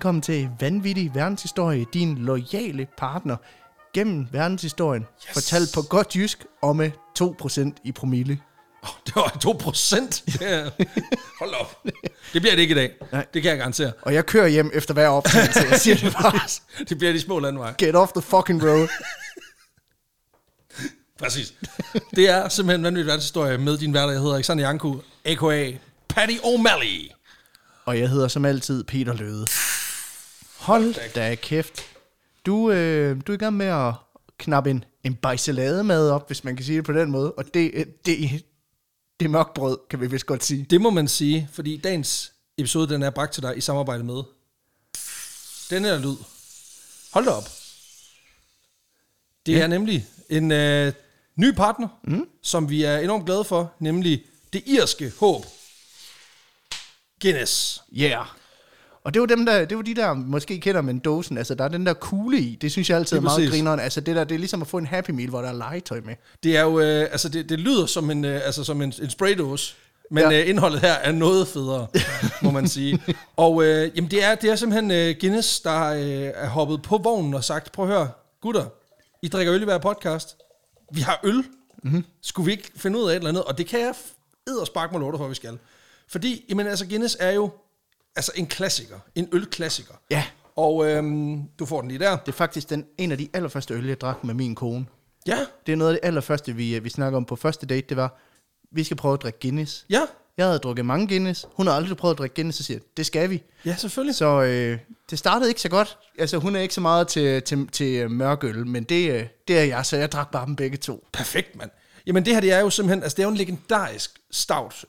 Velkommen til Vanvittig Verdenshistorie, din loyale partner gennem verdenshistorien, fortalt på godt jysk og med 2% i promille. Det var 2%? Hold op. Det bliver det ikke i dag. Nej. Det kan jeg garantere. Og jeg kører hjem efter hver optagelse. Jeg siger det bare. Det bliver de små landveje. Get off the fucking road. Præcis. Det er simpelthen Vanvittig Verdenshistorie med din hverdag. Jeg hedder Alexander Janku, a.k.a. Paddy O'Malley. Og jeg hedder som altid Peter Løde. Hold da kæft. Du er i gang med at knappe en bajselademad op, hvis man kan sige det på den måde. Og det er mørkt brød, kan vi vist godt sige. Det må man sige, fordi dagens episode, den er bragt til dig i samarbejde med den her lyd. Hold da op. Det er nemlig en ny partner, som vi er enormt glade for, nemlig det irske håb. Guinness. Yeah. Og det var de der, måske kender man dåsen, altså der er den der kugle i, det synes jeg altid er meget grineren, altså det er ligesom at få en Happy Meal, hvor der er legetøj med. Det er jo, altså det lyder som en spraydåse, men indholdet her er noget federe, må man sige. Og jamen det er simpelthen Guinness, der er hoppet på vognen og sagt, prøv at høre, gutter, I drikker øl i hver podcast, vi har øl, skulle vi ikke finde ud af et eller andet, og det kan jeg eddersparke mig lortet for, vi skal. Fordi, jamen altså Guinness er jo altså en klassiker, en ølklassiker. Ja. Og du får den lige der. Det er faktisk en af de allerførste øl, jeg drak med min kone. Ja. Det er noget af det allerførste, vi snakker om på første date, det var, vi skal prøve at drikke Guinness. Ja. Jeg havde drukket mange Guinness, hun har aldrig prøvet at drikke Guinness, så siger det skal vi. Ja, selvfølgelig. Så det startede ikke så godt. Altså hun er ikke så meget til mørk øl, men det er jeg, så jeg drak bare dem begge to. Perfekt, mand. Jamen det her, det er jo simpelthen, altså det er jo en legendarisk stout,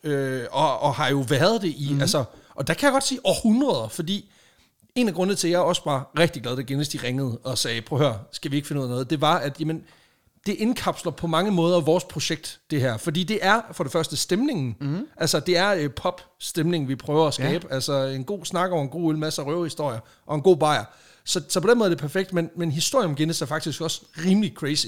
og har jo været det i, altså, og der kan jeg godt sige århundreder, fordi en af grundene til, at jeg også var rigtig glad, da Guinness de ringede og sagde, prøv at høre, skal vi ikke finde ud af noget, det var, at jamen, det indkapsler på mange måder vores projekt, det her, fordi det er for det første stemningen, altså det er pop-stemning, vi prøver at skabe, altså en god snak over en god øl, masser af røvehistorier, og en god bajer, så på den måde er det perfekt, men historien om Guinness er faktisk også rimelig crazy.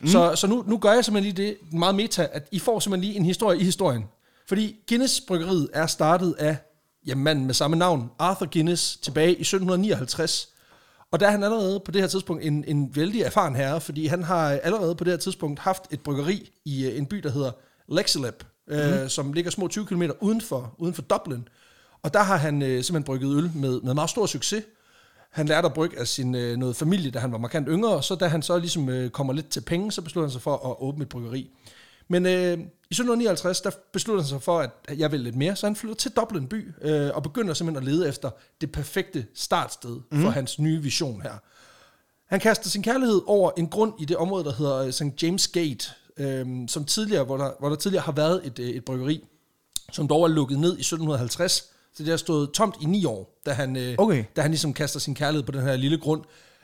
Så nu gør jeg simpelthen lige det meget meta, at I får simpelthen lige en historie i historien. Fordi Guinness-bryggeriet er startet af manden med samme navn, Arthur Guinness, tilbage i 1759. Og der er han allerede på det her tidspunkt en vældig erfaren herre, fordi han har allerede på det her tidspunkt haft et bryggeri i en by, der hedder Leixlip, som ligger små 20 km uden for Dublin. Og der har han simpelthen brygget øl med meget stor succes. Han lærte at brygge af sin noget familie, da han var markant yngre, og så da han så ligesom kommer lidt til penge, så beslutter han sig for at åbne et bryggeri. Men i 1759, der beslutter han sig for, at jeg vil lidt mere, så han flytter til Dublin by, og begynder simpelthen at lede efter det perfekte startsted for hans nye vision her. Han kaster sin kærlighed over en grund i det område, der hedder St. James Gate, som tidligere, hvor der tidligere har været et bryggeri, som dog er lukket ned i 1750, så det har stået tomt i 9 år, da han ligesom kaster sin kærlighed på den her lille grund.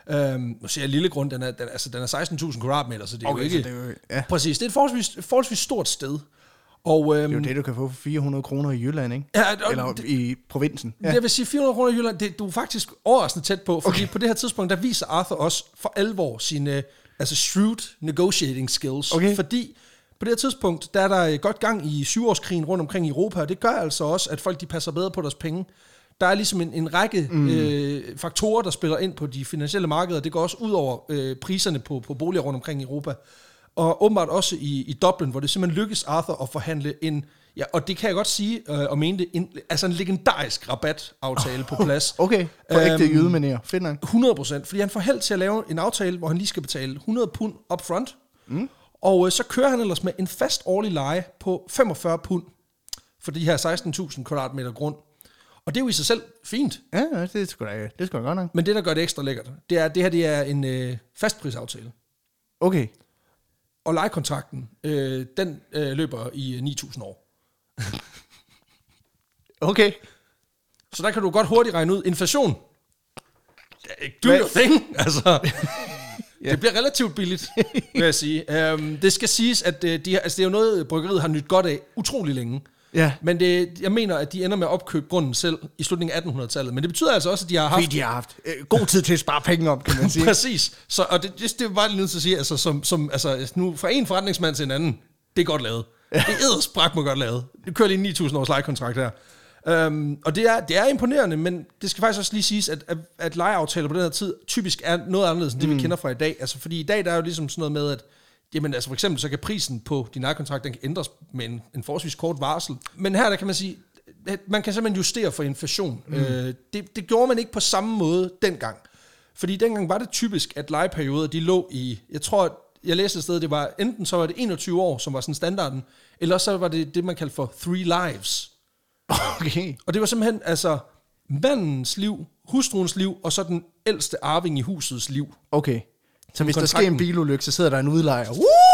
Nu siger jeg lille grund, den er 16.000 kvadratmeter, så det er jo ikke... Præcis, det er et forholdsvis stort sted. Og, det er jo det, du kan få for 400 kroner i Jylland, ikke? Ja, eller i provinsen. Ja. Jeg vil sige 400 kroner i Jylland, du er faktisk overraskende tæt på, fordi på det her tidspunkt, der viser Arthur også for alvor sine shrewd negotiating skills. Okay. Fordi på det her tidspunkt, der er der godt gang i 7-årskrigen rundt omkring i Europa, og det gør altså også, at folk de passer bedre på deres penge. Der er ligesom en række faktorer, der spiller ind på de finansielle markeder. Det går også ud over priserne på boliger rundt omkring i Europa. Og åbenbart også i Dublin, hvor det simpelthen lykkes Arthur at forhandle og det kan jeg godt sige, og mene det, en legendarisk rabataftale på plads. Okay, på ægte jydemanér. Fedt nok. 100%, fordi han får held til at lave en aftale, hvor han lige skal betale 100 pund up front. Og så kører han ellers med en fast årlig leje på 45 pund for de her 16.000 kvadratmeter grund. Og det er jo i sig selv fint. Ja, det er sgu da godt nok. Men det, der gør det ekstra lækkert, det er, at det her det er en fastprisaftale. Okay. Og lejekontrakten, den løber i 9.000 år. Okay. Så der kan du godt hurtigt regne ud. Inflation. Do your thing. Altså, det bliver relativt billigt, vil jeg sige. Det skal siges, at det er jo noget, bryggeriet har nyt godt af utrolig længe. Ja. Men jeg mener, at de ender med at opkøbe grunden selv i slutningen af 1800-tallet. Men det betyder altså også, at de har haft... Fordi de har haft god tid til at spare penge op, kan man sige. Præcis. Så, og det er bare lige nødt til at sige, altså nu fra en forretningsmand til en anden, det er godt lavet. Det er eddersprak mig godt lavet. Det kører lige 9.000 års lejekontrakt her. Og det er imponerende, men det skal faktisk også lige siges, at lejeaftaler på den her tid typisk er noget anderledes, end det vi kender fra i dag. Altså, fordi i dag der er jo ligesom sådan noget med, at jamen, altså for eksempel så kan prisen på din lejekontrakt, den kan ændres med en forholdsvis kort varsel. Men her der kan man sige, at man kan simpelthen justere for inflation. Det gjorde man ikke på samme måde dengang. Fordi dengang var det typisk, at lejeperioder, de lå i, jeg læste et sted, det var enten så var det 21 år, som var sådan standarden, eller så var det man kaldte for 3 lives. Okay. Og det var simpelthen altså mandens liv, hustruens liv, og så den ældste arving i husets liv. Okay. Så hvis der sker en bilulykke, så sidder der en udlejer.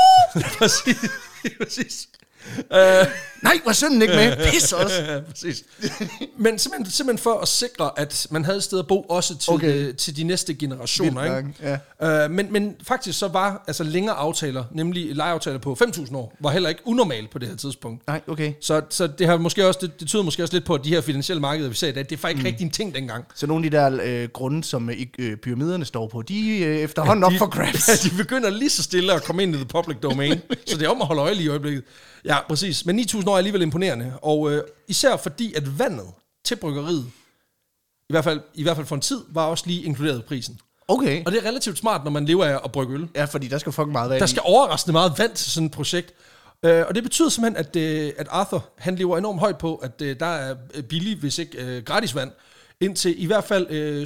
Præcis. Nej, var sønnen ikke med? Pis også. Præcis. Men simpelthen for at sikre, at man havde et sted at bo også til de næste generationer. Ikke? Ja. Men faktisk så var altså længere aftaler, nemlig lejeaftaler på 5.000 år, var heller ikke unormalt på det her tidspunkt. Nej, okay. Så det har måske også det tyder måske også lidt på, at de her finansielle markeder, vi ser i dag, det er faktisk ikke rigtig en ting dengang. Så nogle af de der grunde, som pyramiderne står på, de er efterhånden op for grabs. Ja, de begynder lige så stille at komme ind i the public domain, så det er om at holde øje lige i øjeblikket. Ja, præcis. Men 9.000 år er alligevel imponerende, og især fordi, at vandet til bryggeriet, i hvert fald for en tid, var også lige inkluderet i prisen. Okay. Og det er relativt smart, når man lever af at brygge øl. Ja, fordi der skal fucking meget vand. Der skal overraskende meget vand til sådan et projekt. Og det betyder simpelthen, at Arthur, han lever enormt højt på, at der er billig, hvis ikke gratis vand, indtil i hvert fald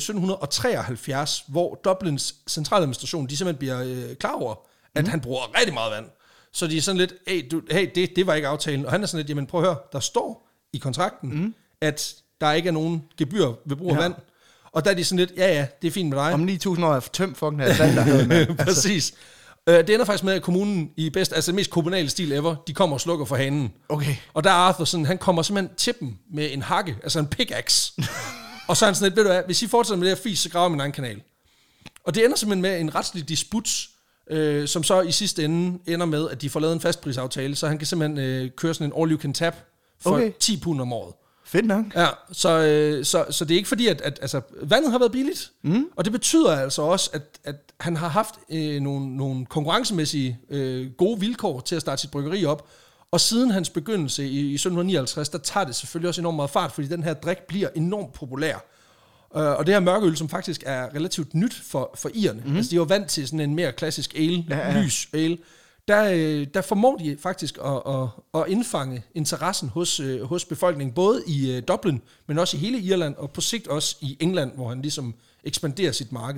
1773, hvor Dublins centraladministration, de simpelthen bliver klar over, at han bruger rigtig meget vand. Så de er sådan lidt, det var ikke aftalen. Og han er sådan lidt, jamen prøv at høre, der står i kontrakten, at der ikke er nogen gebyr ved brug af vand. Og der er de sådan lidt, ja, det er fint med dig. Om 9.000 år er for tømt fucking her vand, der havde med. Præcis. Det ender faktisk med, at kommunen i mest kommunale stil ever, de kommer og slukker for hanen. Okay. Og der er Arthur sådan, han kommer simpelthen til dem med en hakke, altså en pickaxe. Og så er han sådan lidt, ved du hvad, hvis I fortsætter med det her fis, så graver min egen kanal. Og det ender simpelthen med en retslig disput, som så i sidste ende ender med, at de får lavet en fastprisaftale, så han kan simpelthen køre sådan en all you can tap for 10 pund om året. Fedt nok. Ja, så det er ikke fordi, at altså, vandet har været billigt, og det betyder altså også, at han har haft nogle konkurrencemæssige gode vilkår til at starte sit bryggeri op, og siden hans begyndelse i 1759, der tager det selvfølgelig også enormt meget fart, fordi den her drik bliver enormt populær. Og det her mørkeøl, som faktisk er relativt nyt for irerne, altså de er jo vant til sådan en mere klassisk ale, lys ale, der formår de faktisk at indfange interessen hos befolkningen, både i Dublin, men også i hele Irland, og på sigt også i England, hvor han ligesom ekspanderer sit marked.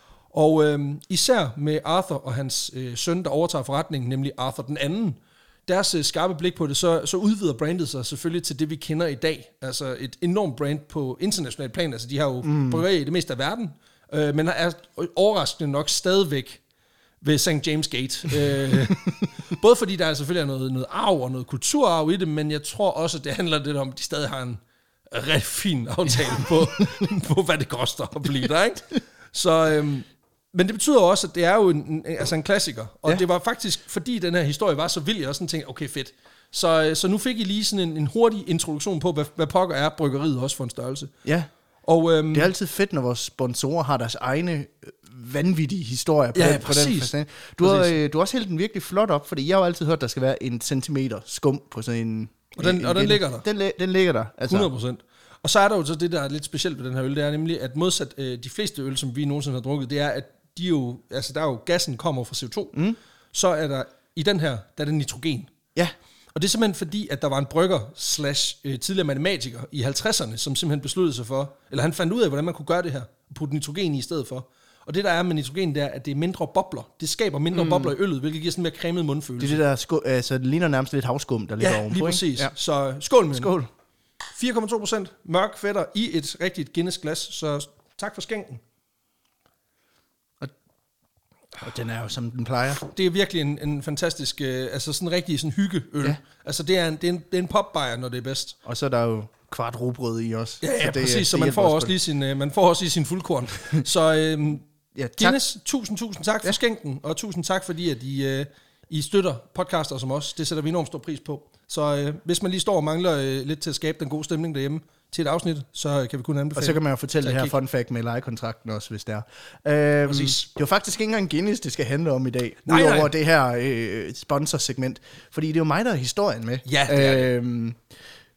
Og især med Arthur og hans søn, der overtager forretningen, nemlig Arthur den anden, deres skarpe blik på det, så udvider brandet sig selvfølgelig til det, vi kender i dag. Altså et enormt brand på international plan. Altså de har jo bryggerier i det meste af verden, men er overraskende nok stadigvæk ved St. James Gate. Både fordi der selvfølgelig er noget arv og noget kulturarv i det, men jeg tror også, at det handler lidt om, at de stadig har en ret fin aftale på hvad det koster at blive der, ikke? Så, men det betyder også, at det er jo en klassiker. Og det var faktisk, fordi den her historie var så vild, jeg også sådan tænkte, okay fedt. Så nu fik I lige sådan en hurtig introduktion på, hvad pokker er bryggeriet også for en størrelse. Ja. Og, det er altid fedt, når vores sponsorer har deres egne vanvittige historier på den forstand. Du har også hældt den virkelig flot op, fordi jeg har jo altid hørt, at der skal være 1 centimeter skum på sådan en... Og den ligger der. Den ligger der. Altså. 100%. Og så er der jo så det, der er lidt specielt ved den her øl, det er nemlig, at modsat de fleste øl, som vi nogensinde har drukket, det er, at de jo, altså der er jo, gassen kommer fra CO2, så er der, i den her, der er det nitrogen. Ja. Og det er simpelthen fordi, at der var en brygger tidligere matematiker i 50'erne, som simpelthen besluttede sig for, eller han fandt ud af, hvordan man kunne gøre det her, putte nitrogen i stedet for. Og det der er med nitrogen, det er, at det er mindre bobler. Det skaber mindre bobler i øllet, hvilket giver sådan en mere cremet mundfølelse. Det er det der, altså det ligner nærmest lidt havskum, der ligger ovenpå. Ja, lige præcis. Ja. Så skål med skål. 4,2% mørk fætter i et rigtigt Guinness glas, så tak for skænken. Og den er jo som den plejer. Det er virkelig en fantastisk, altså sådan en rigtig sådan hyggeøl. Ja. Altså det er en popbajer, når det er bedst. Og så er der jo kvart rugbrød i os. Ja, præcis, så man får også lige sin fuldkorn. Så Guinness, tusind tak for skænken, og tusind tak fordi, at I støtter podcaster som os. Det sætter vi enormt stor pris på. Så hvis man lige står og mangler lidt til at skabe den gode stemning derhjemme til et afsnit, så kan vi kun anbefale. Og så kan man jo fortælle det her fun fact med lejekontrakten også, hvis det er. Det var faktisk ikke engang Guinness, det skal handle om i dag. Udover det her sponsorsegment. Fordi det er jo mig, der er historien med. Ja, det er det.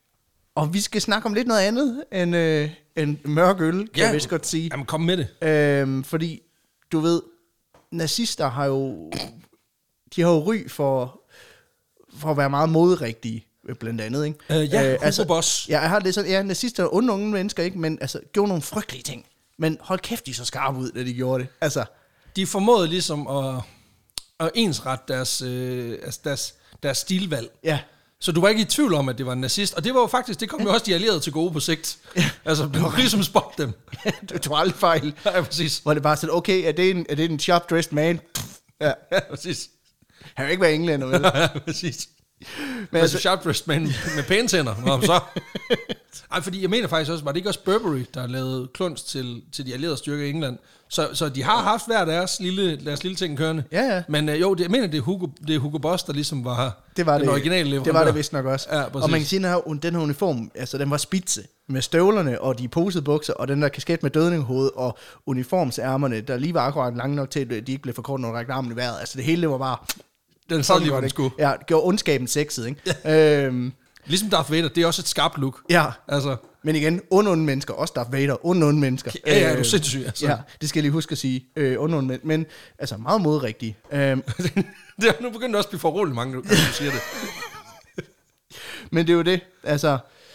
Og vi skal snakke om lidt noget andet end mørk øl, kan jeg vist godt sige. Jamen, kom med det. Fordi, du ved, nazister har jo ry for at være meget modrigtige, blandt andet, ikke? Hugo Boss. Ja, jeg har det sådan, ja, nazister er onde unge mennesker, ikke? Men altså, gjorde nogle frygtelige ting. Men hold kæft, de så skarpe ud, da de gjorde det. Altså, de formåede ligesom at ensrette deres stilvalg. Ja. Så du var ikke i tvivl om, at det var en nazist. Og det var jo faktisk, det kom jo også de allierede til gode på sigt. Altså, du kunne ligesom spotte dem. Du tog aldrig fejl. Ja, præcis. Hvor det bare sådan, okay, er det en sharp-dressed man? Ja, præcis. Han vil ikke være englænder, vel? Ja, præcis. Men altså sharp-dressed man med pæne tænder. Nå, så. Ej, fordi jeg mener faktisk også, var det ikke også Burberry, der lavede kluns til de allierede styrker i England? Så de har haft hver deres lille ting kørende. Ja. Men jeg mener, det er Hugo Boss, der ligesom var den originale leverandør. Det var det vist nok også. Ja, og man kan sige, at den her uniform, altså den var spidse med støvlerne og de posede bukser, og den der kasket med dødninghoved og uniformsærmerne, der lige var akkurat lange nok til, at de ikke blev for kort, når rækte armen i vejret. Altså det hele, det var bare... Den sad lige, hvor den skulle. Ja, det gjorde ondskaben sexet, ikke? Ligesom Darth Vader, det er også et skarpt look. Ja, altså. Men igen, onde mennesker, også Darth Vader, onde mennesker. Ja, du er sindssyg, altså. Ja, det skal jeg lige huske at sige, onde mennesker, men altså meget modrigtige. Det er nu begyndt også at blive for roligt mange, når du siger det. Men det er jo det, altså,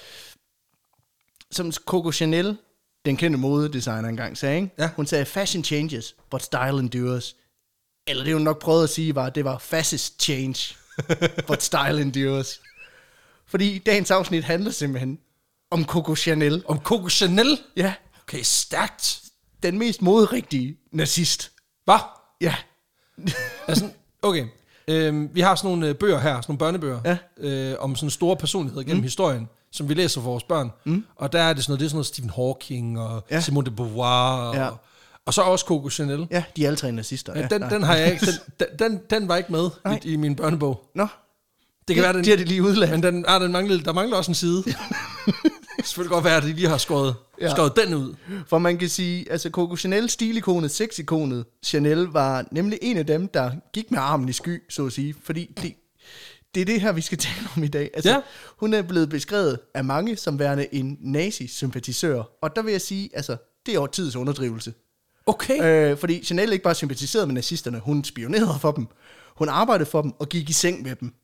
som Coco Chanel, den kendte modedesigner engang sagde, ikke? Ja. Hun sagde, fashion changes, but style endures. Eller det hun nok prøvede at sige var, det var fascist change, but style endures. Fordi dagens afsnit handler simpelthen om Coco Chanel. Om Coco Chanel? Ja. Okay, stærkt. Den mest moderigtige nazist. Hvad? Ja. Altså, okay. Vi har sådan nogle bøger her, sådan nogle børnebøger, om sådan store personligheder gennem historien, som vi læser for vores børn. Og der er det sådan noget Stephen Hawking og Simone de Beauvoir og så også Coco Chanel. Ja, de er alle tre nazister. Ja, den har jeg ikke. Den var ikke med i min børnebog. Nå. Det kan være, det er det lige udladt. Men der mangler også en side. Det kan selvfølgelig godt være, at de lige har skåret den ud. For man kan sige, altså Coco Chanel, stilikonet, sexikonet Chanel, var nemlig en af dem, der gik med armen i sky, så at sige. Fordi det er det her, vi skal tale om i dag. Altså, hun er blevet beskrevet af mange som værende en nazi-sympatisør. Og der vil jeg sige, altså, det er over tids underdrivelse. Okay. Fordi Chanel ikke bare sympatiserede med nazisterne, hun spionerede for dem. Hun arbejdede for dem og gik i seng med dem.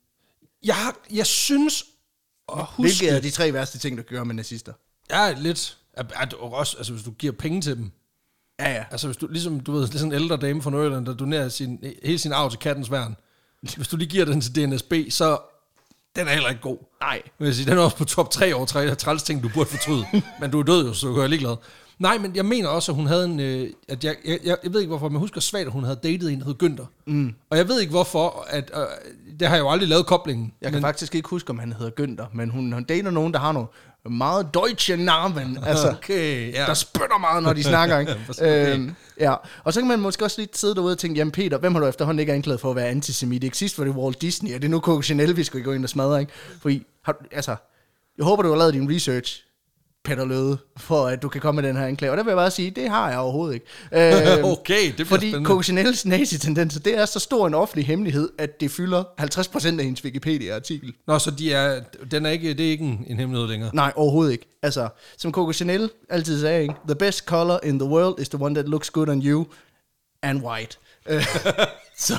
Jeg synes at huske... Hvilke er de tre værste ting, der gør med nazister? Ja, lidt. Også, altså, hvis du giver penge til dem. Ja. Altså, hvis du, ligesom, du ved, det er sådan en ældre dame fra Nordjylland, der donerer hele sin arv til kattens værn. Hvis du lige giver den til DNSB, så den er heller ikke god. Nej. Den er også på top 3 over 3 træls ting, du burde fortryde. Men du er død jo, så du er ligeglad. Nej, men jeg mener også, at hun havde en... at jeg ved ikke hvorfor, men jeg husker svagt, at hun havde datet en, der hed Günther. Og jeg ved ikke hvorfor, at... det har jeg jo aldrig lavet koblingen. Jeg kan faktisk ikke huske, om han hedder Günther, men hun dater nogen, der har nogle meget deutsche Namen, altså, der spytter meget, når de snakker. Ikke? Ja. Og så kan man måske også lige sidde derude og tænke, jamen Peter, hvem har du efterhånden ikke anklaget for at være antisemit? Ikke sidst var det Walt Disney, og det er nu Coco Chanel, vi skal gå ind og smadre. Ikke? Fordi, jeg håber, du har lavet din research, Peter Løde, for at du kan komme med den her anklage. Og der vil jeg bare sige, det har jeg overhovedet ikke. Okay, det bliver fordi spændende. Coco Chanels nazi-tendenser, det er så stor en offentlig hemmelighed, at det fylder 50% af hendes Wikipedia-artikel. Nå, så det er ikke en hemmelighed længere? Nej, overhovedet ikke. Altså, som Coco Chanel altid sagde, ikke? The best color in the world is the one that looks good on you and white. Så...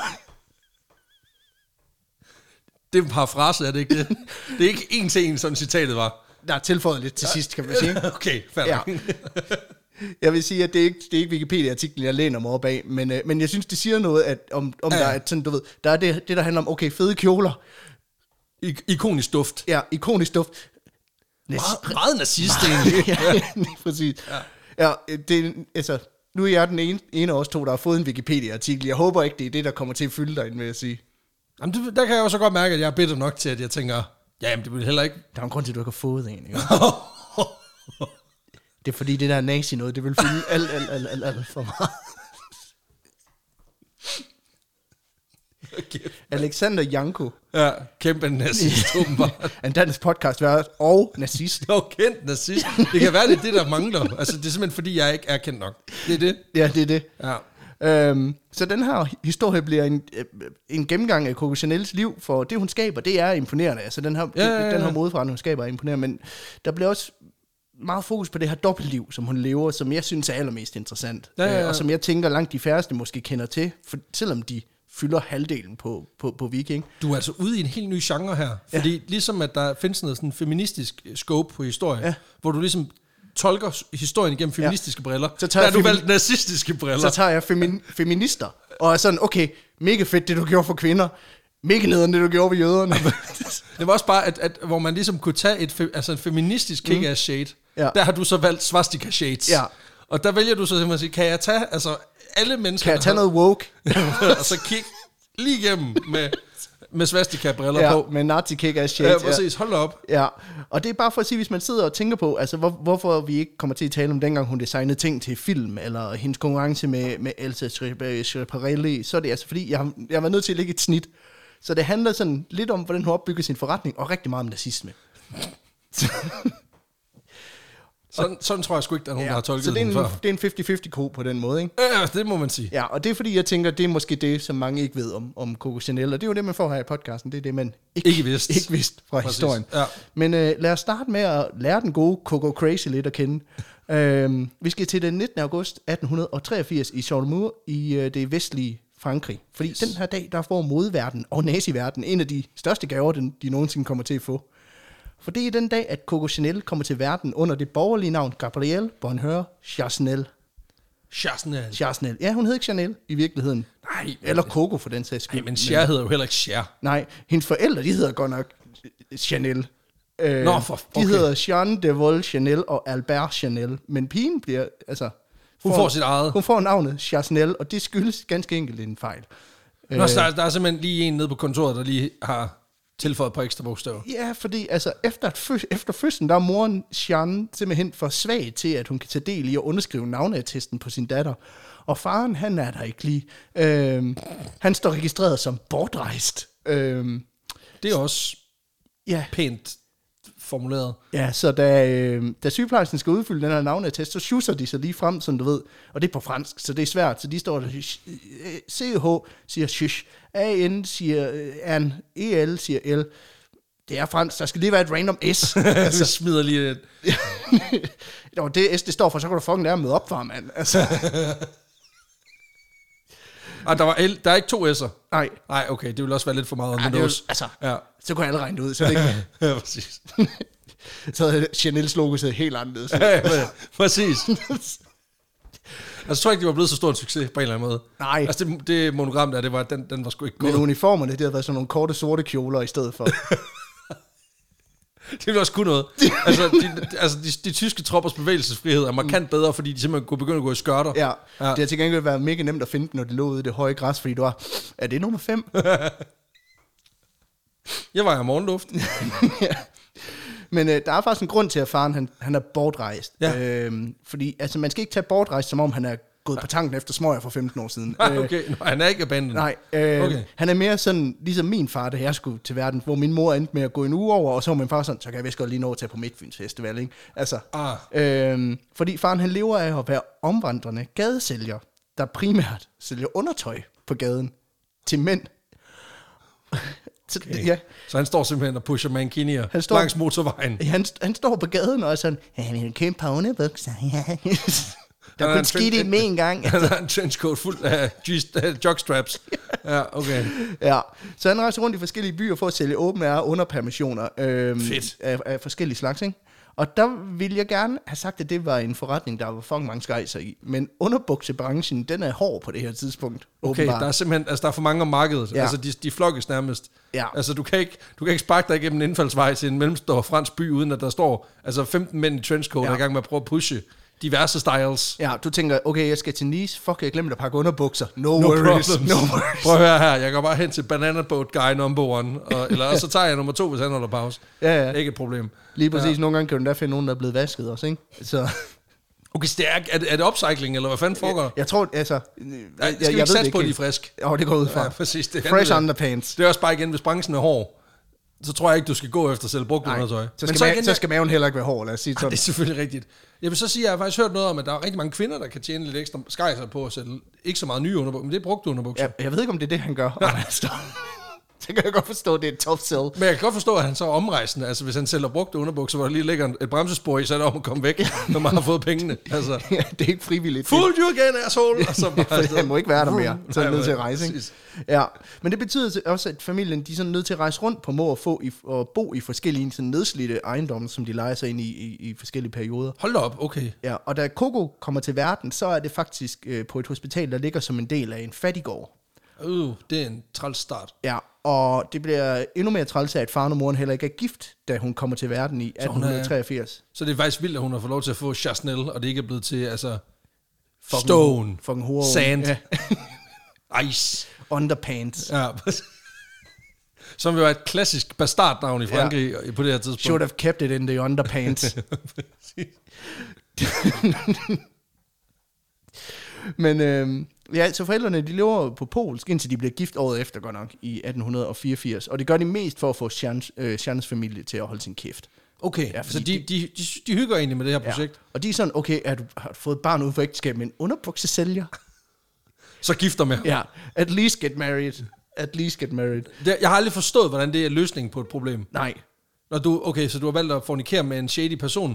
Det er en parafrase, er det ikke det? Det er ikke en til en, sådan citatet var. Der er tilføjet lidt til sidst, kan man sige. Okay, færdig. Ja. Jeg vil sige, at det er ikke Wikipedia-artiklen, jeg læner mig op af, men jeg synes, det siger noget, at om der er sådan, du ved, der er det, der handler om, okay, fede kjoler. Ikonisk duft. Ja, ikonisk duft. Meget nazist, egentlig. Ja, præcis. Ja, det, altså, nu er jeg den ene af os to, der har fået en Wikipedia-artikel. Jeg håber ikke, det er det, der kommer til at fylde dig, vil jeg sige. Jamen, der kan jeg også godt mærke, at jeg er bitter nok til, at jeg tænker, jamen, det vil heller ikke... Der er en grund til, at du ikke har fået en, ikke? Det er fordi, det der nazi noget, det vil fylde alt for meget. Okay. Alexander Janko. Ja, kæmpe nazist, åbenbart. En dansk podcast vært og nazist. Kendt nazist. Det kan være, det er det, der mangler. Altså, det er simpelthen, fordi jeg ikke er kendt nok. Det er det. Ja, det er det. Ja. Så den her historie bliver en gennemgang af Coco Chanels liv, for det hun skaber, det er imponerende. Altså den her modeforretning, hun skaber, er imponerende, men der bliver også meget fokus på det her dobbeltliv, som hun lever, som jeg synes er allermest interessant. Og som jeg tænker langt de færreste måske kender til, for selvom de fylder halvdelen på Viking. Du er altså ude i en helt ny genre her, fordi ligesom at der findes noget sådan feministisk scope på historie, hvor du ligesom tolker historien igennem feministiske briller, så der er du valgt nazistiske briller. Så tager jeg feminister, og er sådan, okay, mega fedt det du gjorde for kvinder, mega nederen det du gjorde ved jøderne. Det var også bare, at hvor man ligesom kunne tage en feministisk kick-ass shade, der har du så valgt swastika shades. Ja. Og der vælger du så simpelthen at sige, kan jeg tage alle mennesker... Kan jeg tage noget woke? Og så kigge lige igennem med swastika-briller på. Med nazi-kick-ass shades. Ja, præcis. Hold op. Ja, og det er bare for at sige, hvis man sidder og tænker på, altså hvorfor vi ikke kommer til at tale om dengang, hun designede ting til film, eller hendes konkurrence med Elsa Schiaparelli, så er det altså fordi, jeg har været nødt til at lægge et snit. Så det handler sådan lidt om, hvordan hun opbygger sin forretning, og rigtig meget om nazisme. Sådan tror jeg sgu ikke, der er nogen, der har tolket den før. Så det er en 50-50 ko på den måde, ikke? Ja, det må man sige. Ja, og det er fordi, jeg tænker, det er måske det, som mange ikke ved om Coco Chanel, og det er jo det, man får her i podcasten, det er det, man ikke vidste fra historien. Ja. Men lad os starte med at lære den gode Coco Crazy lidt at kende. Vi skal til den 19. august 1883 i Charlemont i det vestlige Frankrig. Fordi den her dag, der får modeverdenen og naziverdenen en af de største gaver, de nogensinde kommer til at få. For det er den dag, at Coco Chanel kommer til verden under det borgerlige navn Gabrielle Bonheur Chasnel. Chasnel. Ja, hun hed ikke Chanel i virkeligheden. Nej. Eller Coco for den sags skyld. Nej, men Cher hedder jo heller ikke Cher. Nej, hendes forældre, de hedder godt nok Chanel. Okay. De hedder Jeanne de Vol Chanel og Albert Chanel. Men pigen bliver, hun får sit eget. Hun får navnet Chasnel, og det skyldes ganske enkelt en fejl. Nå, der er simpelthen lige en nede på kontoret, der lige har tilføjet på ekstra bogstaver. Ja, fordi efter fødslen, der er moren Jeanne simpelthen for svag til, at hun kan tage del i at underskrive navneattesten på sin datter. Og faren, han er der ikke lige. Han står registreret som bortrejst. Det er også pænt formuleret. Ja, så da sygeplejersken skal udfylde den her navneattest, så schusser de sig lige frem, som du ved. Og det er på fransk, så det er svært. Så de står der, CH siger shush, AN siger an, EL siger L. Det er fransk, der skal lige være et random S. Altså. Vi smider lige et. Det S, det står for, så kan du fucking lære at møde op for, mand. Altså. Der er ikke 2 S'er? Nej. Nej, okay, det vil også være lidt for meget. Så kunne alle regne det ud. Så det ikke. Ja, præcis. Så havde Chanels logo set helt anderledes. Ja, præcis. Jeg tror ikke, det var blevet så stor en succes på en eller anden måde. Nej. Altså det monogram der, den var sgu ikke god. Men uniformerne, det havde været sådan nogle korte sorte kjoler i stedet for. Det ville også kunne noget. De tyske troppers bevægelsesfrihed er markant bedre, fordi de simpelthen kunne begynde at gå i skørter. Ja. Det har til gengæld været mega nemt at finde, når det lå ude i det høje græs, fordi du var, er det nummer 5? Jeg var i morgenluft. Ja. Men der er faktisk en grund til, at faren han er bortrejst. Ja. Fordi man skal ikke tage bortrejst, som om han er gået på tanken efter smøger for 15 år siden. Okay, han er ikke abandoned. Nej, okay. Han er mere sådan, ligesom min far, da jeg skulle til verden, hvor min mor endte med at gå en uge over, og så var min far sådan, så kan jeg vist godt lige nå at tage på Midtfyns Festival, ikke? Altså, fordi faren han lever af at være omvandrende gadesælger, der primært sælger undertøj på gaden til mænd. Okay. Ja. Så han står simpelthen og pusher mankinier langs motorvejen. Han står på gaden og er sådan, jeg vil købe et par underbukser. Der kunne skidt i med en gang. Han har en trenchcoat fuld af jockstraps. Ja, okay. Ja, så han rejser rundt i forskellige byer for at sælge åbne underpermissioner af forskellige slags, ikke? Og der ville jeg gerne have sagt, at det var en forretning, der var fucking mange skejser i. Men underbuksebranchen, den er hård på det her tidspunkt. Okay, åbenbart. Der er simpelthen, der er for mange om markedet. Ja. Altså, de flokkes nærmest. Ja. Altså, du kan ikke sparke dig igennem en indfaldsvej til en mellemstor fransk by, uden at der står 15 mænd i trenchcoat, der er i gang med at prøve at pushe diverse styles. Ja, du tænker, okay, jeg skal til Nice. Fuck, jeg glemte at pakke underbukser. No worries. Prøv at høre her, jeg går bare hen til Banana Boat Guy number 1, eller så tager jeg nummer 2, hvis han holder pause. Ja. Ikke et problem. Lige præcis, nogle gange kan du da finde nogen, der er blevet vasket også, ikke? Så. Okay, så er det upcycling, eller hvad fanden foregår? Jeg tror, altså. Skal vi ikke satse på, at de er frisk? Ja, det går ud fra. Ja, præcis. Fresh underpants. Det er også bare igen, hvis branchen er hård, så tror jeg ikke, du skal gå efter selv brugt undertøj. Så skal maven heller ikke være hård, lad os sige sådan. Det er selvfølgelig rigtigt. Jeg vil så sige, at jeg har faktisk hørt noget om, at der er rigtig mange kvinder, der kan tjene lidt ekstra skejser på at sætte ikke så meget nye underbukser, men det er brugte underbukser. Ja, jeg ved ikke, om det er det, han gør. Ja. Så kan jeg godt forstå, at det er et top sell. Men jeg kan godt forstå, at han så er omrejsende. Altså, hvis han sælger brugte underbukser, hvor der lige ligger et bremsespor i, så er det om at komme væk, når man har fået pengene. Altså. Ja, det er ikke frivilligt. Fooled you again, asshole! Og så bare, han må ikke være der mere, så er han nødt til at rejse. Ikke? Ja, men det betyder også, at familien de er sådan nødt til at rejse rundt på må og bo i forskellige sådan nedslidte ejendomme, som de lejer sig ind i forskellige perioder. Hold da op, okay. Ja, og da Coco kommer til verden, så er det faktisk på et hospital, der ligger som en del af en fattiggård. Det er en træls start. Ja, og det bliver endnu mere træls af, at faren og moren heller ikke er gift, da hun kommer til verden i 1883. Så det er faktisk vildt, at hun har fået lov til at få Chasnel, og det ikke er blevet til, altså, stone, sand, ice, underpants. Ja, som jo er et klassisk bastardnavn i Frankrig på det her tidspunkt. Should have kept it in the underpants. Men ja, så forældrene de lever på polsk, indtil de bliver gift året efter, godt nok, i 1884. Og det gør de mest for at få Jeans familie til at holde sin kæft. Okay, ja, så de hygger egentlig med det her projekt. Ja. Og de er sådan, okay, har du fået et barn ud for ægteskab med en underbuksesælger? Så gifter med. Ja, at least get married. At least get married. Jeg har aldrig forstået, hvordan det er løsningen på et problem. Nej. Okay, så du har valgt at fornikere med en shady person.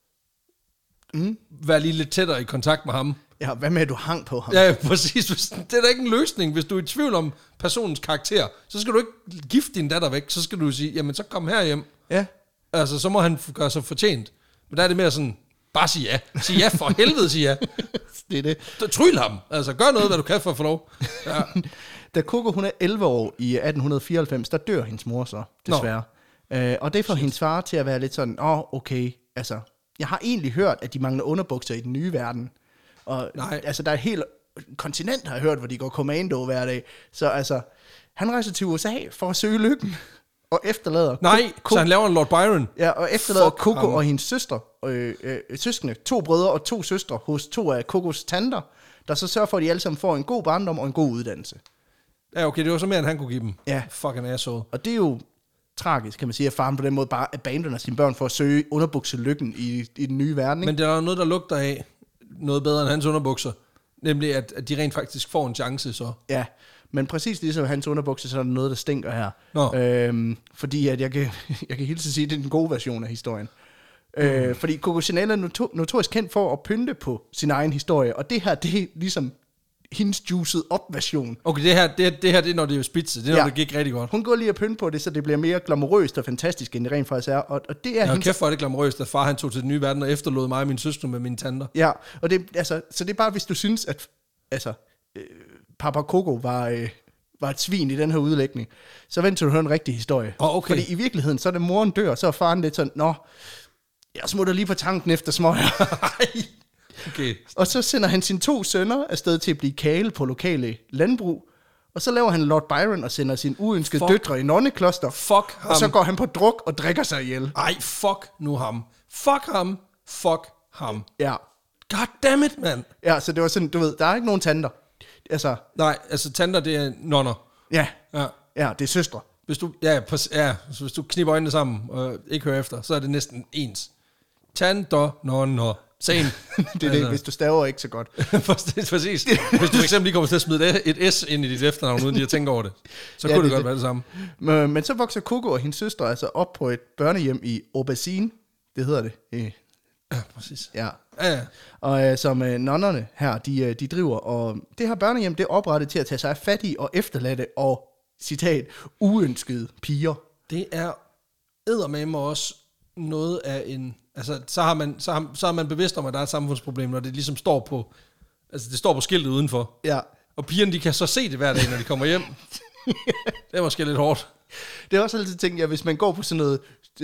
Vær lige lidt tættere i kontakt med ham. Ja, hvad med, at du hang på ham? Ja, præcis. Det er da ikke en løsning. Hvis du er i tvivl om personens karakter, så skal du ikke gifte din datter væk. Så skal du sige, jamen så kom her hjem. Ja. Altså, så må han gøre sig fortjent. Men der er det mere sådan, bare sig ja. Sig ja, for helvede, sig ja. Det er det. Tryl ham. Altså, gør noget, hvad du kan for at få lov. Ja. Da Coco, hun er 11 år i 1894, der dør hendes mor så, desværre. Og det får hendes far til at være lidt sådan, okay, altså, jeg har egentlig hørt, at de mangler underbukser i den nye verden. Og altså, der er et helt kontinent, har jeg hørt, hvor de går commando hver dag. Så altså, han rejser til USA for at søge lykken. Og efterlader... så han laver en Lord Byron? Ja, og efterlader Coco og hendes søskende, 2 brødre og 2 søstre, hos 2 af Cocos tanter, der så sørger for, at de alle sammen får en god barndom og en god uddannelse. Ja, okay, det var så mere, end han kunne give dem. Ja. Fucking asshole. Og det er jo tragisk, kan man sige, at faren på den måde bare abandoner sine børn for at søge underbukselykken i den nye verden. Ikke? Men det er noget, der lugter af noget bedre end hans underbukser. Nemlig, at de rent faktisk får en chance, så. Ja, men præcis ligesom hans underbukser, så er der noget, der stinker her. Fordi at jeg kan hilse at sige, at det er den gode version af historien. Fordi Coco Chanel er notorisk kendt for at pynte på sin egen historie, og det her, det er ligesom hendes juiced op version. Okay, det her, det er, når det er spidse. Det er, når det gik rigtig godt. Hun går lige at pynte på det, så det bliver mere glamourøst og fantastisk, end det rent faktisk er. Og det er hendes... kæft for, det glamourøst, at far han tog til den nye verden og efterlod mig og min søster med mine tanter. Ja, og det, altså, så det er bare, hvis du synes, at Papa Coco var et svin i den her udlægning, så vent til du hører en rigtig historie. Okay. Fordi i virkeligheden, så er det moren dør, så er faren lidt sådan, jeg smutter lige på tanken efter smøger. Okay. Og så sender han sine 2 sønner afsted til at blive kale på lokale landbrug. Og så laver han Lord Byron og sender sine uønskede døtre i nonnekloster. Fuck ham. Og så går han på druk og drikker sig ihjel. Ej, fuck nu ham. Fuck ham. Fuck ham. Ja. God damn it, mand. Ja, så det var sådan, du ved, der er ikke nogen tanter. Altså. Nej, altså tanter, det er nonner. Ja, det er søstre. Hvis du knipper øjnene sammen og ikke hører efter, så er det næsten ens. Tanter, nonner. Same. Det er det, hvis du staver ikke så godt. Præcis. Hvis du for eksempel lige kommer til at smide et S ind i dit efternavn, uden lige at tænke over det, så kunne det godt være det samme. Men så vokser Coco og hendes søster altså op på et børnehjem i Aubazine. Det hedder det. Ja, præcis. Ja. Og som nonnerne her, de driver. Og det her børnehjem, det er oprettet til at tage sig af fattige og efterladte og, citat, uønskede piger. Det er eddermame også noget af en... Altså, så er man bevidst om, at der er et samfundsproblem, når det ligesom står på... Altså, det står på skiltet udenfor. Ja. Og pigerne, de kan så se det hver dag, når de kommer hjem. Det er måske lidt hårdt. Det er også altid tænkt, at hvis man går på sådan noget...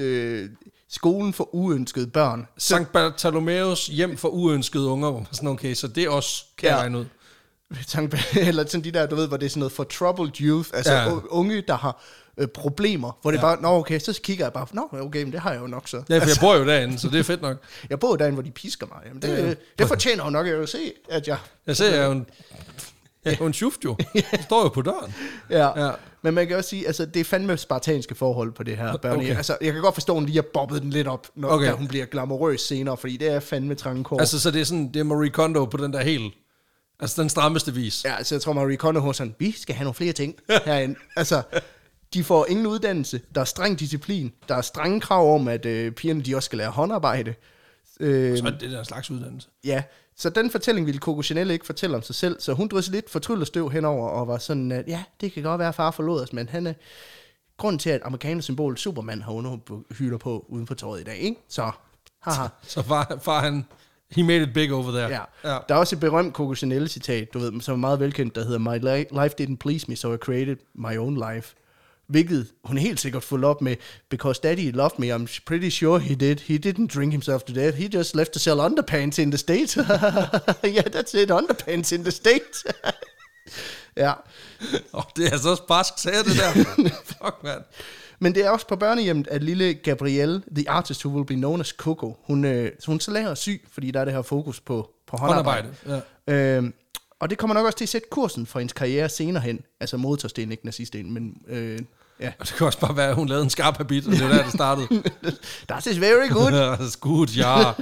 skolen for uønskede børn. Sankt Bartholomeus hjem for uønskede unger. Sådan, okay, så det er også kan jeg regne ud. Eller sådan de der, du ved, hvor det er sådan noget for troubled youth. Altså unge, der har problemer. Hvor det er bare, okay, så kigger jeg bare, okay, men det har jeg jo nok så. Ja, for jeg bor jo derinde, så det er fedt nok. Jeg bor derinde, hvor de pisker mig. Jamen, det fortjener jo nok, jeg vil se, at jeg... Jeg ser jo en Ja, hun sjuft jo. Hun står jo på døren. Ja. Men man kan også sige, altså det er fandme spartanske forhold på det her børnehjem. Okay. Altså jeg kan godt forstå, at hun lige har bobbet den lidt op, når da hun bliver glamourøs senere, fordi det er fandme trange. Altså så det er sådan, det er Marie Kondo på den der helt, altså den strammeste vis. Ja, altså jeg tror Marie Kondo, hun er sådan, vi skal have nogle flere ting herinde. Altså, de får ingen uddannelse, der er streng disciplin, der er strenge krav om, at pigerne de også skal lære håndarbejde. Så er det der slags uddannelse. Ja, så den fortælling ville Coco Chanel ikke fortælle om sig selv, så hun dryssede lidt fortryl og støv henover, og var sådan, at ja, det kan godt være, at far forlod os, men han er grunden til, at amerikanersymbol Superman har underhylder på uden for torvet i dag, ikke? Så, haha. Så far han, he made it big over there. Ja. Der er også et berømt Coco Chanel-citat, du ved, som er meget velkendt, der hedder, my life didn't please me, so I created my own life. Hvilket hun er helt sikkert fuldt op med, because daddy loved me, I'm pretty sure he did. He didn't drink himself to death. He just left to sell underpants in the States. Yeah, that's it, underpants in the States. Ja. Det er altså også barsk sager, det der. Fuck, man. Men det er også på børnehjemmet, at lille Gabrielle, the artist who will be known as Coco, hun så lærer syg, fordi der er det her fokus på håndarbejde. Ja. Og det kommer nok også til at sætte kursen for hendes karriere senere hen. Altså motorsten, ikke naziststen, men ja. Og det kan også bare være, at hun lavede en skarp habit, og det er der, det startede. That is very good. That's good, ja.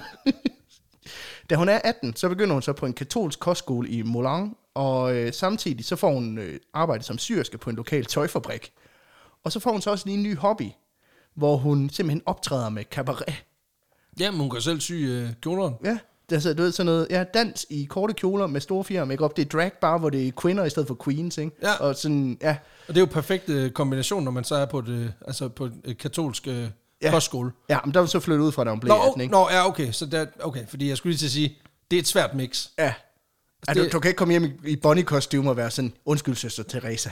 Da hun er 18, så begynder hun så på en katolsk kostskole i Moulin, og samtidig så får hun arbejde som syerske på en lokal tøjfabrik. Og så får hun så også lige en ny hobby, hvor hun simpelthen optræder med cabaret. Jamen, hun kan selv sy kjoleren. Ja, altså, du ved sådan noget, ja, dans i korte kjoler med store fjer og makeup. Det er drag bare, hvor det er kvinder i stedet for queens, ikke? Ja. Og sådan, ja. Og det er jo perfekt kombination, når man så er på et katolsk kostskole. Ja, men der var så flyttet ud fra, da hun blev 18, ikke? Nå, ja, okay. Så der, okay, fordi jeg skulle lige til at sige, det er et svært mix. Ja. Altså, du kan ikke komme hjem i Bonnie-kostyme og være sådan, undskyld, søster Teresa.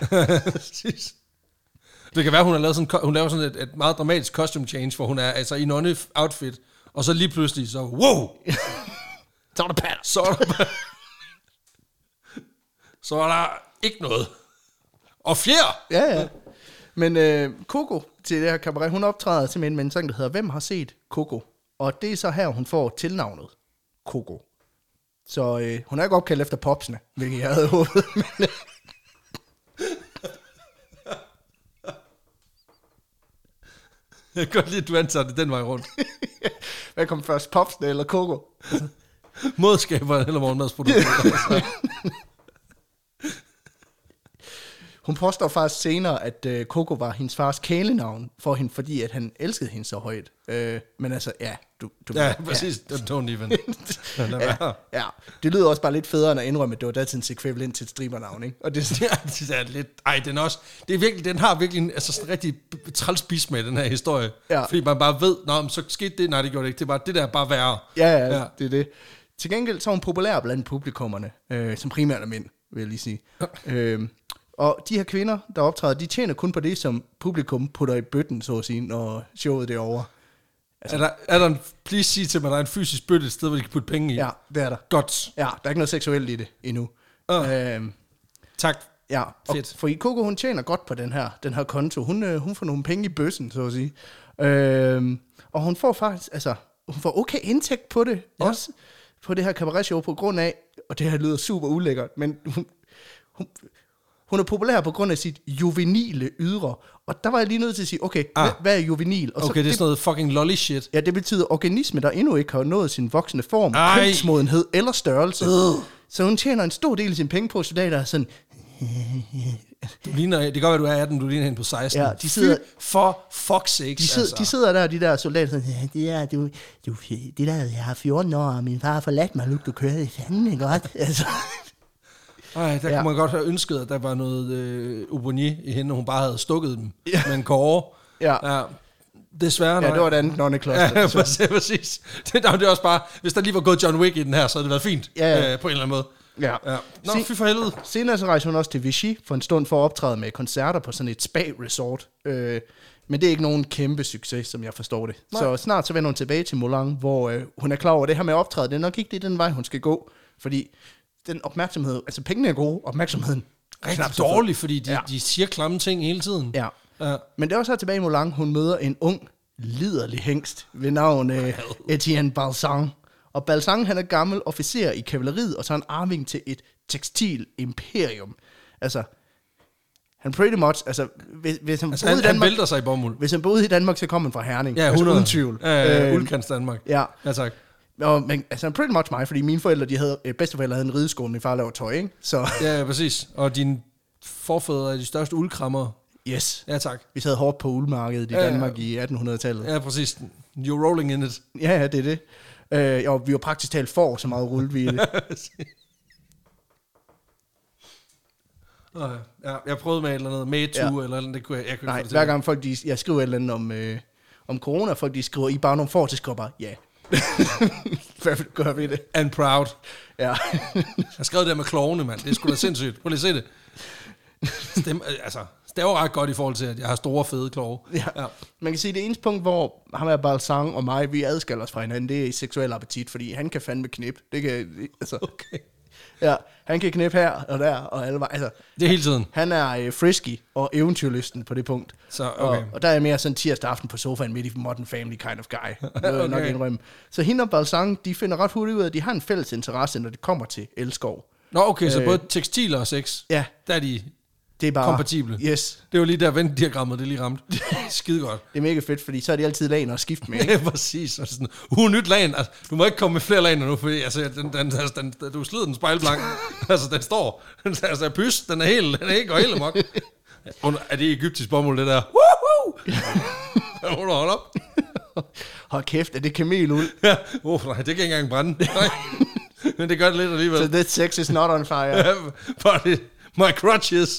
Det kan være, hun laver sådan et meget dramatisk costume change, hvor hun er altså i en outfit, og så lige pludselig så, wow! Så er der patter. Så er der ikke noget. Og fjer! Ja. Men Coco til det her cabaret, hun optræder simpelthen med en sang, der hedder Hvem har set Coco? Og det er så her, hun får tilnavnet Coco. Så hun er ikke opkaldt efter popsene, hvilket jeg havde håbet. Men, jeg kan godt lide, at du antager det den vej rundt. Hvad kom først, popsene eller Coco? Modskaberen eller morgenmadsproducenter. Hun påstår faktisk senere, at Coco var hendes fars kælenavn for hende, fordi at han elskede hende så højt. Men altså, ja. Ja, præcis. Ja. Don't even. Ja. Det lyder også bare lidt federe, end at indrømme, at det var datidens ekvivalent til et stribernavn, ikke? Og det er lidt... Ej, den også... Det er virkelig, den har virkelig en sådan rigtig trælspis med, den her historie. Ja. Fordi man bare ved, nå, så skete det. Nej, det gjorde det ikke. Det er bare det der bare værre. Ja, det er det. Til gengæld så er hun populær blandt publikummerne, som primært er mænd, vil jeg lige sige. Og de her kvinder, der optræder, de tjener kun på det, som publikum putter i bøtten, så at sige, når showet er over. Altså, please sig til mig, der er en fysisk bøtte et sted, hvor de kan putte penge i. Ja, det er der. Godt. Ja, der er ikke noget seksuelt i det endnu. Tak. Ja, fedt. For i Coco, hun tjener godt på den her konto. Hun får nogle penge i bøssen, så at sige. Og hun får faktisk, altså, hun får okay indtægt på det, også på det her cabaret-show, på grund af, og det her lyder super ulækkert, men hun er populær på grund af sit juvenile ydre. Og der var jeg lige nødt til at sige, okay, hvad er juvenil? Og okay, så, det er sådan noget fucking lolly shit. Ja, det betyder organisme, der endnu ikke har nået sin voksne form, kønsmodenhed eller størrelse. Så hun tjener en stor del af sin penge på soldater, sådan... Du ligner, det kan godt være, du er 18, du ligner hende på 16. Ja, de sidder... For fuck's sakes, de sidder der, de der soldater, sådan, det der, jeg har 14 år, og min far har forladt mig, nu du kører det fandme godt, altså... Ej, der kunne man godt have ønsket, at der var noget uboni i hende, og hun bare havde stukket dem med en kåre. Ja. Desværre. Ja, det var et andet nonnekloster. Ja, præcis. Det er også bare, hvis der lige var gået John Wick i den her, så havde det været fint. Ja. På en eller anden måde. Ja. Nå, fy for helvede. Senere så rejser hun også til Vichy for en stund for at optræde med koncerter på sådan et spa-resort. Men det er ikke nogen kæmpe succes, som jeg forstår det. Nej. Så snart så vender hun tilbage til Moulin, hvor hun er klar over det her med at optræde. Det er nok ikke det den vej, hun skal gå. Fordi den opmærksomhed, altså pengene er gode, opmærksomheden rigtig dårlig, fordi de siger klamme ting hele tiden. Ja. Men det er også her tilbage i Moulin, hun møder en ung, liderlig hængst ved navn Etienne Balsan. Og Balsan, han er gammel officer i kavaleriet, og så er han arving til et tekstilimperium. Altså, han pretty much, altså, hvis han Altså, boede i Danmark, han vælter sig i bomuld. hvis han boede i Danmark, så kom han fra Herning. Ja, 100. Uden tvivl. Udkants Danmark. Ja. Ja, tak. Men altså, pretty much mig, fordi mine forældre, bedsteforældre havde en rideskole, min far lavede tøj, ikke? Så, Ja, præcis. Og dine forfædre er de største uldkrammer. yes. Ja, tak. Vi sad hårdt på uldmarkedet i Danmark i 1800-tallet. Ja, præcis. You're rolling in it. Ja, det er det. Og vi var praktisk talt så meget rullet vi i det. Ja, jeg prøvede med et eller andet MeToo, eller andet, det kunne jeg kunne Nej, få det til. hver gang folk, jeg skriver et eller andet om corona, folk de skriver, I bare nogle får, så skriver bare, ja. Hvad gør vi det? And proud. Ja. Jeg skrev det der med klovene, mand. Det er sgu da sindssygt. Prøv lige at se det. Det er jo ret godt i forhold til, at jeg har store, fede klove. Ja. Man kan sige, det eneste punkt, hvor ham er Balzan og mig, vi adskiller os fra hinanden, det er i seksuel appetit, fordi han kan fandme knip. Det kan, altså, Okay. ja, han kan knip her og der og alle veje. Altså, Det er hele tiden. han er frisky og eventyrlysten på det punkt. Så, okay. Og der er jeg mere sådan tirsdag aften på sofaen midt i Modern Family kind of guy. Det vil jeg nok Okay. indrømme. Så hende og Balzan, de finder ret hurtigt ud af, at de har en fælles interesse, når det kommer til elskov. Nå, okay, så både tekstiler og sex, Ja, der er de det er bare... kompatible. Yes. Det var lige der Venn-diagrammet, det lige ramte. Skide godt. Det er mega fedt, fordi så er de altid lagen at skifte med, ikke? Ja, præcis. Og sådan, nyt lagen. Altså, du må ikke komme med flere lager nu, fordi altså, du slider den spejlblank. Altså, den står. Den er pys, den er helt går helt amok. Er det egyptisk bomuld, det der? Woohoo! Nu må du holde op. Hold kæft, er det kameluld? Ja. Nej, det kan ikke engang brænde. Nej. Men det gør det lidt alligevel. So that sex is not on fire. But my crutches.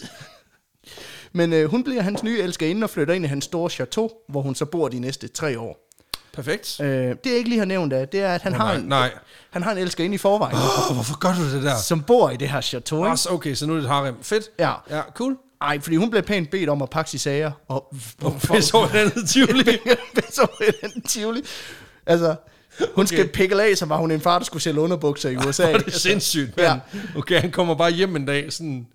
Men hun bliver hans nye elskerinde og flytter ind i hans store chateau, hvor hun så bor de næste 3 år. Perfekt. Det jeg ikke lige har nævnt af, det er, at han har en elskerinde i forvejen, Hvorfor gør du det der? som bor i det her chateau, ikke? Okay, så nu er det et harem. Fedt. Ja. Ja, cool. Ej, fordi hun blev pænt bedt om at pakke sine sager. Og Pisse over den andet Tivoli. Pisse over den Tivoli. Altså, hun skal pikke af, så var hun en far, der skulle sælge underbukser i USA. Det er sindssygt, mand. Ja. Okay, han kommer bare hjem en dag, sådan...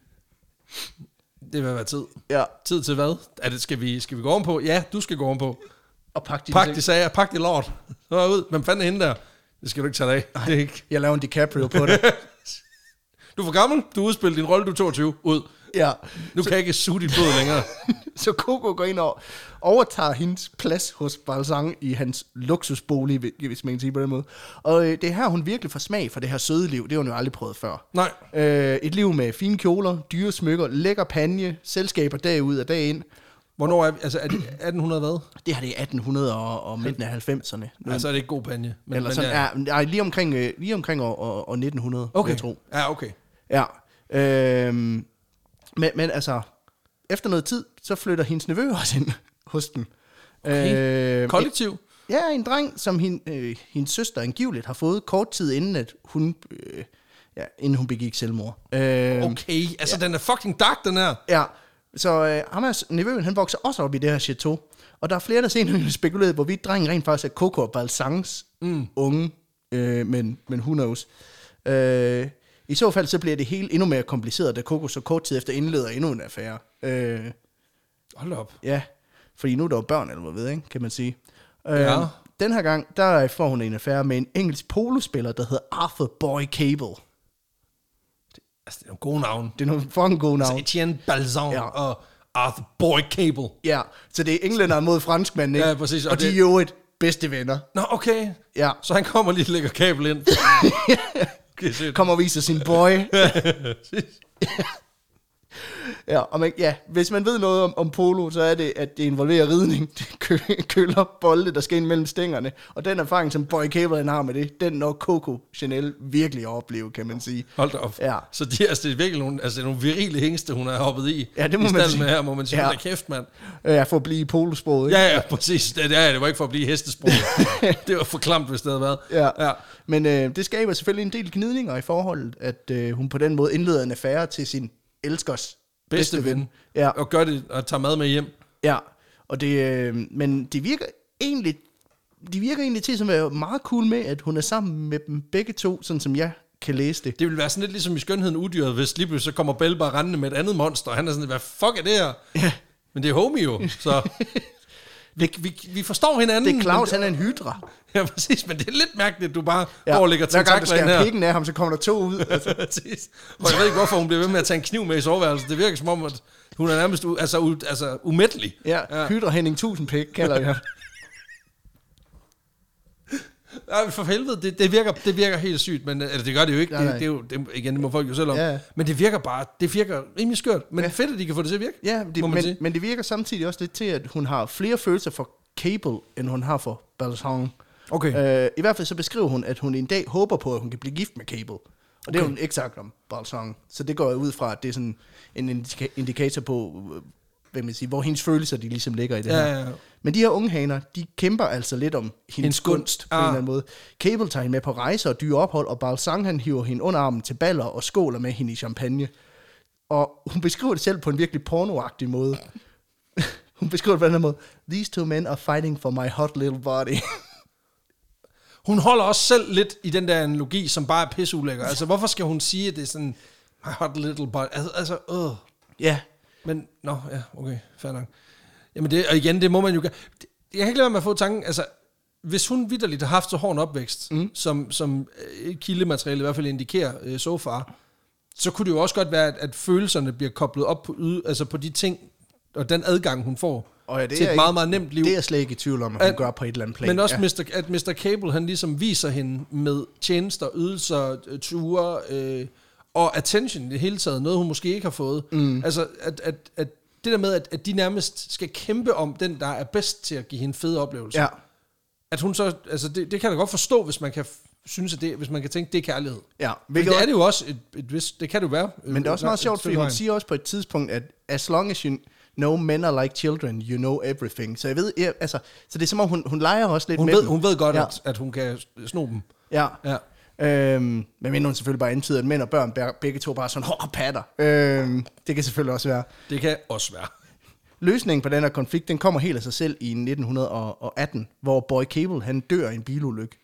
Det vil være tid. Ja. Tid til hvad? Skal vi gå ovenpå? Ja, du skal gå ovenpå. Og pakke de sager, pak de lort. Så er ud. Hvem fanden er hende der? Det skal du ikke tage dig af. Det er ikke. Jeg laver en DiCaprio på det. Du er for gammel. Du udspiller din rolle, du er 22. Ud. Ja. Nu kan jeg ikke suge dit blod længere. Så Coco går ind og overtager hendes plads hos Balzan i hans luksusbolig, hvis man kan sige på den måde. Og det er her, hun virkelig får smag for det her søde liv. Det har hun jo aldrig prøvet før. Nej. Et liv med fine kjoler, dyre smykker, lækker panje, selskaber dag ud og dag ind. Hvornår er det 1800 hvad? Det her det er 1800 og midten af 90'erne. Altså er det ikke god panje. Men, eller sådan, ja, lige omkring år 1900, okay. jeg tror. Ja, okay. Ja. Men altså, efter noget tid, så flytter hendes nevø også ind hos dem. Okay. Kollektiv? Ja, en dreng, som hendes søster angiveligt har fået kort tid inden, at hun, inden hun begik selvmord. Okay, altså den er fucking dark, den her. Ja, så ham her nevøen, han vokser også op i det her chateau. Og der er flere, der senere spekuleret, hvorvidt drengen rent faktisk er Coco og Balzans unge, men who knows. I så fald så bliver det hele endnu mere kompliceret, da Coco så kort tid efter indleder endnu en affære. Hold op. Ja, fordi nu er der jo børn, eller hvad ved, ikke, kan man sige. Ja. Den her gang, der får hun en affære med en engelsk polospiller, der hedder Arthur Boy Cable. Altså, det er nogle gode navne. Det er nogle fucking gode navne. Altså, Etienne Balzan og Arthur Boy Cable. Ja, så det er englænder mod franskmænd, ikke? Ja, præcis. Og de er jo et bedste venner. Nå, okay. Ja. Så han kommer lige og lægger kabel ind. Okay, kommer og viser sin boy. Ja, og hvis man ved noget om polo, så er det, at det involverer ridning, køller, bolde, der skal ind mellem stængerne. Og den erfaring, som Boy Cable har med det, den når Coco Chanel virkelig at opleve, kan man sige. Hold da op. Ja. Så det er virkelig nogle virile hængste, hun har hoppet i. Ja, det må man sige. Med her, må man sige, ja. Kæft, mand. Ja, for at blive i polosproget, ikke? Ja, præcis. Det var ikke for at blive hestesproget. Det var for klamt, hvis det havde været. Ja. Men det skaber selvfølgelig en del gnidninger i forholdet, at hun på den måde indleder en affære til sin elskers bedste ven. Ja. Og gør det og tager mad med hjem. Ja, og men det virker egentlig til, som er meget cool med, at hun er sammen med dem begge to, sådan som jeg kan læse det. Det vil være sådan lidt ligesom i Skønheden Udyret, hvis lige pludselig så kommer Belle bare rendende med et andet monster, og han er sådan, hvad fuck er det her? Ja. Men det er homie jo, så... Vi forstår hinanden. Det er Claus, han er en hydra. Ja, præcis, men det er lidt mærkeligt, at du bare går og lægger tentakler ind her. Hver gang du skærer pikken af ham, så kommer der 2 ud. Altså. Præcis. Og jeg ved ikke, hvorfor hun bliver ved med at tage en kniv med i soveværelset. Det virker som om, at hun er nærmest umættelig. Ja, Hydra Henning 1000 pik, kalder jeg. Ja, for helvede, det virker helt sygt, men eller det gør det jo ikke. Det er jo, igen, det må folk jo selv om. Ja. Men det virker rimelig skørt. Men fedt, at de kan få det til at virke. Ja, men det virker samtidig også lidt til, at hun har flere følelser for Cable, end hun har for Balsang. Okay. I hvert fald så beskriver hun, at hun en dag håber på, at hun kan blive gift med Cable. Og det er hun ikke sagt om Balsang. Så det går jeg ud fra, at det er sådan en indikator på, hvad man siger, hvor hendes følelser de ligesom ligger i det her. Ja. Men de her unge haner, de kæmper altså lidt om hendes gunst på en eller anden måde. Cable tager hende med på rejser og dyre ophold, og Balsang han hiver hende under armen til baller og skåler med hende i champagne. Og hun beskriver det selv på en virkelig pornoagtig måde. Hun beskriver det på den her måde. These 2 men are fighting for my hot little body. Hun holder også selv lidt i den der analogi, som bare er pisseulækker. Altså, hvorfor skal hun sige, at det er sådan, my hot little body? Altså. Ja. Men, okay, fair nok. Jamen det, og igen, det må man jo gøre. Jeg kan ikke lade mig at få tanken, altså, hvis hun vitterligt har haft så hård en opvækst, som kildemateriale i hvert fald indikerer so far, så kunne det jo også godt være, at følelserne bliver koblet op på de ting, og den adgang, hun får til et meget, meget nemt liv. Det er jeg slet ikke i tvivl om, at hun gør på et eller andet plan. Men også at Mr. Cable, han ligesom viser hende med tjenester, ydelser, ture og attention i det hele taget, noget hun måske ikke har fået. Altså, at det der med, at de nærmest skal kæmpe om den, der er bedst til at give hende fede oplevelser. Ja. At hun så, altså det kan jeg godt forstå, hvis man kan synes, at det, hvis man kan tænke, det er kærlighed. Ja. Men det er det jo også, det kan det jo være. Men det er også meget sjovt, fordi hun siger også på et tidspunkt, at as long as you know men are like children, you know everything. Så jeg ved, så det er som om, hun leger også lidt med dem. Hun ved godt, at hun kan sno dem. Ja. Men mener hun selvfølgelig bare antyder, at mænd og børn begge to bare sådan patter. Det kan selvfølgelig også være. Det kan også være. Løsningen på den her konflikt, den kommer helt af sig selv i 1918, hvor Boy Cable, han dør i en bilulykke.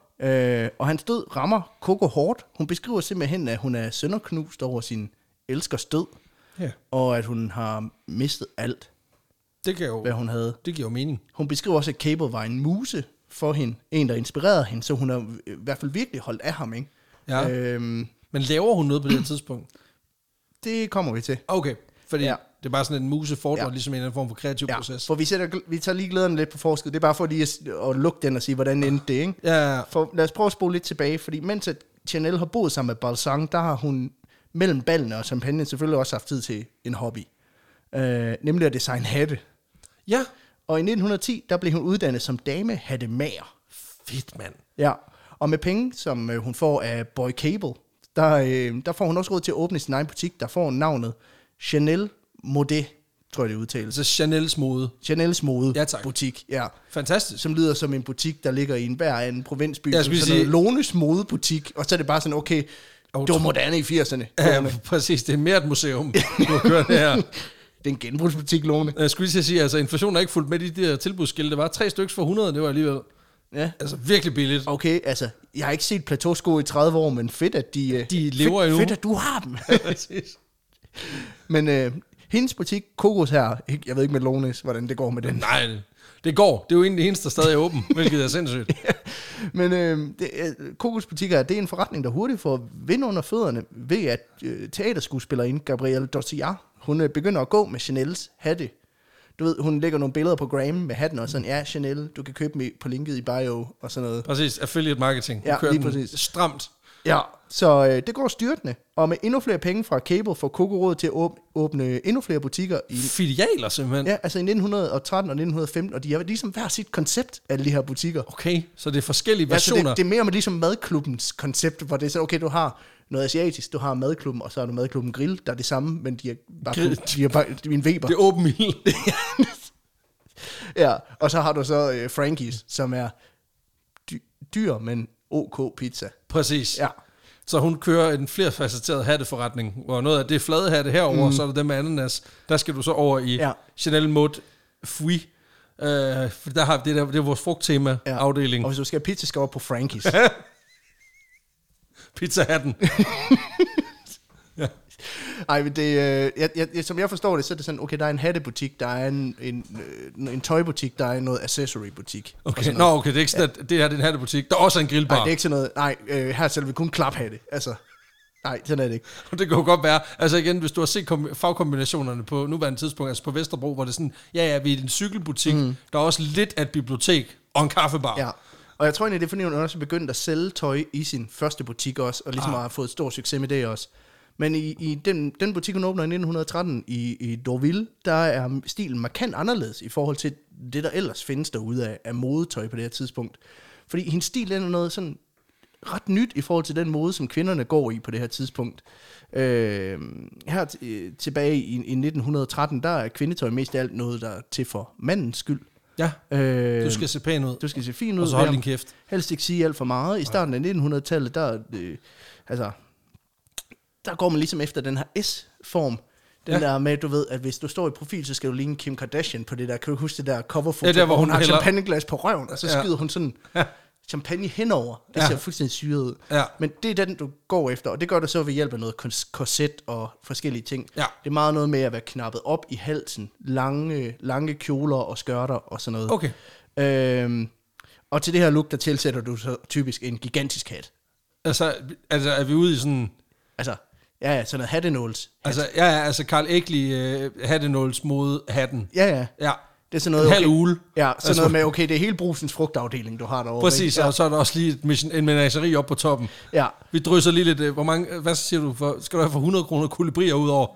Og hans død rammer Coco hårdt. Hun beskriver simpelthen, at hun er sønderknust over sin elskers død. Ja. Og at hun har mistet alt, hvad hun havde. Det giver jo mening. Hun beskriver også, at Cable var en muse for hende. En, der inspirerede hende, så hun har i hvert fald virkelig holdt af ham, ikke? Ja. Men laver hun noget på det tidspunkt? Det kommer vi til. Okay, fordi det er bare sådan en muse fordrer, ligesom en eller anden form for kreativ proces. For vi tager lige glæderne lidt på forskud. Det er bare for lige at lukke den og sige, hvordan endte det, ikke? Ja. For lad os prøve at spole lidt tilbage, fordi mens at Chanel har boet sammen med Balsang, der har hun mellem ballene og champagne selvfølgelig også haft tid til en hobby. Nemlig at designe hatte. Ja. Og i 1910, der blev hun uddannet som damehattemager. Fedt, mand. Ja, og med penge, som hun får af Boy Cable, der får hun også råd til at åbne sin egen butik, der får navnet Chanel Mode, tror jeg det udtales. Så Chanels Mode. Chanels Mode butik, ja. Fantastisk. Som lyder som en butik, der ligger i en hver anden provinsby. Som sådan noget Lones modebutik, og så er det bare sådan, okay, det var moderne i 80'erne. Ja, præcis. Det er mere et museum, du har kørt det her. Det er en genbrugsbutik, Lone. Jeg skulle lige sige, altså inflationen er ikke fuldt med de der tilbudsskilte. Det var 3 stykker for 100, det var alligevel. Ja. Altså virkelig billigt. Okay, altså, jeg har ikke set plateausko i 30 år, men fedt, at de lever endnu. Fedt, at du har dem. Ja, præcis. Men hendes butik, Kokos her, jeg ved ikke med Lones, hvordan det går med den. Nej, det går. Det er jo egentlig det eneste, der stadig er åben, hvilket er sindssygt. Ja. Men Kokos butikker, det er en forretning, der hurtigt får vind under fødderne ved, at teaterskuespillerinde Gabrielle Dossier, hun begynder at gå med Chanels hatte. Du ved, hun lægger nogle billeder på Gram med hatten og sådan, ja, Chanel, du kan købe dem på linket i bio og sådan noget. Præcis, affiliate marketing. Ja, lige præcis. Stramt. Ja, så det går styrtende. Og med endnu flere penge fra Cable får Coco råd til at åbne endnu flere butikker. Filialer simpelthen? Ja, altså i 1913 og 1915, og de har ligesom hver sit koncept af de her butikker. Okay, så det er forskellige versioner. Ja, det er mere med ligesom madklubbens koncept, hvor det er så, okay, du har noget asiatisk, du har madklubben, og så har du madklubben Grill, der er det samme, men de er bare en Weber. Det er åben ild. Ja, og så har du så Frankies, som er dyr, men OK pizza. Præcis. Ja. Så hun kører en flerfacetteret hatteforretning, hvor noget af det er flade hatte herover, så er der dem med ananas. Der skal du så over i Chanel Mode Fui. For der har det er vores frugttema-afdeling. Og hvis du skal have pizza, skal over på Frankies. Pizza-hatten. Ej, men det, som jeg forstår det, så er det sådan, okay, der er en hattebutik, der er en tøjbutik, der er noget accessory-butik. Okay, okay, det er ikke sådan, at det her det er en hattebutik, der er også en grillbar. Nej, det er ikke sådan noget, her sælger vi kun klaphatte, altså. Nej, sådan er det ikke. Det kan jo godt være, altså igen, hvis du har set fagkombinationerne på nuværende tidspunkt, altså på Vesterbro, hvor det er sådan, vi er en cykelbutik, der er også lidt af et bibliotek og en kaffebar. Ja, og jeg tror egentlig, det er fordi, hun også begyndt at sælge tøj i sin første butik også, og ligesom har fået stor succes med det også. Men i den butik, hun åbner i 1913 i Deauville, der er stilen markant anderledes i forhold til det, der ellers findes derude af modetøj på det her tidspunkt. Fordi hendes stil er noget sådan ret nyt i forhold til den mode, som kvinderne går i på det her tidspunkt. Her tilbage i 1913, der er kvindetøj mest af alt noget, der er til for mandens skyld. Ja, du skal se pæn ud. Du skal se fin ud. Og så hold din kæft. Helst ikke sige alt for meget. I starten af 1900-tallet, der går man ligesom efter den her S-form. Den der med, du ved, at hvis du står i profil, så skal du ligne Kim Kardashian på det der. Kan du huske det der coverfoto, der, hvor hun har champagneglas på røven, og så skyder hun sådan champagne henover. Det ser fuldstændig syret ud. Ja. Men det er den, du går efter, og det gør du så ved hjælp af noget korset og forskellige ting. Ja. Det er meget noget med at være knappet op i halsen, lange kjoler og skørter og sådan noget. Okay. Og til det her look, der tilsætter du så typisk en gigantisk hat. Altså er vi ude i sådan... Altså, ja, sådan noget hattenåls. Altså Carl Egli hattenåls mod hatten. Ja. Det er sådan noget, en halv uge. Ja, sådan noget med, okay, det er hele Brusens frugtafdeling, du har derovre. Præcis, og så er der også lige en menageri op på toppen. Ja. Vi drysser lige lidt, hvor mange, hvad siger du, skal du have for 100 kroner kolibrier ud over?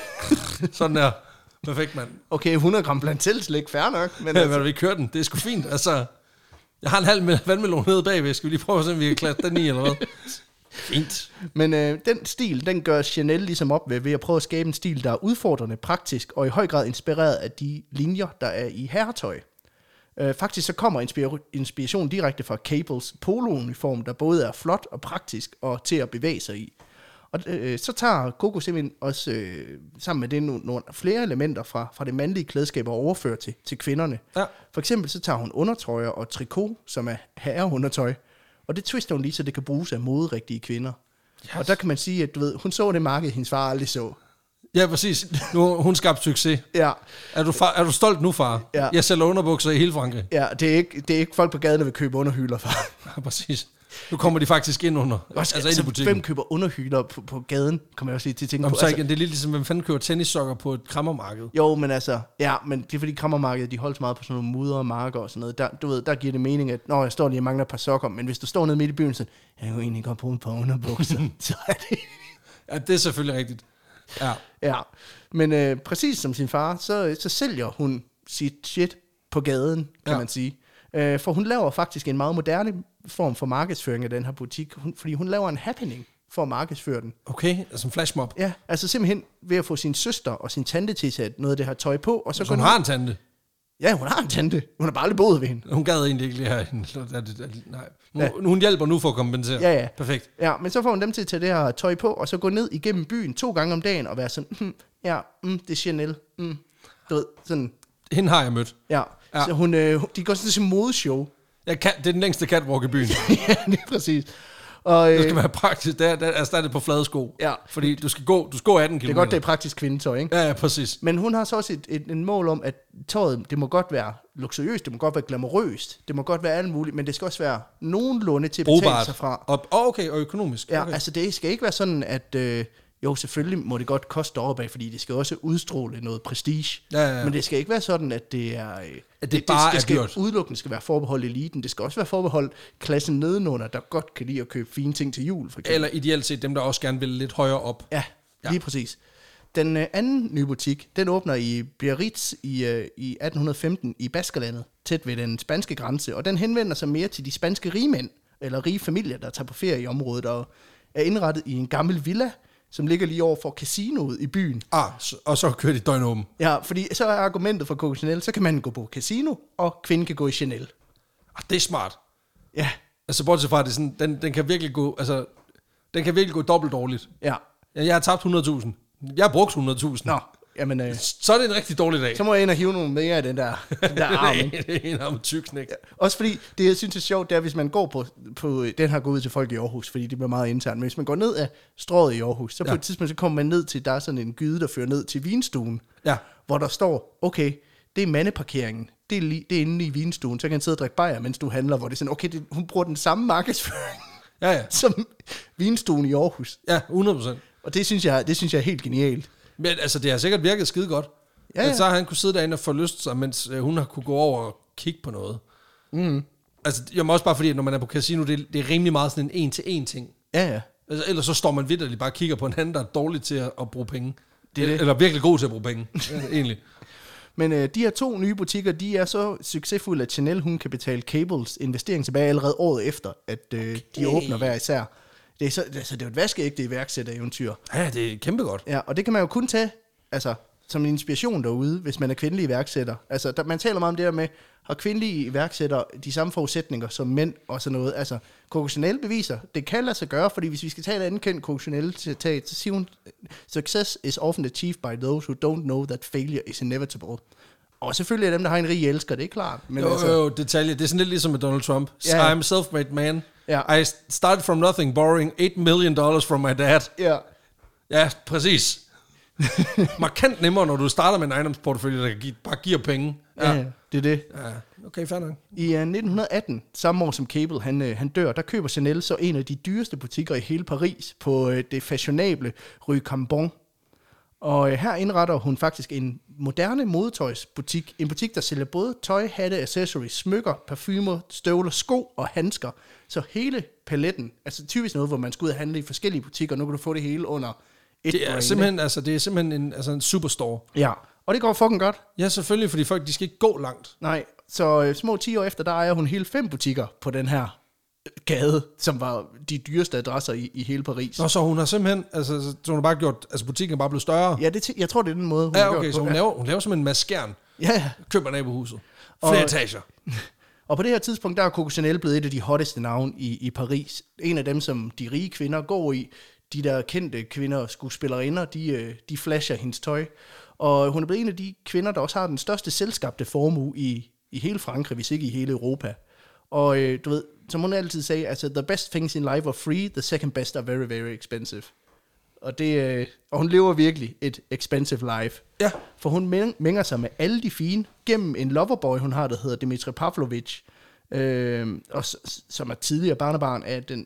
Sådan der. Perfekt, mand. Okay, 100 gram blandt slik, fair nok. Men altså. Vi kører den, det er sgu fint. Altså, jeg har en halv vandmelon nede bagved, skal vi lige prøve at se, om vi kan klasse den i, eller hvad? Fint. Men den stil, den gør Chanel ligesom op ved at prøve at skabe en stil, der er udfordrende, praktisk og i høj grad inspireret af de linjer, der er i herretøj. Faktisk så kommer inspiration direkte fra Cables polouniform, der både er flot og praktisk og til at bevæge sig i. Og så tager Coco simpelthen også sammen med det nogle flere elementer fra det mandlige klædeskab og overfører til kvinderne. Ja. For eksempel så tager hun undertrøjer og trikot, som er herreundertøj, og det twister hun lige, så det kan bruges af moderigtige kvinder. Yes. Og der kan man sige, at du ved, hun så det marked, hendes far aldrig så. Ja, præcis. Nu hun skabt succes. Ja. Er du stolt nu, far? Ja. Jeg sælger underbukser i hele Frankrig. Ja, det er ikke folk på gaden, der vil købe underhylder, far. Ja, præcis. Nu kommer de faktisk ind under. Altså ind i butikken. Hvem køber underhylder på gaden, kommer jeg også lige til at tænke på. Så igen, det er lidt ligesom, hvem fanden køber tennissokker på et krammermarked? Jo, men altså, men det er fordi krammermarkedet, de holder så meget på sådan nogle mudder og marker og sådan noget. Der giver det mening, at når jeg står lige og mangler et par sokker, men hvis du står nede midt i byen, så jeg kan jo egentlig godt bruge et par underbukser, så er det... Ja, det er selvfølgelig rigtigt. Ja. Men præcis som sin far, så sælger hun sit shit på gaden, kan man sige. For hun laver faktisk en meget moderne form for markedsføring af den her butik, fordi hun laver en happening for at markedsføre den. Okay, altså en flashmob. Ja, altså simpelthen ved at få sin søster og sin tante til at sætte noget af det her tøj på. Og så hun har en tante? Ja, hun har en tante. Hun har bare aldrig boet ved hende. Hun gad egentlig ikke lige have hende. Nej. Hun hjælper nu for at kompensere. Ja. Perfekt. Ja, men så får hun dem til at tage det her tøj på, og så gå ned igennem byen 2 gange om dagen og være sådan, det er Chanel. Du ved, sådan. Hende har jeg mødt. Ja. Så de går sådan til modeshow. Det er den længste catwalk i byen. Ja, det er præcis. Og, det skal være praktisk. Der er det på flade sko. Ja. Fordi du skal gå 18 km. Det er godt, det er praktisk kvindetøj, ikke? Ja, præcis. Men hun har så også en mål om, at tøjet, det må godt være luksuriøst, det må godt være glamourøst, det må godt være alt muligt, men det skal også være nogenlunde til at betale sig fra. Og økonomisk. Ja, okay. altså det skal ikke være sådan, at... jo, selvfølgelig må det godt koste deroppe af, fordi det skal også udstråle noget prestige. Ja. Men det skal ikke være sådan, at det er... det skal udelukkende skal være forbeholdt eliten. Det skal også være forbeholdt klassen nedenunder, der godt kan lide at købe fine ting til jul, for eksempel. Eller ideelt set dem, der også gerne vil lidt højere op. Ja, lige præcis. Den anden nye butik, den åbner i Biarritz i 1815 i Baskerlandet, tæt ved den spanske grænse, og den henvender sig mere til de spanske rigmænd, eller rige familier, der tager på ferie i området, og er indrettet i en gammel villa, som ligger lige over for casinoet i byen. Og så kører de døgnåben. Ja, fordi så er argumentet for Coco Chanel, så kan man gå på casino, og kvinden kan gå i Chanel. Det er smart. Ja. Altså bortset fra, det sådan, den kan virkelig gå, dobbelt dårligt. Ja. Jeg har tabt 100.000. Jeg har brugt 100.000. Nå. Jamen, så er det en rigtig dårlig dag. så må jeg ind og hive nogle mere af den der arm. Det er en arm tykknæk. Ja. Også fordi, det jeg synes er sjovt, det er, hvis man går på den her går ud til folk i Aarhus, fordi det bliver meget internt, men hvis man går ned af strået i Aarhus, så på et tidspunkt, så kommer man ned til, der er sådan en gyde, der fører ned til vinstuen, hvor der står, okay, det er mandeparkeringen, det er inde i vinstuen, så kan han sidde og drikke bajer, mens du handler, hvor det er sådan, okay, hun bruger den samme markedsføring som vinstuen i Aarhus. Ja, 100%. Og det synes jeg er helt genialt. Men altså, det har sikkert virket skide godt. Ja. Så har han kunne sidde derinde og forlyste sig, mens hun har kunne gå over og kigge på noget. Altså, jeg må også bare fordi, at når man er på casino, det er rimelig meget sådan en en-til-en ting. Ja. Altså, ellers så står man vitterligt bare og kigger på en anden, der er dårlig til at bruge penge. Det. Eller virkelig god til at bruge penge, egentlig. Men de her 2 nye butikker, de er så succesfulde, at Chanel hun kan betale Cables investering tilbage allerede året efter, at de åbner hver især. Det er jo et vaskeægte iværksættereventyr. Ja, det er kæmpe godt. Ja, og det kan man jo kun tage som en inspiration derude, hvis man er kvindelig iværksætter. Altså, man taler meget om det der med, har kvindelige iværksættere de samme forudsætninger som mænd og sådan noget. Altså, Coco Chanel beviser, det kan lade sig gøre, fordi hvis vi skal tage et andet kendt Coco Chanel-citat, så siger hun, success is often achieved by those who don't know that failure is inevitable. Og selvfølgelig er dem, der har en rig elsker, det er klart. Men jo, detalje. Det er sådan lidt ligesom med Donald Trump. Ja. I'm a self-made man. Ja. I started from nothing, borrowing $8 million from my dad. Ja. Ja, præcis. Markant nemmere, når du starter med en ejendomsportefølje, der bare giver penge. Ja, det er det. Ja, okay, fair nok. I 1918, samme år som Cable han dør, der køber Chanel så en af de dyreste butikker i hele Paris på det fashionable Rue Cambon. Og her indretter hun faktisk en moderne modetøjsbutik. En butik, der sælger både tøj, hatte, accessories, smykker, parfumer, støvler, sko og handsker. Så hele paletten, altså typisk noget, hvor man skal ud og handle i forskellige butikker, nu kan du få det hele under et det er simpelthen en superstore. Ja, og det går fucking godt. Ja, selvfølgelig, fordi folk, de skal ikke gå langt. Nej, så små 10 år efter, der ejer hun hele 5 butikker på den her gade, som var de dyreste adresser i hele Paris. Nå, så hun har simpelthen, så hun har bare gjort, butikken er bare blevet større. Ja, jeg tror, det er den måde, hun har gjort okay, så hun laver simpelthen en masse skærn. Ja. Køber nabohuset. Flere etager. Og på det her tidspunkt, der er Coco Chanel blevet et af de hotteste navne i Paris. En af dem, som de rige kvinder går i. De der kendte kvinder, skuespillerinder, de flasher hendes tøj. Og hun er blevet en af de kvinder, der også har den største selvskabte formue i hele Frankrig, hvis ikke i hele Europa. Og du ved, som hun altid sagde, altså, the best things in life are free, the second best are very, very expensive. Og hun lever virkelig et expensive life. Ja. For hun mænger sig med alle de fine gennem en loverboy, hun har, der hedder Dmitri Pavlovich, og som er tidligere barnebarn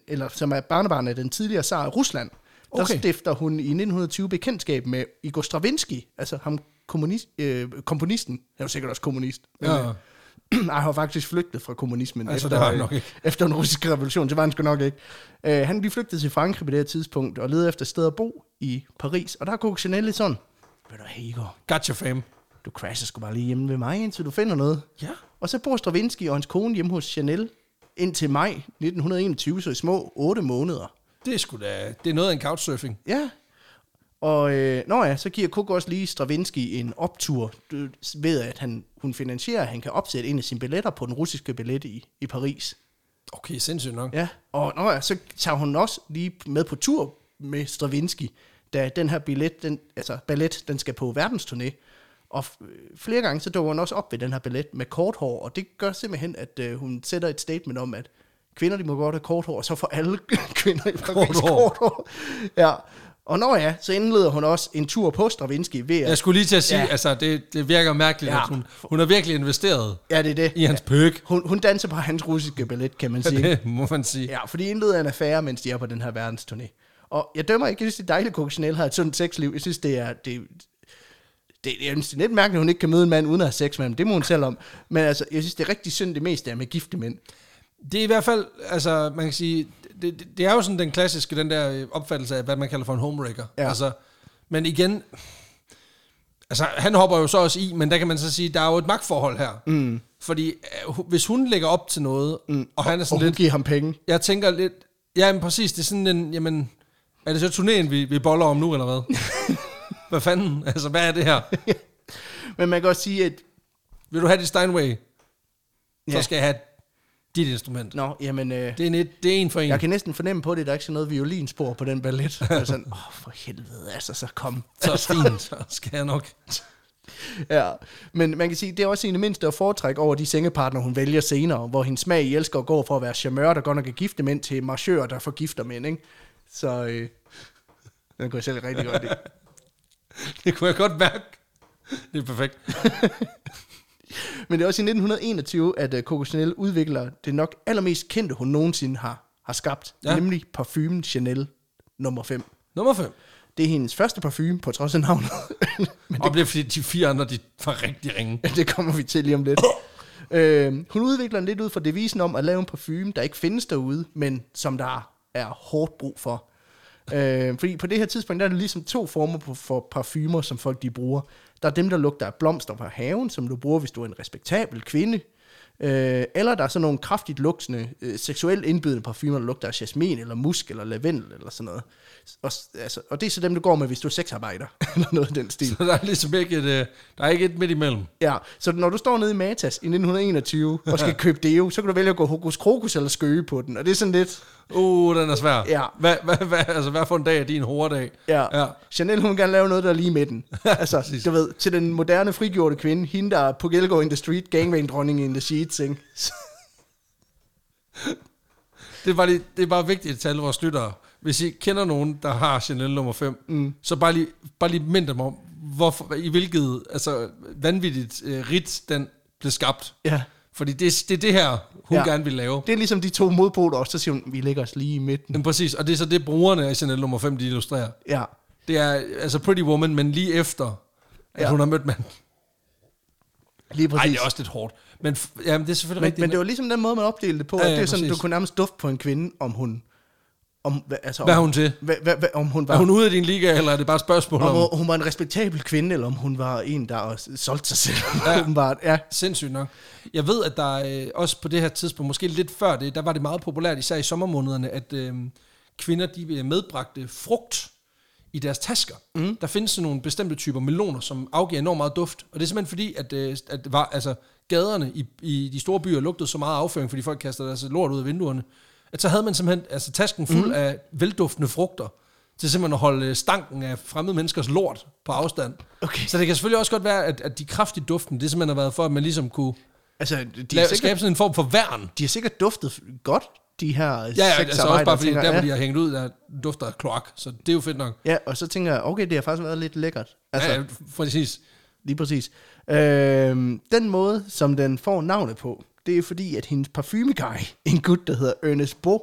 af den tidligere zar af Rusland. Der stifter hun i 1920 bekendtskab med Igor Stravinsky, altså ham komponisten. Han var sikkert også kommunist. Ja. Han har faktisk flygtet fra kommunismen efter den russiske revolution. Det var han sgu nok ikke. Han blev flygtet til Frankrig på det her tidspunkt og leder efter et sted at bo i Paris. Og der er Coco Chanel lidt sådan, ved du, hey Igor, gotcha fame. Du crasher sgu bare lige hjemme ved mig, indtil du finder noget. Ja. Og så bor Stravinsky og hans kone hjemme hos Chanel indtil maj 1921, så i små 8 måneder. Det er sgu da, det er noget af en couchsurfing. Ja. Og så giver Coco også lige Stravinsky en optur ved, at hun finansierer, at han kan opsætte en af sine billetter på den russiske billet i Paris. Okay, sindssygt nok. Ja, og så tager hun også lige med på tur med Stravinsky, da den her ballet, den skal på verdensturné. Og flere gange så dukker hun også op ved den her ballet med kort hår, og det gør simpelthen, at hun sætter et statement om, at kvinder, de må godt have kort hår, og så får alle kvinder i Paris kort hår. Ja. Og så indleder hun også en tur på Stravinsky ved at... Jeg skulle lige til at sige, altså det virker mærkeligt, at hun har virkelig investeret i hans pøk. Hun danser på hans russiske ballet, kan man sige. Det må man sige. Ja, fordi indleder en affære, mens de er på den her verdensturné. Og jeg dømmer ikke, jeg synes, det er dejligt, at Coco Chanel har et sundt sexliv. Jeg synes, det er lidt mærkeligt, at hun ikke kan møde en mand uden at have sex med ham. Det må hun selv om. Men altså, jeg synes, det er rigtig synd, det meste er med gifte mænd. Det er i hvert fald, altså man kan sige, det er jo sådan den klassiske, den der opfattelse af, hvad man kalder for en homewrecker. Ja. Altså, men igen, altså han hopper jo så også i, men der kan man så sige, der er jo et magtforhold her. Mm. Fordi hvis hun lægger op til noget, og han er sådan og lidt... hun giver ham penge. Jeg tænker lidt, ja, men præcis, det er sådan en, jamen, er det så turnéen, vi boller om nu, eller hvad? Hvad fanden? Altså, hvad er det her? Men man kan også sige, at... Vil du have det Steinway? Så skal jeg have dit instrument. Nå, jamen... Det er en for en. Jeg kan næsten fornemme på det, der er ikke sådan noget violinspor på den ballet. Jeg er sådan, for helvede, altså, så kom. Så fint, så skal jeg nok. Ja, men man kan sige, det er også en mindste foretræk over de sengepartner, hun vælger senere, hvor hendes smag i elsker at gå fra at være charmeur, der godt nok kan gifte mænd, til marchør, der forgifter mænd, ikke? Så den kunne jeg selv rigtig godt lide. Det kunne jeg godt mærke. Det er perfekt. Men det er også i 1921, at Coco Chanel udvikler det nok allermest kendte, hun nogensinde har skabt, nemlig parfumen Chanel nummer 5. Nummer 5. Det er hendes første parfume, på trods af navnet. Men det bliver fordi de 4 andre, de var rigtig ringe. Det kommer vi til lige om lidt. Hun udvikler den lidt ud fra devisen om at lave en parfume, der ikke findes derude, men som der er hårdt brug for. Fordi på det her tidspunkt, der er det ligesom 2 former for parfumer, som folk de bruger. Der er dem, der lugter af blomster fra haven, som du bruger, hvis du er en respektabel kvinde. Eller der er sådan nogle kraftigt lugtende, seksuelt indbydende parfumer, der lugter af jasmin, eller musk, eller lavendel, eller sådan noget. Og det er så dem, du går med, hvis du er sexarbejder, eller noget af den stil. Så der er ligesom ikke et midt imellem. Ja, så når du står nede i Matas i 1921 og skal købe deo, så kan du vælge at gå hokus krokus eller skøge på den, og det er sådan lidt... Den er svær. Ja. Hvad for en dag er din hårde-dag? Ja. Chanel, hun vil gerne lave noget, der er lige med den. Altså, du ved, til den moderne frigjorte kvinde, hende der er på Gelgo in the street, gangbang-dronning in the sheets, ikke? Det er bare vigtigt til alle vores lyttere. Hvis I kender nogen, der har Chanel nummer 5, så bare lige mind dem om, i hvilket vanvittigt rit den blev skabt. Ja. Fordi det er det her, hun gerne vil lave. Det er ligesom de 2 modpoler også, så siger hun, vi lægger os lige i midten. Men præcis, og det er så det, brugerne af Chanel nummer 5, de illustrerer. Ja. Det er Pretty Woman, men lige efter, at hun har mødt mand. Lige præcis. Ej, det er også lidt hårdt. Men jamen, det er selvfølgelig rigtigt. Men det var ligesom den måde, man opdelte det på. At det er sådan, præcis. Du kunne nærmest dufte på en kvinde, hvad er hun til? Om hun var... Er hun ude af din liga, eller er det bare et spørgsmål om hun var en respektabel kvinde, eller om hun var en, der solgte sig selv. Ja. Sindssygt nok. Jeg ved, at der også på det her tidspunkt, måske lidt før det, der var det meget populært, især i sommermånederne, at kvinder, de medbragte frugt i deres tasker. Der findes sådan nogle bestemte typer meloner, som afgiver enormt meget duft. Og det er simpelthen fordi, at var, gaderne i de store byer lugtede så meget afføring, fordi folk kastede deres lort ud af vinduerne, at så havde man simpelthen tasken fuld af velduftende frugter, til simpelthen at holde stanken af fremmede menneskers lort på afstand. Okay. Så det kan selvfølgelig også godt være, at de kraftige duften, det simpelthen har været for, at man ligesom kunne skabe sådan en form for værn. De har sikkert duftet godt, de her også bare fordi, hvor de har hængt ud, der dufter af kloak, så det er jo fedt nok. Ja, og så tænker jeg, okay, det har faktisk været lidt lækkert. Præcis. Lige præcis. Den måde, som den får navnet på, det er fordi, at hendes parfumeguy, en gut, der hedder Ernest Beau,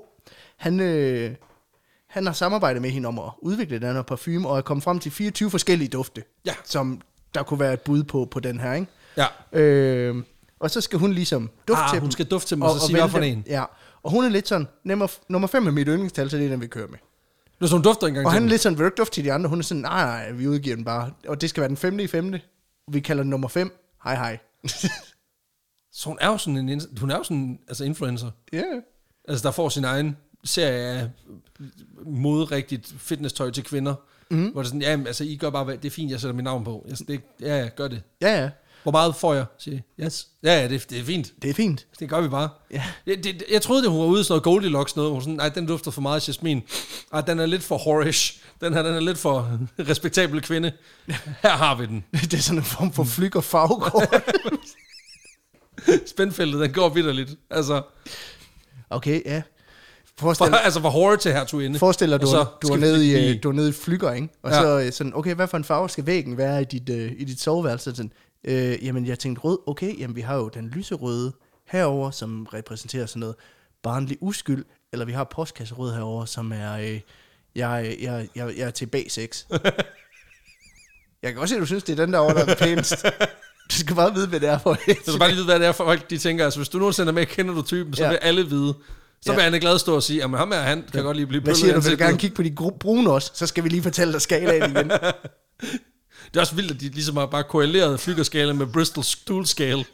han har samarbejdet med hende om at udvikle den her parfume, og er kommet frem til 24 forskellige dufte, som der kunne være et bud på den her, ikke? Ja. Og så skal hun ligesom dufte til dem. Hun skal dufte til dem, og så sige, hvad for en. Ja, og hun er lidt sådan, nummer 5 er mit yndlingstal, så det er den, vi kører med. Så hun dufter engang. Og han er lidt sådan, vil du ikke dufte til de andre? Hun er sådan, nej, vi udgiver den bare. Og det skal være den 5. Vi kalder den nummer 5. Hej. Så hun er jo sådan en influencer. Ja. Yeah. Altså, der får sin egen serie af moderigtigt fitnesstøj til kvinder. Hvor det sådan, I gør bare, det er fint, jeg sætter mit navn på. Gør det. Ja. Hvor meget får jeg? Siger, yes. Ja, det er fint. Det er fint. Det gør vi bare. Ja. Jeg troede, hun var ude i sådan noget Goldilocks noget, hvor sådan, nej, den dufter for meget jasmin. Ej, den er lidt for whorish. Den er lidt for respektabel kvinde. Her har vi den. Det er sådan en form for flyg og farvekort. Spændfeltet, den går vitterligt. Altså. Okay, ja. Fra whore til hertuginde. Forestil dig, du er nede i flyger, ikke? Og så sådan, okay, hvad for en farve skal væggen være i dit soveværelse? Sådan, jamen, jeg tænkte rød. Okay, jamen, vi har jo den lyserøde herover, som repræsenterer sådan noget barnlig uskyld. Eller vi har postkasserød herover, som er, jeg er til bag-sex. Jeg kan også se, at du synes, det er den der er pænest. Du skal bare vide, hvad det er for. Du skal bare vide, hvad det er for folk, de tænker. Altså, hvis du nogensinde er med, kender du typen, så vil alle vide. Så vil han glad stå og sige, at ham han kan godt lige blive pøllet. Hvad siger du, vil gerne kigge på de brune også, så skal vi lige fortælle dig skalaen igen. Det er også vildt, at de ligesom har bare korreleret flygerskala med Bristol Stool Scale.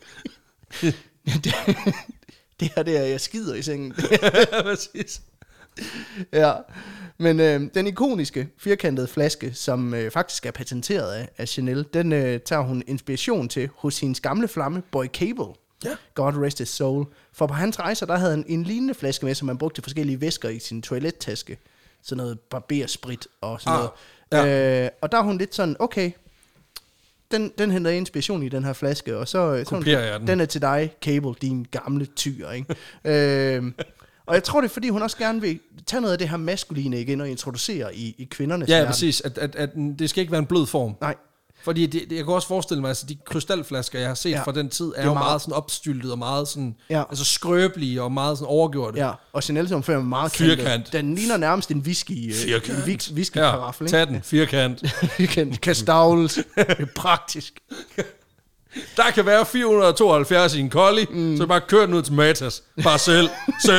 det her, det er, jeg skider i sengen. Præcis. Ja, men den ikoniske firkantede flaske, som faktisk er patenteret af Chanel, den tager hun inspiration til hos hendes gamle flamme, Boy Cable. Ja. God rest his soul. For på hans rejser, der havde han en lignende flaske med, som man brugte til forskellige væsker i sin toilettaske. Sådan noget barbersprit og sådan noget. Ja. Og der er hun lidt sådan, okay, den henter inspiration i den her flaske, og så den er til dig, Cable, din gamle tyr, ikke? Og jeg tror, det er, fordi hun også gerne vil tage noget af det her maskuline igen og introducere i kvindernes verden. Ja, præcis. At det skal ikke være en blød form. Nej. Fordi jeg kan også forestille mig, altså de krystalflasker, jeg har set fra den tid, er jo meget sådan opstyltet og meget sådan, altså skrøbelige og meget sådan overgjorte. Ja, og Chanel som fører meget firkant. Den ligner nærmest en whisky-karaffel, ikke? Tag den, firkant. Kastavles. Det er praktisk. Der kan være 472 i en collie, så bare kør den ud til Matas. Bare selv.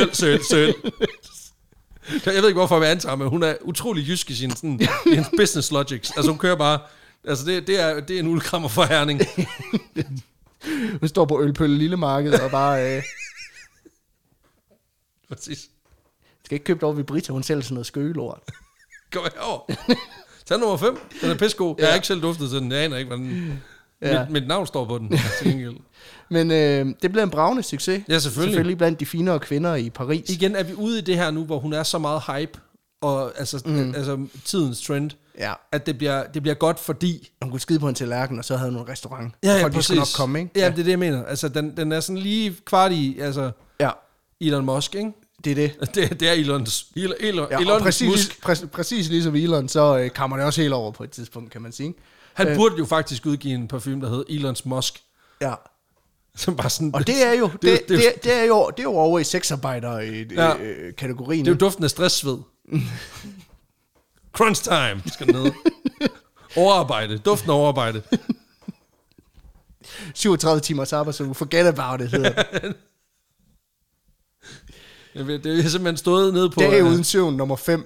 Jeg ved ikke, hvorfor jeg antager, men hun er utrolig jysk i sin business logics. Altså hun kører bare. Altså det er en uldkrammer for Herning. Hun står på Ølpølle Lillemarked og bare... Præcis. Skal ikke købe det over ved Brita, hun sælger sådan noget skøgelort. Kom herover. Tag nummer 5. Den er pissegod. Jeg har ikke selv duftet til den. Jeg aner ikke, hvordan mit navn står på den. Men det blev en bragende succes. Ja, selvfølgelig. Selvfølgelig blandt de finere kvinder i Paris. Igen er vi ude i det her nu, hvor hun er så meget hype, og altså tidens trend, at det bliver godt, fordi... Hun kunne skide på en tallerken, og så havde hun en restaurant. Ja, folk, de skulle nok komme, ikke? Ja, det er det, jeg mener. Altså, den er sådan lige kvart i, altså... Ja. Elon Musk, ikke? Det er det. Det er Elons præcis ligesom Elon, så kommer det også helt over på et tidspunkt, kan man sige. Han burde jo faktisk udgive en parfume, der hedder Elons Musk. Ja. Som bare sådan, og det er jo det er jo over i sexarbejder-kategorien. Det er jo duften af stresssved. Crunch time skal ned. Overarbejde. Duften af overarbejde. 37 timers arbejdsuge. Forget about it, hedder det. Det er simpelthen stået nede på... Det er uden søvn, nummer 5.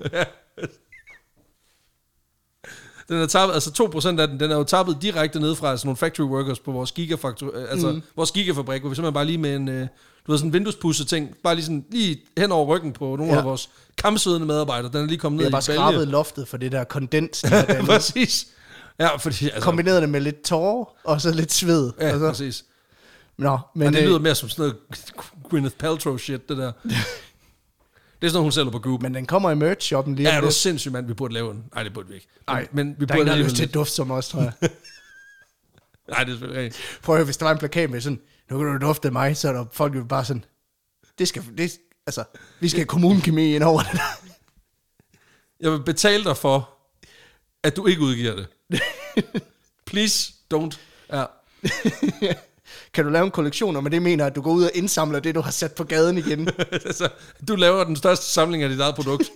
Den er tappet, altså 2% af den er jo tappet direkte ned fra sådan nogle factory workers på vores vores gigafabrik, hvor vi simpelthen bare lige med en, du ved, sådan en vinduespudse ting, bare lige hen over ryggen på nogle af vores kampsødende medarbejdere, den er lige kommet ned i balje. Det er bare skrabet loftet for det der kondens. Præcis. Ja, fordi, altså, kombineret det med lidt tårer, og så lidt sved. Ja, og så. Præcis. Nå, men det lyder mere som sådan noget Gwyneth Paltrow shit, det der. Det er sådan noget, hun sælger på Goop. Men den kommer i merch-shoppen lige. Ja, det er sindssygt, mand. Vi burde lave den. Nej, det burde vi ikke. Men vi der burde er ikke lyst til duft som os, tror jeg. Nej, det er selvfølgelig rigtigt. Prøv at høre, hvis der var en plakat med sådan, nu kan du dufte mig, så er der folk jo bare sådan, vi skal have kommunekemi ind over det der. Jeg vil betale dig for, at du ikke udgiver det. Please don't. Ja. Kan du lave en kollektion, og med det mener, at du går ud og indsamler det, du har sat på gaden igen? Altså, du laver den største samling af dit eget produkt.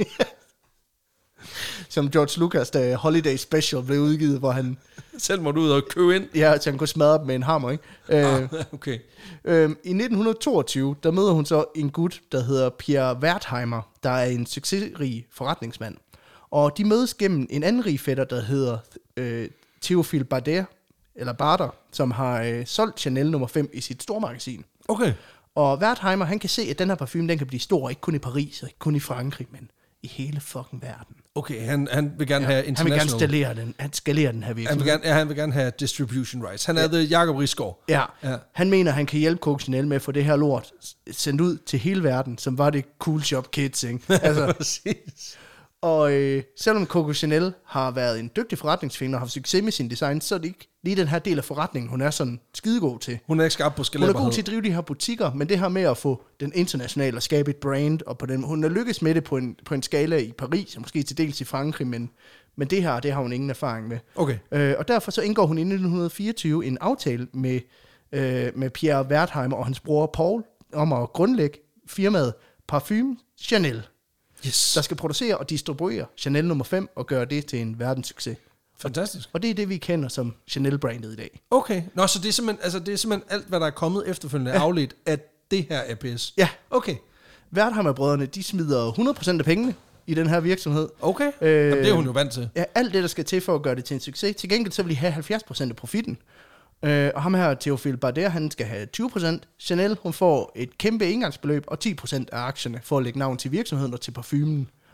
Som George Lucas, da Holiday Special blev udgivet, hvor han... Selv måtte ud og købe ind. Ja, så han kunne smadre dem med en hammer, ikke? Okay. I 1922, der møder hun så en gut, der hedder Pierre Wertheimer, der er en succesrig forretningsmand. Og de mødes gennem en anden rig fætter, der hedder Théophile Barder, som har solgt Chanel nummer 5 i sit stormagasin. Okay. Og Wertheimer, han kan se, at den her parfume, den kan blive stor, ikke kun i Paris, og ikke kun i Frankrig, men i hele fucking verden. Okay, han vil gerne have international... Han skalere den her virksomhed. Han vil gerne have distribution rights. Han er the Jacob Risgaard. Ja, han mener, han kan hjælpe Coco Chanel med at få det her lort sendt ud til hele verden, som var det cool shop kids, ikke? Altså, præcis. Og selvom Coco Chanel har været en dygtig forretningsfinder og har haft succes med sin design, så er det ikke lige den her del af forretningen, hun er sådan skidegod til. Hun er ikke skarp på skalerbarhed. Hun er god til at drive de her butikker, men det her med at få den internationale og skabe et brand, og på den, hun er lykkes med det på en skala i Paris, og måske til dels i Frankrig, men det her, det har hun ingen erfaring med. Okay. Og derfor så indgår hun i 1924 en aftale med Pierre Wertheimer og hans bror Paul om at grundlægge firmaet Parfume Chanel. Yes. Der skal producere og distribuere Chanel nummer 5 og gøre det til en verdenssucces. Fantastisk. Og det er det, vi kender som Chanel-brandet i dag. Okay. Nå, så det er simpelthen alt, hvad der er kommet efterfølgende afledt af det her APS. Ja. Okay. Wertheimer-brødrene, de smider 100% af pengene i den her virksomhed. Okay. Jamen, det er hun jo vant til. Ja, alt det, der skal til for at gøre det til en succes. Til gengæld så vil de have 70% af profitten. Og ham her, Théophile Barder, han skal have 20%. Chanel, hun får et kæmpe engangsbeløb og 10% af aktierne for at lægge navn til virksomheden og til parfumen.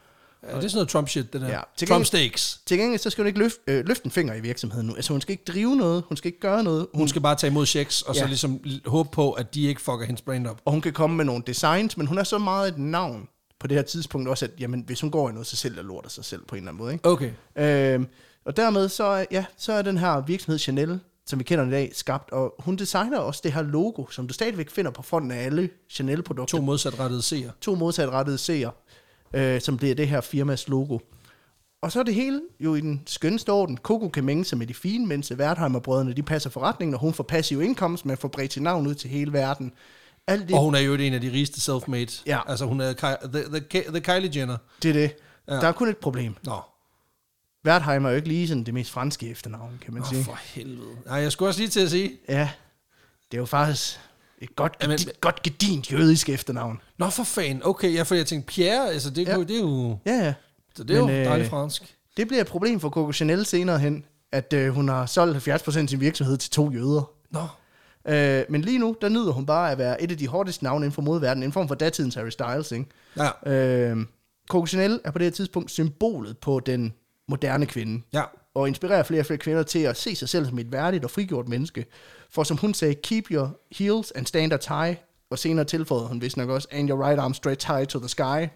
det er sådan noget Trump-shit, det der. Ja. Trump-steaks. Til gengæld, så skal hun ikke løfte en finger i virksomheden nu. Altså, hun skal ikke drive noget, hun skal ikke gøre noget. Hun skal bare tage imod checks, og så ligesom håbe på, at de ikke fucker hendes brand op. Og hun kan komme med nogle designs, men hun er så meget et navn på det her tidspunkt også, at jamen, hvis hun går i noget, så sælger lorter sig selv på en eller anden måde. Ikke? Okay. Og dermed så er den her virksomhed Chanel, som vi kender i dag, skabt, og hun designer også det her logo, som du stadigvæk finder på fronten af alle Chanel-produkter. 2 modsatrettede C'er. 2 modsatrettede C'er, som bliver det her firmas logo. Og så er det hele jo i den skønste orden. Coco kan mænge sig med de fine, mens Wertheimer-brødrene, de passer forretningen, og hun får passiv indkomst, men får bredt sit navn ud til hele verden. Alt det, og hun er jo en af de rigeste self-made. Ja. Altså hun er the Kylie Jenner. Det er det. Ja. Der er kun et problem. Nå. Wertheimer er jo ikke lige sådan det mest franske efternavn, kan man sige. For helvede. Nej, jeg skulle også lige til at sige. Ja, det er jo faktisk et godt gedint jødisk efternavn. Nå, for fanden. Okay, for jeg tænkte, Pierre, altså det er jo... Ja. Så det er jo dejligt fransk. Det bliver et problem for Coco Chanel senere hen, at hun har solgt 70% af sin virksomhed til 2 jøder. Nå. Men lige nu, der nyder hun bare at være et af de hårdeste navne inden for modeverdenen, en form for datidens Harry Styles, ikke? Ja. Coco Chanel er på det her tidspunkt symbolet på den moderne kvinde. Ja. Og inspirerer flere og flere kvinder til at se sig selv som et værdigt og frigjort menneske. For som hun sagde, keep your heels and standards high. Og senere tilføjede hun vist nok også, and your right arm stretch high to the sky.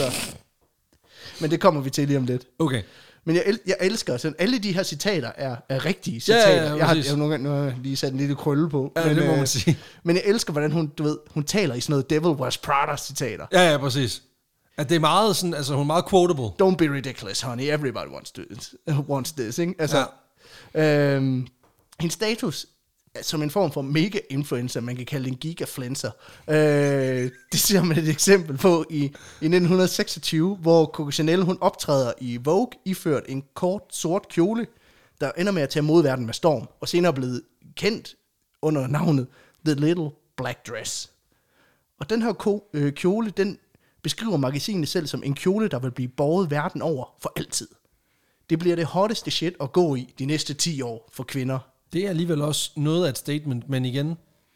Men det kommer vi til lige om lidt. Okay. Men jeg elsker sådan, alle de her citater er rigtige citater. Ja, jeg har nu har jeg lige sat en lille krølle på. Ja, det må man sige. Men jeg elsker, hvordan hun taler i sådan noget Devil Wears Prada citater. Ja, præcis. At det er meget sådan, altså hun er meget quotable. Don't be ridiculous, honey. Everybody wants this, ikke? Altså, hendes status som en form for mega-influencer, man kan kalde det en gigafluencer. Det ser man et eksempel på i 1926, hvor Coco Chanel, hun optræder i Vogue, iført en kort sort kjole, der ender med at tage modverdenen med storm, og senere blevet kendt under navnet The Little Black Dress. Og den her kjole, den beskriver magasinet selv som en kjole, der vil blive båret verden over for altid. Det bliver det hotteste shit at gå i de næste 10 år for kvinder. Det er alligevel også noget af et statement, men igen,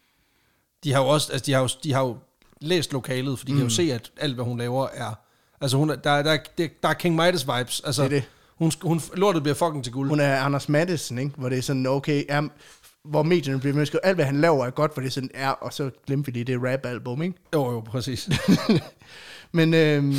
de har jo også, altså de har jo læst lokalet, for de kan jo se, at alt, hvad hun laver, er, altså der er King Midas vibes, altså det er det. Hun lortet bliver fucking til guld. Hun er Anders Madsen, ikke? Hvor det er sådan, okay, hvor medierne bliver mennesker, alt hvad han laver er godt, hvor det sådan er, og så glemmer vi det er rap-album, ikke? Jo, præcis. Men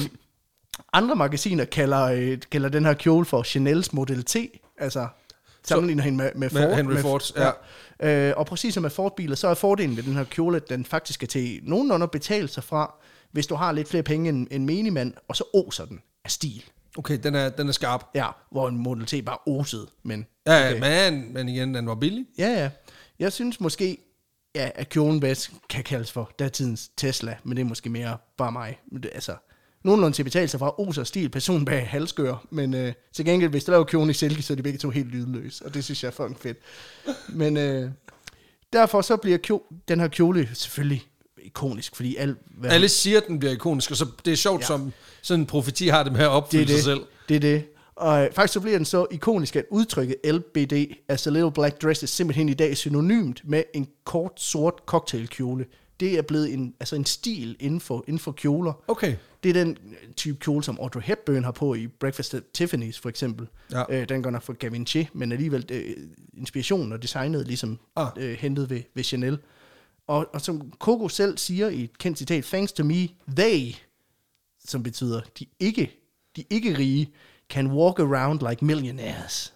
andre magasiner kalder den her kjole for Chanels Model T, altså sammenligner hende med Ford. Henry Ford, ja. Og præcis som med Ford-biler, så er fordelen ved den her kjole, at den faktisk skal til nogenlunde betale sig fra, hvis du har lidt flere penge end menigmand, og så oser den af stil. Okay, den er skarp. Ja, hvor en Model T bare osede, men... Ja, okay. Men igen, den var billig. Ja. Jeg synes måske, at kjolen bedst kan kaldes for datidens Tesla, men det er måske mere bare mig. Altså, nogenlunde til betale sig fra oser stil, person bag halskør, men til gengæld, hvis du laver kjolen i silke, så er de begge to helt lydløse, og det synes jeg er fucking fedt. Men derfor så bliver den her kjole selvfølgelig ikonisk, fordi alle siger, at den bliver ikonisk, og så det er sjovt, som sådan en profeti har det med at opfylde sig selv. Det er det. Og faktisk så bliver den så ikonisk, at udtrykket LBD, altså Little Black Dress, er simpelthen i dag synonymt med en kort sort cocktailkjole. Det er blevet en stil inden for kjoler. Okay. Det er den type kjole, som Audrey Hepburn har på i Breakfast at Tiffany's, for eksempel. Ja. Den går nok fra Givenchy, men alligevel inspirationen og designet ligesom hentet ved Chanel. Og som Coco selv siger i et kendt citat, thanks to me, they, som betyder, de ikke rige, can walk around like millionaires.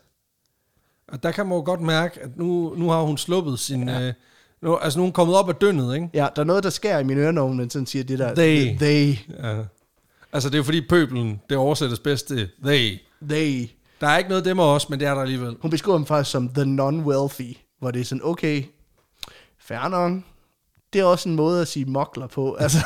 Og der kan man jo godt mærke, at nu har hun sluppet sin... Ja. Nu er hun kommet op af dønnet, ikke? Ja, der er noget, der skærer i mine ører, når man sådan siger det der. They. Ja. Altså, det er jo fordi pøbelen, det oversættes bedst til they. Der er ikke noget dem og os, men det er der alligevel. Hun beskriver dem faktisk som the non-wealthy, hvor det er sådan, okay, fair nok. Det er også en måde at sige mokler på, altså.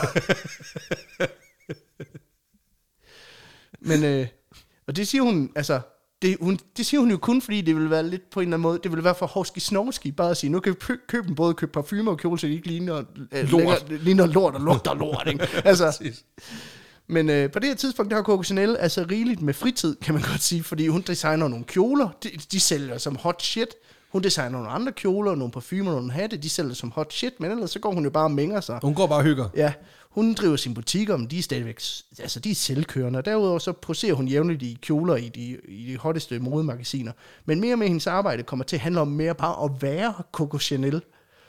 Men, og det siger hun, altså, det siger hun jo kun, fordi det vil være lidt på en eller anden måde, det vil være for hovski-snovski, bare at sige, nu kan vi købe parfumer og kjole, så de ikke ligner lort og lugter lort, ikke? Altså, men på det her tidspunkt, der har Coco Chanel altså rigeligt med fritid, kan man godt sige, fordi hun designer nogle kjoler, de sælger som hot shit. Hun designer nogle andre kjoler, nogle parfumer, nogle hatte, de sælger som hot shit, men ellers så går hun jo bare og mænger sig. Hun går bare og hygger. Ja, hun driver sine butikker, men de er stadigvæk, altså de er selvkørende, og derudover så poserer hun jævnligt i kjoler i de hotteste modemagasiner. Men mere med hendes arbejde kommer til at handle om mere bare at være Coco Chanel.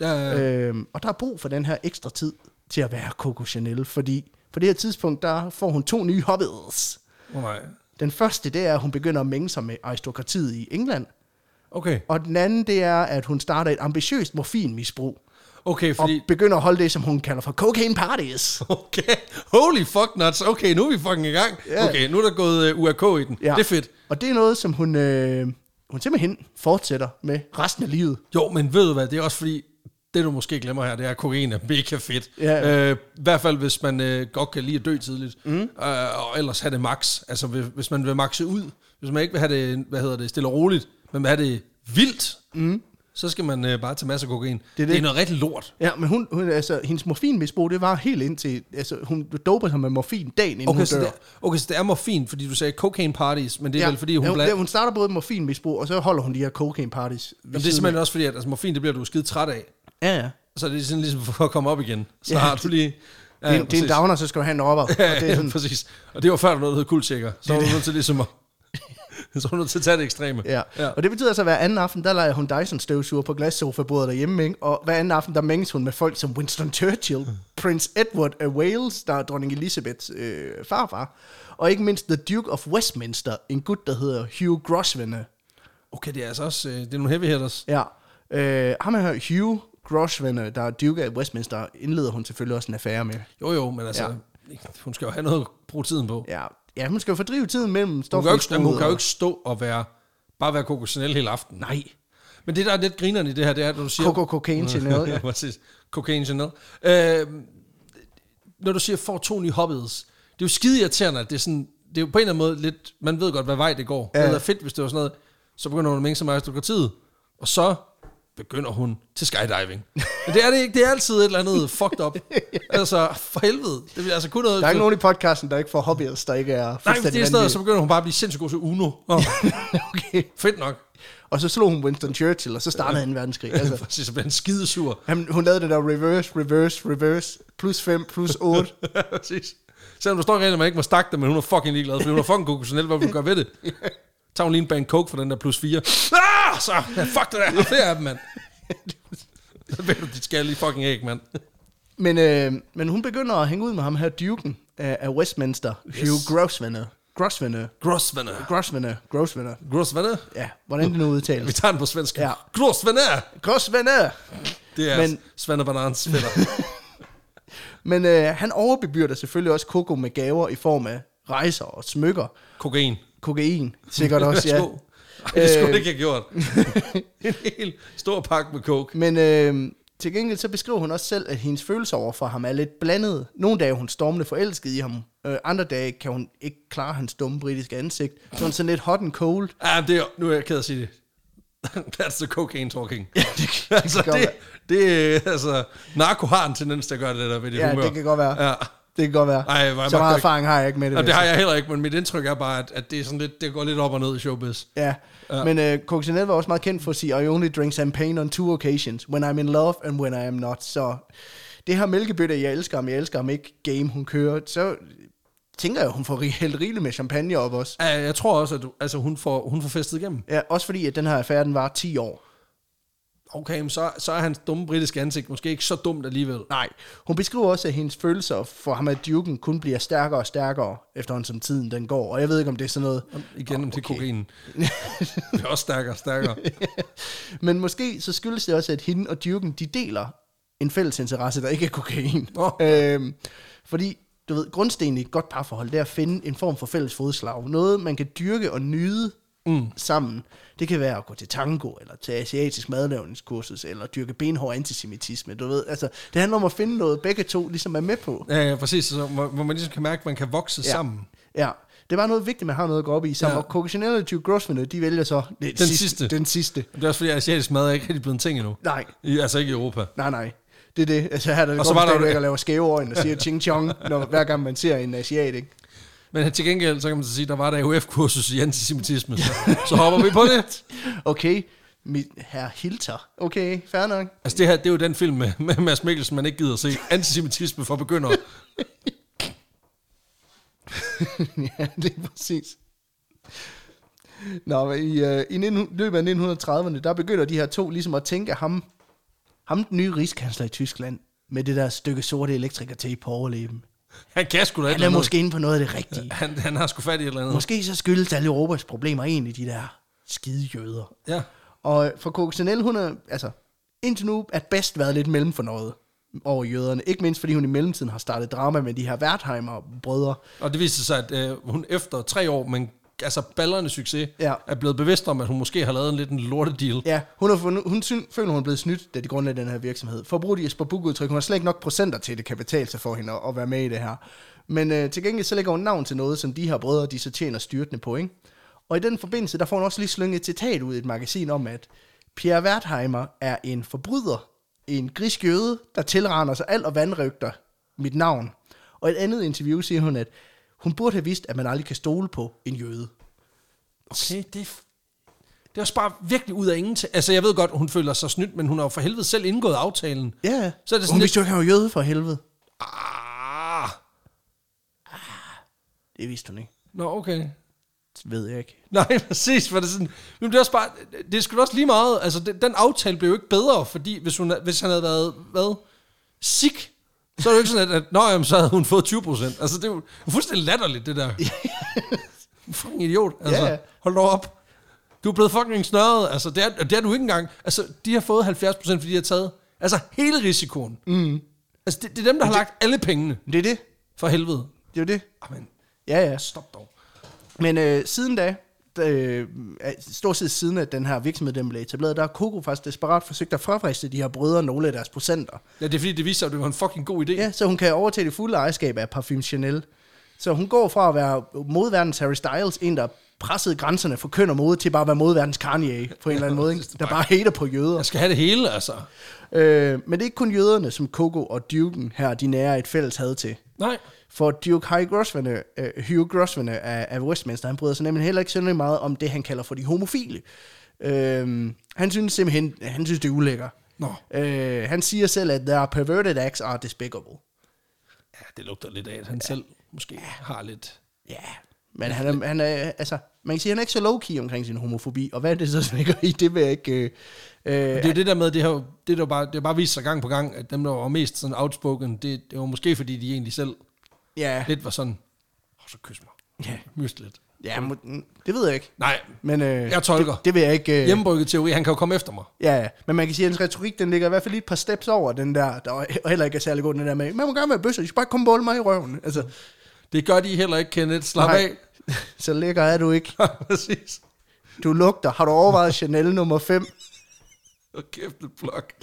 Ja. Og der er brug for den her ekstra tid til at være Coco Chanel, fordi på det her tidspunkt, der får hun 2 nye hobbies. Nej. Den første, det er, at hun begynder at mænge sig med aristokratiet i England. Okay. Og den anden, det er, at hun starter et ambitiøst morfinmisbrug. Okay, fordi... Og begynder at holde det, som hun kalder for cocaine parties. Okay, holy fuck nuts. Okay, nu er vi fucking i gang. Ja. Okay, nu er der gået URK i den. Ja. Det er fedt. Og det er noget, som hun simpelthen fortsætter med resten af livet. Jo, men ved du hvad, det er også fordi, det du måske glemmer her, det er, at kokain er mega fedt. Ja. I hvert fald, hvis man godt kan lide at dø tidligt. Og ellers have det max. Altså, hvis man vil maxe ud. Hvis man ikke vil have det, stille og roligt, men vil have det vildt, så skal man bare tage masser af kokain. Det er noget rigtig lort. Ja, men hun altså, hendes morfinmisbrug, det var helt indtil... Altså, hun doper sig med morfin dagen inden hun dør. Okay, så det er morfin, fordi du sagde cocaine parties, men det er vel fordi, hun starter både morfinmisbrug, og så holder hun de her cocaine parties. Men det er simpelthen også fordi, at altså, morfin, det bliver du skide træt af. Ja. Så det er sådan ligesom for at komme op igen. Så har du lige... Ja, det er en downer, så skal du have en opper. Ja, det er sådan, præcis. Og det var før, der noget, der hed kuldsjekker. Så var du nødt til ligesom at... Så er nødt til at tage det ekstreme. Ja. Og det betyder altså, at hver anden aften, der leger hun Dyson-støvsuger på glassofabordet derhjemme, ikke? Og hver anden aften, der mænges hun med folk som Winston Churchill, Prince Edward af Wales, der er dronning Elizabeths farfar, og ikke mindst The Duke of Westminster, en gut, der hedder Hugh Grosvenor. Okay, det er altså også det er nogle heavy hitters. Ja. Ham her Hugh Grosvenor, der er Duke af Westminster, indleder hun selvfølgelig også en affære med. Jo, men altså, hun skal jo have noget at bruge tiden på. Ja, hun skal jo fordrive tiden mellem stofmisbruget. Hun kan jo ikke stå og bare være Coco Chanel hele aften. Nej. Men det, der er lidt grinerne i det her, det er, at du siger... Cocaine Chanel, ja. Præcis. Cocaine Chanel. Når du siger, får 2 nye hobbies, det er jo skide irriterende, at det er sådan... Det er jo på en eller anden måde lidt... Man ved godt, hvad vej det går. Ja. Det er fedt, hvis det var sådan noget. Så begynder hun at mænge sig med aristokratiet. Og så begynder hun til skydiving. Men det er det ikke. Det er altid et eller andet fucked up. Altså, for helvede. Det er altså kun noget... Der er ikke nogen i podcasten, der ikke får hobbies, der ikke er fuldstændig... Nej, det er stedet, så begynder hun bare at blive sindssygt god til Uno. Okay. Fedt nok. Og så slog hun Winston Churchill, og så startede 2. verdenskrig. Altså. Præcis, så blev han skidesur. Hun lavede det der reverse, plus 5, plus 8. Præcis. Selvom der står rent, at man ikke må stakke det, men hun er fucking ligeglad, fordi hun er fucking Coco Chanel, hvad vil du gøre ved det? Tager hun lige en bag coke for den der plus 4. Så fuck det der, flere af dem, mand. Så ved du, de skal lige fucking æg, mand. Men hun begynder at hænge ud med ham her, Duken af Westminster, Hugh Grosvenor. Ja, hvordan det nu udtales. Vi tager den på svensk. Ja. Grosvenor. Det er Svend Banans fætter. Men han overbebyrder selvfølgelig også Coco med gaver i form af rejser og smykker. Kokain, sikkert også, ja. Det skulle det ikke have gjort. En helt stor pakke med coke. Men til gengæld så beskriver hun også selv, at hendes følelser over for ham er lidt blandet. Nogle dage er hun stormende forelsket i ham. Andre dage kan hun ikke klare hans dumme britiske ansigt. Så hun er sådan lidt hot and cold. Ja, nu er jeg ked at sige det. That's the cocaine talking. Ja, altså, narko har en tendens til at gøre det der ved det humør. Ja, det kan godt være. Ja. Det kan godt være. Ej, så meget erfaring har jeg ikke med det. Ja, det har jeg heller ikke, men mit indtryk er bare, at det er sådan lidt, det går lidt op og ned i showbiz. Ja. Men Coco Chanel var også meget kendt for at sige, I only drink champagne on 2 occasions, when I'm in love and when I am not. Så det her mælkebøtte, jeg elsker ham ikke, game hun kører, så tænker jeg, hun får helt rigeligt med champagne op også. Ja, jeg tror også, at hun får festet igennem. Ja, også fordi, at den her affære, den var 10 år. Okay, men så er hans dumme britiske ansigt måske ikke så dumt alligevel. Nej, hun beskriver også, at hendes følelser for ham, at Duken kun bliver stærkere og stærkere, efterhånden som tiden den går. Og jeg ved ikke, om det er sådan noget... Igen til kokainen. Det er også stærkere og stærkere. Men måske så skyldes det også, at hende og Duken, de deler en fælles interesse, der ikke er kokain. Fordi, du ved, grundstenen i et godt parforhold, det er at finde en form for fælles fodslag. Noget, man kan dyrke og nyde sammen. Det kan være at gå til tango, eller til asiatisk madlavningskursus, eller dyrke benhård antisemitisme, du ved. Altså, det handler om at finde noget, begge to ligesom er med på. Ja, præcis. Så, hvor man ligesom kan mærke, at man kan vokse sammen. Ja, det er bare noget vigtigt, man har noget at gå op i sammen. Og Coco Chanel og Hugh Grosvenor, de vælger så den sidste. Det er også fordi, asiatisk mad er ikke rigtig blevet en ting endnu. Nej. Altså ikke i Europa. Nej. Det er det. Altså her der går stadigvæk og laver skæve øjne og siger ching chong, hver gang man ser en asiat, ikke? Men til gengæld, så kan man så sige, der var der AUF-kursus i antisemitisme, så hopper vi på det. Okay, Herr Hilter. Okay, fair nok. Altså det her, det er jo den film med Mads Mikkelsen, man ikke gider at se. Antisemitisme for begyndere. Ja, det er præcis. Nå, i løbet af 1930'erne, der begynder de her to ligesom at tænke ham den nye rigskansler i Tyskland, med det der stykke sorte elektrikertape på overlæben. Han kan sgu da Han er måske inde på noget af det rigtige. Han har sgu fat i et eller andet. Måske så skyldes alle Europas problemer egentlig de der skide jøder. Ja. Og for Coco Chanel, hun er altså indtil nu at bedst været lidt mellemfornøjet over jøderne. Ikke mindst fordi hun i mellemtiden har startet drama med de her Wertheimer-brødre. Og det viste sig, at hun efter 3 år, men altså ballerne succes, Ja. er blevet bevidst om, at hun måske har lavet en lidt en lortedeal. Ja, føler, hun er blevet snydt, da de grundlagde den her virksomhed. For at bruge de Jesper Buch-udtryk, hun har slet ikke nok procenter til, det kan betale sig for hende at være med i det her. Men til gengæld så lægger hun navn til noget, som de her brødre, de så tjener styrtende på, ikke? Og i den forbindelse, der får hun også lige slynget et citat ud i et magasin om, at Pierre Wertheimer er en forbryder, en grisk jøde, der tilraner sig alt og vandrygter mit navn. Og i et andet interview siger hun, at hun burde have vidst, at man aldrig kan stole på en jøde. Okay, det er også bare virkelig ud af ingenting. Altså, jeg ved godt, hun føler sig snydt, men hun har jo for helvede selv indgået aftalen. Ja, så er det sådan hun vidste jo ikke, han var jøde for helvede. Det vidste hun ikke. Nå, okay. Det ved jeg ikke. Nej, præcis, for det er sådan, men det er også bare, det er sgu også lige meget, altså den aftale blev jo ikke bedre, fordi hvis han havde været sick, så er det jo ikke sådan, at jamen, så havde hun fået 20%. Altså, det er jo fuldstændig latterligt, det der. Fucking idiot, altså. Yeah. Hold dog op. Du er blevet fucking snørret, altså, det er du ikke engang. Altså, de har fået 70%, fordi de har taget, altså, hele risikoen. Mm. Altså, det er dem, der har lagt alle pengene. Det er det. For helvede. Det er jo det. Amen. Ja. Stop dog. Men siden da, stort set siden at den her virksomhed den blev etableret, der har Coco faktisk desperat forsøgt at fravriste de her brødre nogle af deres procenter. Ja, det er fordi, det viser sig, at det var en fucking god idé. Ja, så hun kan overtage det fulde ejerskab af Parfume Chanel. Så hun går fra at være modverdens Harry Styles, en der pressede grænserne for køn og mode, til bare at være modverdens Kanye på en eller anden måde, der bare hater på jøder. Jeg skal have det hele, altså. Men det er ikke kun jøderne, som Coco og Duken her, de nærer et fælles had til. Nej. For Duke Hugh Grosvenor af Westminster, han bryder sig nemlig heller ikke så meget om det, han kalder for de homofile. Han synes simpelthen, det er ulækker. Han siger selv, at their perverted acts are despicable. Ja, det lugter lidt af, at han selv måske har lidt... Ja, men han er, altså, man kan sige, at han er ikke så low-key omkring sin homofobi, og hvad er det så, som ligger i, det vil jeg ikke... det er det der med, det har bare vist sig gang på gang, at dem, der var mest sådan outspoken, det var måske fordi, de egentlig selv lidt var sådan, så kys mig. Ja. Myst lidt. Ja, det ved jeg ikke. Nej, men jeg tolker. Det vil jeg ikke... Hjemmebrygget teori, han kan jo komme efter mig. Ja, men man kan sige, at hans retorik, den ligger i hvert fald lige et par steps over den der heller ikke er særlig god, den der med, man må gerne være bøsser, I skal bare komme båle mig i røven. Altså. Det gør de heller ikke, Kenneth. Slap af. Så lækker er du ikke. Præcis. Du lugter. Har du overvejet Chanel nummer 5? Og kæft et blok.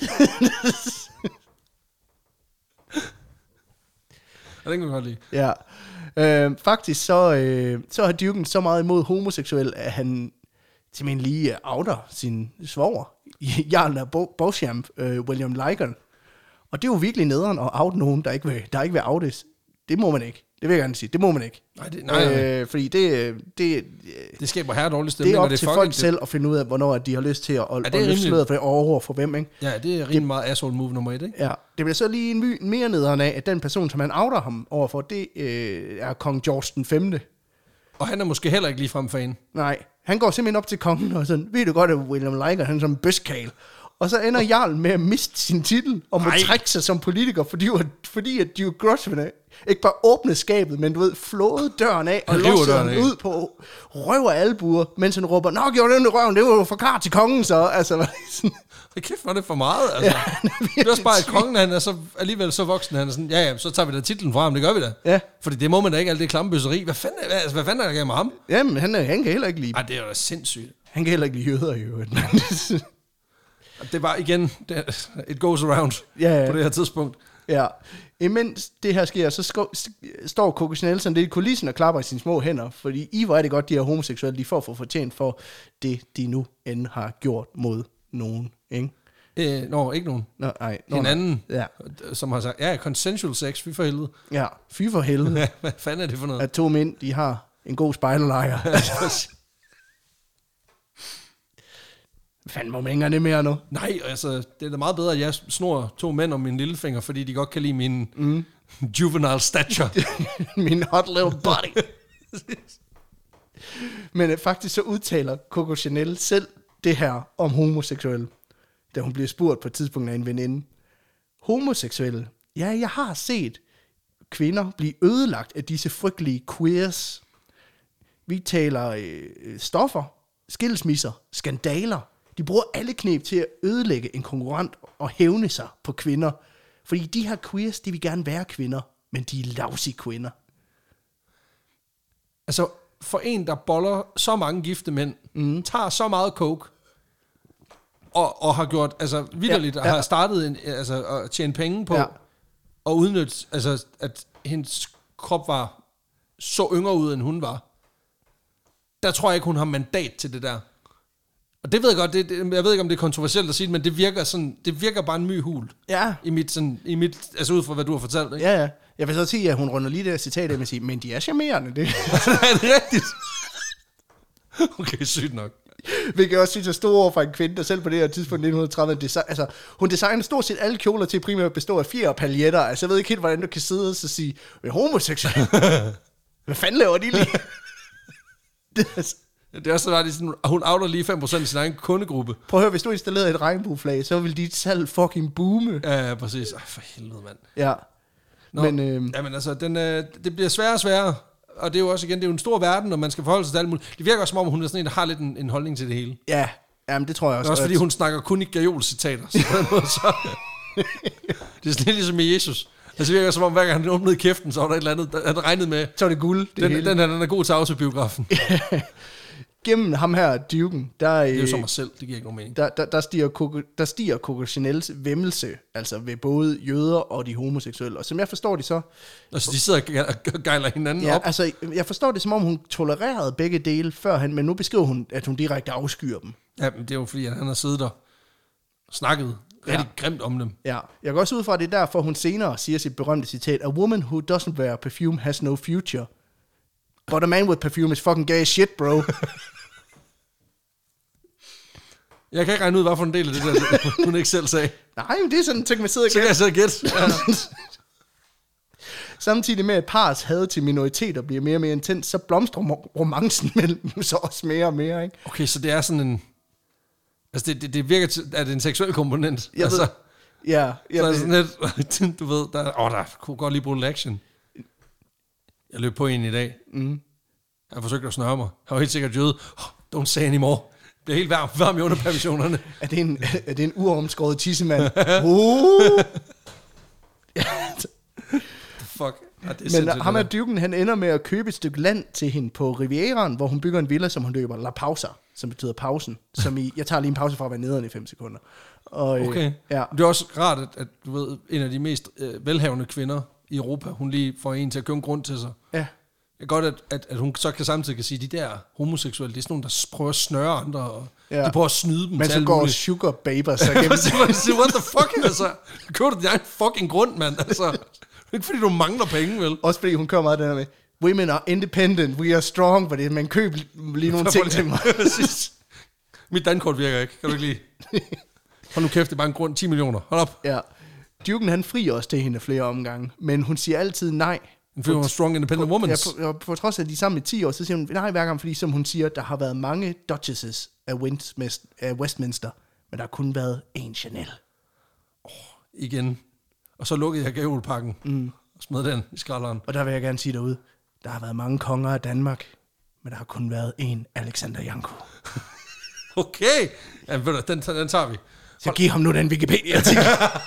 Ja, den kan vi godt lide. Ja. Faktisk så har Duken så meget imod homoseksuel, at han simpelthen lige outer sin svoger, Jarlen af Beauchamp, William Lygon. Og det er jo virkelig nederen at out nogen, der ikke vil outes. Det må man ikke. Det vil jeg gerne sige. Det må man ikke. Nej. Fordi det skaber her dårlig stemning. Det er op til folk selv at finde ud af, hvornår de har lyst til at løfte sløret for over for hvem, ikke? Ja, det er rimelig meget asshole move nummer 1, ikke? Ja, det bliver så lige en mere nederen af, at den person, som han outer ham overfor, det er kong George den 5. Og han er måske heller ikke ligefrem fan. Nej, han går simpelthen op til kongen og sådan, ved du godt, at William Lygon, han er som en bøskal. Og så ender jarlen med at miste sin titel, og må trække sig som politiker, fordi at Duke Grosvenor ikke bare åbnede skabet, men du ved, flåede døren af, og låste den ud på røv og albuer, mens han råber, nå, gjorde den røven, det var jo for klar til kongen, så, altså, sådan. Det kæft, var det for meget, altså. Ja, det er også bare, at kongen, han er så alligevel så voksen, han er sådan, ja, så tager vi da titlen fra ham, det gør vi da. Ja. Fordi det må man da ikke, alt det klammebøsseri. Hvad fanden er der med ham? Jamen, han kan heller ikke lide. Ej, det er jo da sindssygt. Han kan heller ikke lide jøder, jo. Det var igen, it goes around på det her tidspunkt. Ja, imens det her sker, så står Coco Chanel sådan lidt i kulissen og klapper i sine små hænder, fordi hvor er det godt, de her homoseksuelle, de får fortjent for det, de nu end har gjort mod nogen, ikke? Ikke nogen. Nej. En anden, som har sagt, consensual sex, fy for helvede. Ja, fy for helvede. Hvad fanden er det for noget? At to mænd, de har en god spejderlejr. Fanden må man det mere nu. Nej, altså, det er da meget bedre, at jeg snor 2 mænd om min lillefinger, fordi de godt kan lide min juvenile stature. Min hot little body. Men faktisk så udtaler Coco Chanel selv det her om homoseksuelle, da hun bliver spurgt på et tidspunkt af en veninde. Homoseksuelle. Ja, jeg har set kvinder blive ødelagt af disse frygtelige queers. Vi taler stoffer, skilsmisser, skandaler. De bruger alle knep til at ødelægge en konkurrent og hævne sig på kvinder. Fordi de her queers, de vil gerne være kvinder, men de er lousy kvinder. Altså, for en, der boller så mange gifte mænd, tager så meget coke, og har gjort, altså vitterligt, har startet at tjene penge på, og udnytte, altså, at hendes krop var så yngre ud, end hun var. Der tror jeg ikke, hun har mandat til det der. Og det ved jeg godt, jeg ved ikke, om det er kontroversielt at sige det, men det virker bare en my hul. Ja. I mit, altså ud fra, hvad du har fortalt, ikke? Ja. Jeg vil så sige, at hun runder lige det citat af med at sige, men de er charmerende, det. Er det rigtigt? Okay, sygt nok. Vi kan også sige, at stå over for en kvinde, der selv på det her tidspunkt 1930, altså hun designer stort set alle kjoler til primært bestå af fjer og paljetter. Altså jeg ved ikke helt, hvordan du kan sidde og sige, homoseksuel. Hvad fanden laver de lige? Det er også sådan, hun outer lige 5% af sin egen kundegruppe. Prøv at høre, hvis du installerede et regnbueflag, så ville dit salg fucking boome. Ja, præcis. For helvede, mand. Ja. Men, jamen altså, det bliver sværere og sværere. Og det er jo også igen, det er jo en stor verden, og man skal forholde sig til alt muligt. Det virker også som om, hun er sådan en, der har lidt en holdning til det hele. Ja, jamen det tror jeg også. Det er også fordi, hun snakker kun i gajol-citater. Så på den måde, så det er sådan lidt ligesom med Jesus. Altså det virker som om, hver gang han åbnede kæften, så var der et eller andet, han regnede med. Så var det guld, den er god til autobiografen. Gennem ham her, Duken, der... Det er jo som mig selv, det giver ikke nogen mening. Der stiger Coco Chanels væmmelse, altså ved både jøder og de homoseksuelle. Og som jeg forstår det så... Altså de sidder og gejler hinanden op? Altså jeg forstår det som om, hun tolererede begge dele førhen, men nu beskriver hun, at hun direkte afskyer dem. Ja, men det er jo fordi, at han har siddet der og snakket rigtig grimt om dem. Ja, jeg går også ud fra, at det er derfor, hun senere siger sit berømte citat, a woman who doesn't wear perfume has no future. But a man with perfume is fucking gay shit, bro. Jeg kan ikke regne ud, hvad for en del af det der, hun ikke selv sagde. Nej, men det er sådan en ting, man sidder og gætte. Så kan jeg sidde og gætte. Ja. Samtidig med, at parets had til minoriteter bliver mere og mere intens, så blomstrer romancen mellem dem så også mere og mere, ikke? Okay, så det er sådan en... Altså, det virker til, at det er en seksuel komponent. Jeg ved, ja. Så er sådan lidt, du ved, der kunne godt lige bruge action. Jeg løb på en i dag. Jeg forsøgte at snøre mig. Jeg var helt sikkert jøde. Don't say anymore. Det bliver helt varm i underpermissionerne. Er det en uomskåret tissemand? Fuck. Men ham er Duken, han ender med at købe et stykke land til hende på Rivieraen, hvor hun bygger en villa, som hun døber La Pausa, som betyder pausen. Som jeg tager lige en pause fra at være nederen i 5 sekunder. Og, okay. Ja. Det er også rart, at du ved, en af de mest velhavende kvinder i Europa, hun lige får en til at købe en grund til sig. Ja. Det er godt, at hun så samtidig kan sige, at de der homoseksuelle, det er sådan nogle, der prøver at snøre andre, og de prøver at snyde dem. Men så går sugar babers. What the fuck, altså? Køber du din egen fucking grund, mand? Altså, ikke fordi du mangler penge, vel? Også fordi hun kører meget den her med, women are independent, we are strong, but man køb lige nogle ting til mig. Mit dankort virker ikke, kan du ikke lide? Hold nu kæft, det er bare en grund, 10 millioner, hold op. Ja. Duken, han frier også til hende flere omgange, men hun siger altid nej. Fordi hun er strong independent woman. Ja, på trods af, at de er sammen i 10 år, så siger hun nej hver gang, fordi som hun siger, der har været mange duchesses af Westminster, men der har kun været én Chanel. Igen. Og så lukkede jeg gavepakken og smed den i skralderen. Og der vil jeg gerne sige derude, der har været mange konger af Danmark, men der har kun været én Alexander Janko. Okay, ja, den tager vi. Så giv ham nu den Wikipedia-artikel.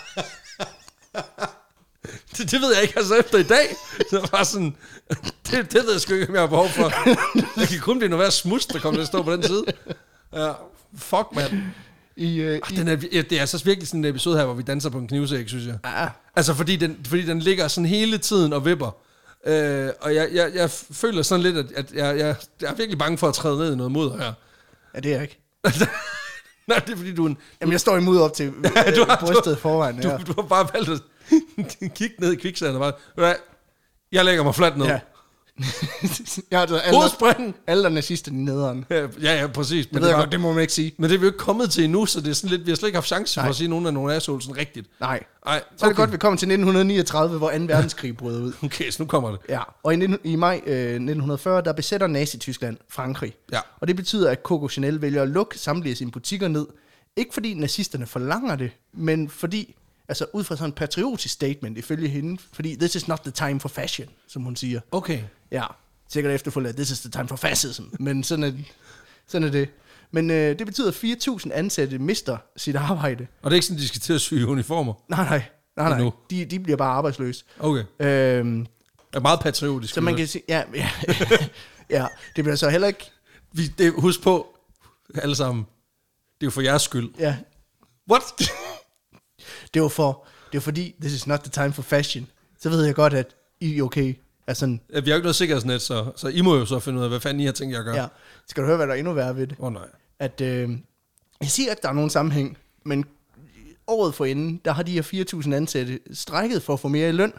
Det ved jeg ikke, altså efter i dag, så var sådan, det ved jeg sgu ikke, om jeg har behov for. Det kan kun blive noget værd smuds, der kommer til at stå på den side. Ja, fuck, mand. Det er altså virkelig sådan en episode her, hvor vi danser på en knivsæk, synes jeg. Ah. Altså, fordi den ligger sådan hele tiden og vipper. Og jeg føler sådan lidt, at jeg er virkelig bange for at træde ned i noget mudder her. Ja, det er jeg ikke. Nej, det er fordi, du er en... Jamen, jeg står i mudder op til brystet foran. Du har bare valgt at kigge ned i kviksandet og bare, jeg lægger mig fladt ned. Ja. Ja, altså, alle nazister i nederen. Ja, præcis. Det ved jeg godt, det må man ikke sige. Men det er vi jo ikke kommet til endnu, så det er sådan lidt, vi har slet ikke haft chance for at sige nogen af nogle assholes sådan rigtigt. Nej. Okay. Så er det godt, vi kommer til 1939, hvor 2. verdenskrig brød ud. Okay, så nu kommer det. Ja, og i maj 1940, der besætter Nazi-Tyskland Frankrig. Ja. Og det betyder, at Coco Chanel vælger at lukke samtlige sine butikker ned. Ikke fordi nazisterne forlanger det, men fordi, altså ud fra sådan en patriotisk statement ifølge hende, fordi this is not the time for fashion, som hun siger. Okay. Ja, sikkert efterfulgt af this is the time for fascism, men sådan er det. Men det betyder, at 4.000 ansatte mister sit arbejde. Og det er ikke sådan, de skal til at sy uniformer? Nej. De bliver bare arbejdsløse. Okay. Er meget patriotisk. Så man kan sige, ja, det bliver så heller ikke... Husk på, alle sammen, det er jo for jeres skyld. Ja. What? Det er fordi, this is not the time for fashion. Så ved jeg godt, at I er okay. Altså, vi har jo ikke noget sikkerhedsnet, så I må jo så finde ud af, hvad fanden I har tænkt jer at gøre. Ja. Skal du høre, hvad der er endnu værre ved det? Nej. At, jeg siger, at der er nogen sammenhæng, men året forinden, der har de her 4.000 ansatte strækket for at få mere i løn.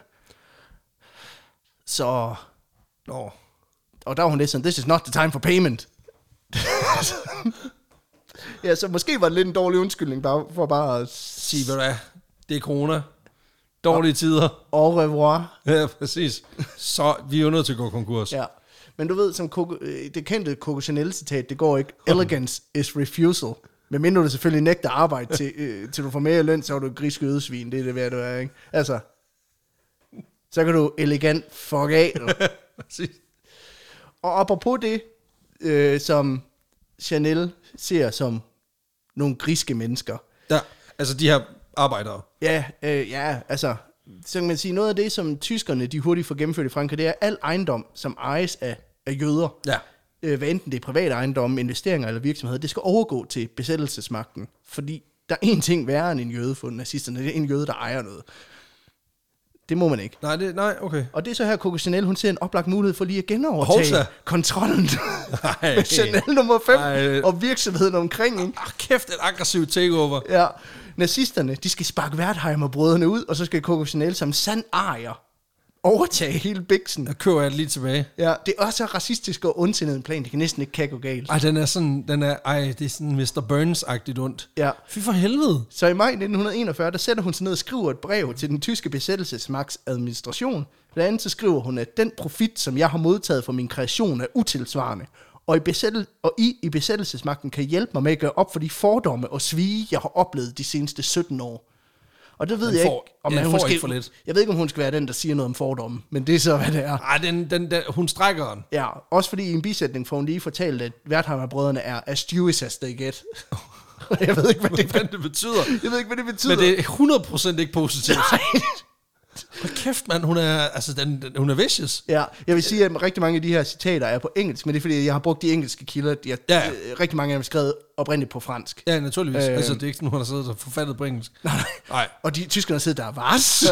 Så... Og der var hun lidt sådan, this is not the time for payment. Ja, så måske var det lidt en dårlig undskyldning, for bare at sige, hvad det er. Det er corona. Dårlige tider. Au revoir. Ja, præcis. Så vi er jo nødt til at gå konkurs. Ja. Men du ved, som det kendte Coco Chanel-citat, det går ikke. Elegance is refusal. Men mindre du selvfølgelig nægter arbejde til du får mere løn, så er du et grisk ødesvin. Det er det værd, du er, ikke? Altså, så kan du elegant fuck af. Præcis. Og apropos det, som Chanel ser som nogle griske mennesker. Ja, altså de her arbejdere. Ja, altså, så kan man sige, noget af det, som tyskerne de hurtigt får gennemført i Frankrig, det er al ejendom, som ejes af jøder. Ja. Hvad enten det er private ejendom, investeringer eller virksomheder, det skal overgå til besættelsesmagten. Fordi der er én ting værre end en jøde for nazisterne, det er en jøde, der ejer noget. Det må man ikke. Nej, okay. Og det er så her, Coco Chanel, hun ser en oplagt mulighed for lige at genovertage kontrollen med Chanel nummer 5 og virksomheden omkring. Ikke? Kæft, et aggressivt takeover. Ja, nazisterne, de skal sparke Wertheimer-brødrene ud, og så skal Coco Chanel som sand ejer overtage hele biksen. Jeg køber jeg lige tilbage. Ja, det er også racistisk og ondsindet en plan, det kan næsten ikke gå galt. Ej, det er sådan Mr. Burns-agtigt ondt. Ja. Fy for helvede. Så i maj 1941, der sætter hun sig ned og skriver et brev til den tyske besættelsesmagts administration. Blandt andet så skriver hun, at den profit, som jeg har modtaget fra min kreation, er utilsvarende. Og I besættelsesmagten kan hjælpe mig med at gøre op for de fordomme og svige, jeg har oplevet de seneste 17 år. Og det ved jeg ikke, jeg ved ikke, om hun skal være den, der siger noget om fordomme, men det er så, hvad det er. Ej, hun strækker den. Ja, også fordi i en bisætning får hun lige fortalt, at Wertheimer-brødrene er as Jewish as they get. Jeg ved ikke, hvad det betyder. Jeg ved ikke, hvad det betyder. Men det er 100% ikke positivt. Nej. Hold kæft, mand, hun er vicious. Ja, jeg vil sige, at rigtig mange af de her citater er på engelsk, men det er fordi, jeg har brugt de engelske kilder. Rigtig mange af dem er skrevet oprindeligt på fransk. Ja, naturligvis. Altså, det er ikke sådan, hun har siddet og forfattet på engelsk. Nej. Og de tyskerne sidder der, was?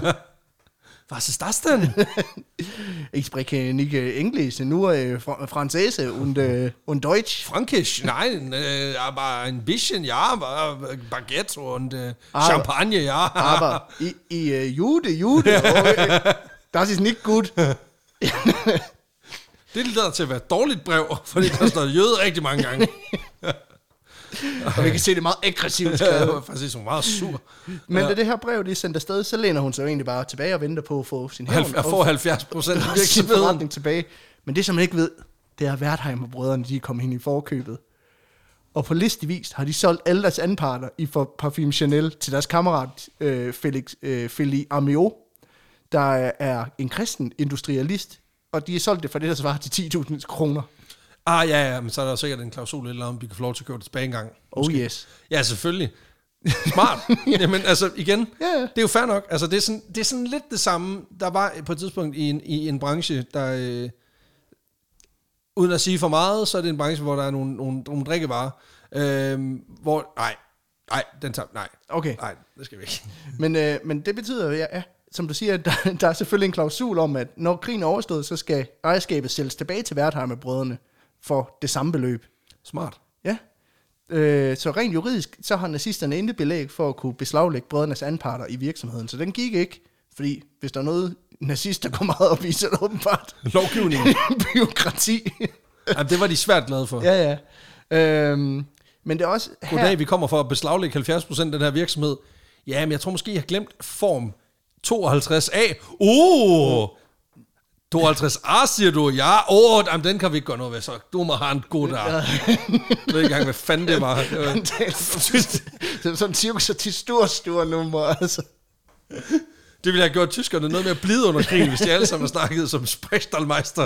Was ist das denn? Ich spreche nicht Englisch, nur Französisch und Deutsch. Frankisch? Nein, aber ein bisschen, ja, Baguette und Champagner, ja. Aber Jude, das ist nicht gut. Det lader til at være et dårligt brev, fordi der står jøde rigtig mange gange. Og vi kan se, det er meget aggressivt skrevet. Det var faktisk meget sur. Men da det her brev de er sendt afsted, så læner hun sig egentlig bare tilbage og venter på at få sin hævn. Og få 70% af virksomheden tilbage. Men det, som man ikke ved, det er, at Wertheimer-brødrene, de er kommet ind i forkøbet. Og på listevis har de solgt alle deres anparter i Parfume Chanel til deres kammerat Félix Amiot, der er en kristen industrialist, og de har solgt det for det, der svarer til 10.000 kroner. Ja, men så er der sikkert en klausul eller om de kan få lov til at købe det tilbage engang. Oh yes. Ja, selvfølgelig. Smart. Jamen, altså igen, det er jo fair nok. Altså, det er sådan lidt det samme. Der var på et tidspunkt i en branche, der uden at sige for meget, så er det en branche, hvor der er nogle drikkevarer, hvor nej. Okay. Nej, det skal vi ikke. Men det betyder, ja, som du siger, der er selvfølgelig en klausul om, at når krigen er overstået, så skal ejerskabet sælges tilbage til Wertheimer-brødrene for det samme beløb. Smart. Ja. Så rent juridisk, så har nazisterne intet belæg for at kunne beslaglægge brødrenes anparter i virksomheden. Så den gik ikke, fordi hvis der er noget, nazister går meget op i, så åbenbart Lovgivningen. byråkrati. Ja, det var de svært glade for. Ja. Men det er også her... Goddag, vi kommer for at beslaglægge 70% af den her virksomhed. Ja, men jeg tror måske, jeg har glemt form 52A. 52A, siger du? Ja, jamen, den kan vi ikke gøre noget ved, så du må have en god dag. Jeg ved ikke engang, hvad fanden det var. Det er sådan cirka til stor nummer, altså. Det ville have gjort tyskerne noget mere blide under krigen, hvis de alle sammen snakkede som Sprechstallmeister.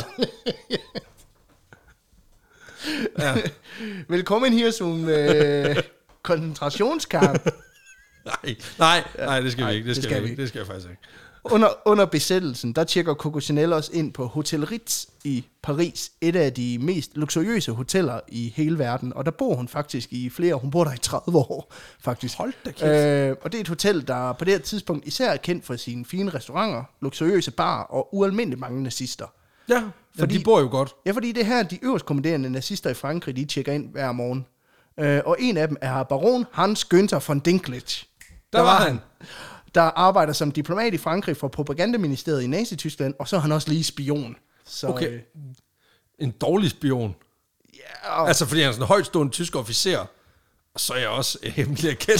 Ja. Velkommen her som koncentrationskamp. Nej, det skal vi ikke. Det skal jeg faktisk ikke. Under besættelsen, der tjekker Coco Chanel også ind på Hotel Ritz i Paris, et af de mest luksuriøse hoteller i hele verden, og der bor hun faktisk i flere, hun bor der i 30 år, faktisk. Hold da kæft. Og det er et hotel, der på det her tidspunkt især er kendt for sine fine restauranter, luksuriøse barer og ualmindeligt mange nazister. Ja, fordi de bor jo godt. Ja, fordi det her de øverst kommanderende nazister i Frankrig, de tjekker ind hver morgen. Og en af dem er baron Hans Günther von Dinklage. Der var han. Der arbejder som diplomat i Frankrig for propagandaministeriet i Nazi-Tyskland, og så er han også lige spion. Så, okay. En dårlig spion? Ja. Altså, fordi han er sådan en højtstående tysk officer, og så er jeg også hemmelig agent.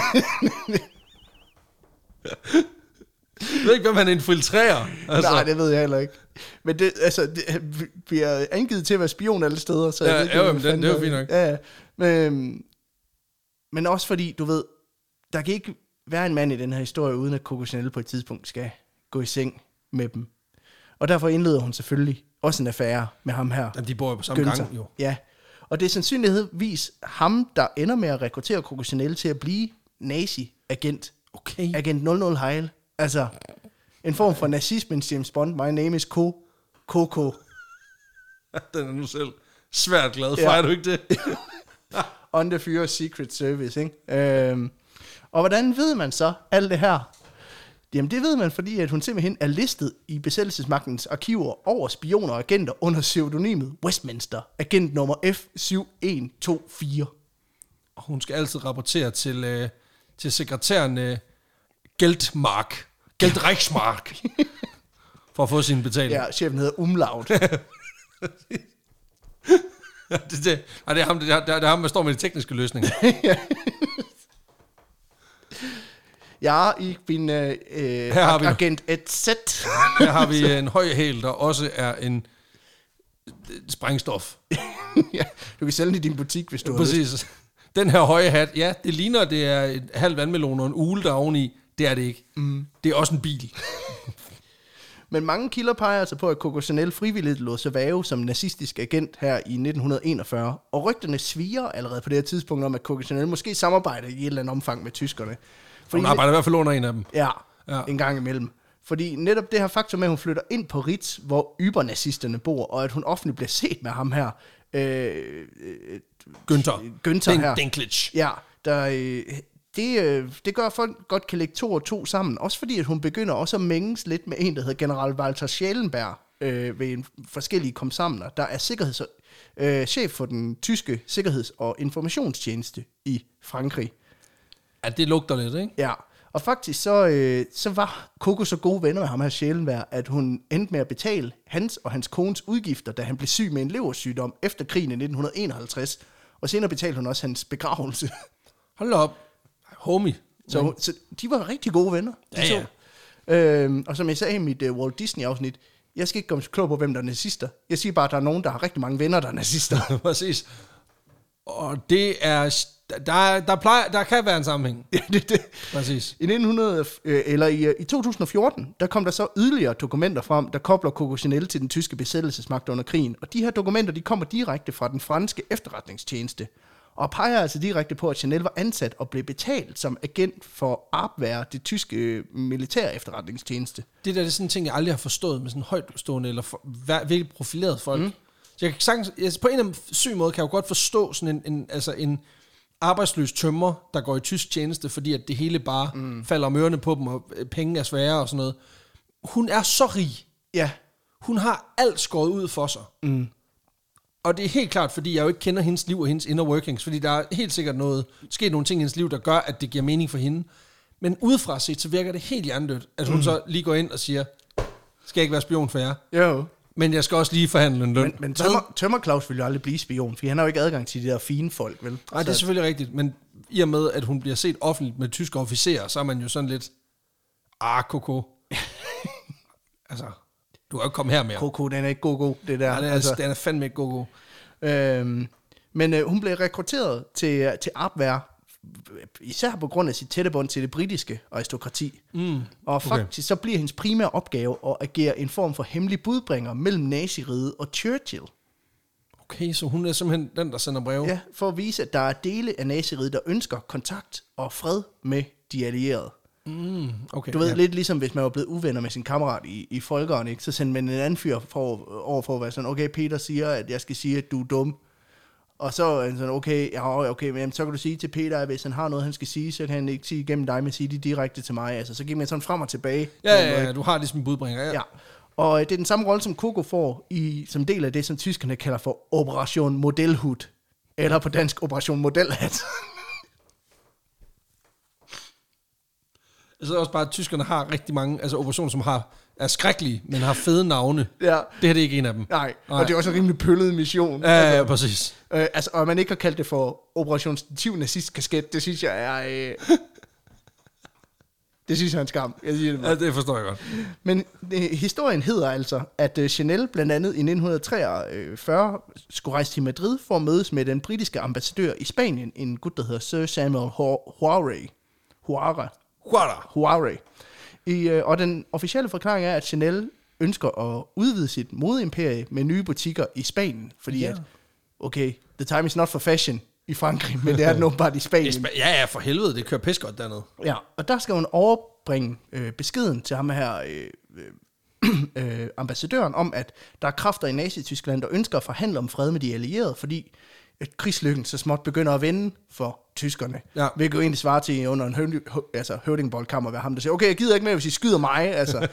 Jeg ved ikke, hvem han infiltrerer. Altså. Nej, det ved jeg heller ikke. Men det, altså, vi er angivet til at være spion alle steder. Så ja, jeg ved ikke, det er jo fint nok. Ja. Men også fordi, du ved, der kan ikke være en mand i den her historie, uden at Coco Chanel på et tidspunkt skal gå i seng med dem. Og derfor indleder hun selvfølgelig også en affære med ham her. Jamen, de bor jo på samme gang, jo. Ja, og det er sandsynligvis ham, der ender med at rekruttere Coco Chanel til at blive nazi-agent. Okay. Agent 00 Heil. Altså, en form for nazismens James Bond. My name is Coco. Den er nu selv svært glad for, er du ikke det? Under Fire Secret Service, ikke? Og hvordan ved man så alt det her? Jamen det ved man, fordi at hun simpelthen er listet i besættelsesmagtens arkiver over spioner og agenter under pseudonymet Westminster, agent nummer F7124. Og hun skal altid rapportere til sekretæren Geldreichsmark, for at få sin betaling. Ja, chefen hedder Umlaut. Det er ham, der står med de tekniske løsninger. Ja, i min agent EZ. Her har vi en høj hæl, der også er en sprængstof. Ja, du kan sælge den i din butik, hvis du har præcis. Lyst. Den her høje hat, ja, det ligner, det er et halv vandmelon og en ule, der er oveni. Det er det ikke. Det er også en bil. Men mange kilder peger altså på, at Coco Chanel frivilligt lod sig væve som nazistisk agent her i 1941. Og rygterne sviger allerede på det her tidspunkt om, at Coco Chanel måske samarbejder i et eller andet omfang med tyskerne. Fordi hun arbejder i hvert fald under en af dem. Ja, en gang imellem. Fordi netop det her faktum med, at hun flytter ind på Ritz, hvor yber-nazisterne bor, og at hun offentligt bliver set med ham her. Günther her. Dinklage. Ja, det gør, at folk godt kan lægge 2 og 2 sammen. Også fordi, at hun begynder også at mænges lidt med en, der hedder general Walter Schellenberg, ved en forskellige komsamler, der er chef for den tyske sikkerheds- og informationstjeneste i Frankrig. Ja, det lugter lidt, ikke? Ja, og faktisk så var Coco så gode venner med ham her Schellenberg, at hun endte med at betale hans og hans kones udgifter, da han blev syg med en leversygdom efter krigen i 1951. Og senere betalte hun også hans begravelse. Hold op. Homie. Så de var rigtig gode venner. Ja. Og som jeg sagde i mit Walt Disney-afsnit, jeg skal ikke komme klog på, hvem der er nazister. Jeg siger bare, at der er nogen, der har rigtig mange venner, der er nazister. Præcis. Og det er... Der kan være en sammenhæng. Ja, det. Præcis. I 2014, der kom der så yderligere dokumenter frem, der kobler Coco Chanel til den tyske besættelsesmagt under krigen. Og de her dokumenter, de kommer direkte fra den franske efterretningstjeneste. Og peger altså direkte på, at Chanel var ansat og blev betalt som agent for Abwehr, det tyske militære efterretningstjeneste. Det er sådan en ting, jeg aldrig har forstået med sådan højtstående eller virkelig profileret folk. Så jeg kan sagtens, på en eller anden syg måde kan jeg jo godt forstå sådan en arbejdsløs tømrer, der går i tysk tjeneste, fordi at det hele bare falder om ørerne på dem, og penge er svære og sådan noget. Hun er så rig. Ja. Hun har alt skåret ud for sig. Og det er helt klart, fordi jeg jo ikke kender hendes liv og hendes inner workings, fordi der er helt sikkert sket nogle ting i hendes liv, der gør, at det giver mening for hende. Men udefra set, så virker det helt hjernedødt, at hun så lige går ind og siger, Skal jeg ikke være spion for jer? Jo. Men jeg skal også lige forhandle en løn. Men Tømmer Claus vil jo aldrig blive spion, for han har jo ikke adgang til de der fine folk, vel? Nej, det er selvfølgelig rigtigt, men i og med, at hun bliver set offentligt med tyske officerer, så er man jo sådan lidt, Koko. Altså, du kan jo ikke komme her mere. Koko, den er ikke god, det der. Nej, den er fandme ikke god. Men hun blev rekrutteret til Abwehr, især på grund af sit tætte bånd til det britiske aristokrati. Og faktisk så bliver hendes primære opgave at agere en form for hemmelig budbringer mellem naziriget og Churchill. Okay, så hun er simpelthen den, der sender breve? Ja, for at vise, at der er dele af naziriget, der ønsker kontakt og fred med de allierede. Okay, du ved, lidt ligesom hvis man var blevet uvenner med sin kammerat i Folkeren, ikke? Så sender man en anden fyr over for at være sådan, okay, Peter siger, at jeg skal sige, at du er dum. Og så er han sådan, okay, men så kan du sige til Peter, at hvis han har noget, han skal sige, så kan han ikke sige igennem dig, men sige det direkte til mig. Altså, så giver man sådan frem og tilbage. Ja, du har ligesom en budbringer, ja. Og det er den samme rolle, som Koko får som del af det, som tyskerne kalder for Operation Modelhut. Eller på dansk Operation Modelhat. Jeg synes også bare, at tyskerne har rigtig mange operationer, som er skrækkelige, men har fede navne. Ja. Det her det er ikke en af dem. Nej, og det er også en rimelig pøllet mission. Ja, præcis. Og man ikke har kaldt det for Operation Stiv Nazist Kasket, det synes jeg er... det synes jeg er en skam. Jeg siger det bare. Ja, det forstår jeg godt. Men historien hedder altså, at Chanel blandt andet i 1943 skulle rejse til Madrid for at mødes med den britiske ambassadør i Spanien, en gut, der hedder Sir Samuel Huare. Og den officielle forklaring er, at Chanel ønsker at udvide sit modeimperie med nye butikker i Spanien, fordi at, okay, the time is not for fashion i Frankrig, men det er den åbenbart i Spanien. Ja, for helvede, det kører pis godt dernede. Ja, og der skal hun overbringe beskeden til ham her, ambassadøren, om at der er kræfter i Nazi-Tyskland, der ønsker at forhandle om fred med de allierede, fordi at krigslykken så småt begynder at vende for tyskerne. Ja. Hvilket jo egentlig svarer til under en høvdingboldkammer ved ham, der siger, okay, jeg gider ikke mere, hvis I skyder mig. Altså.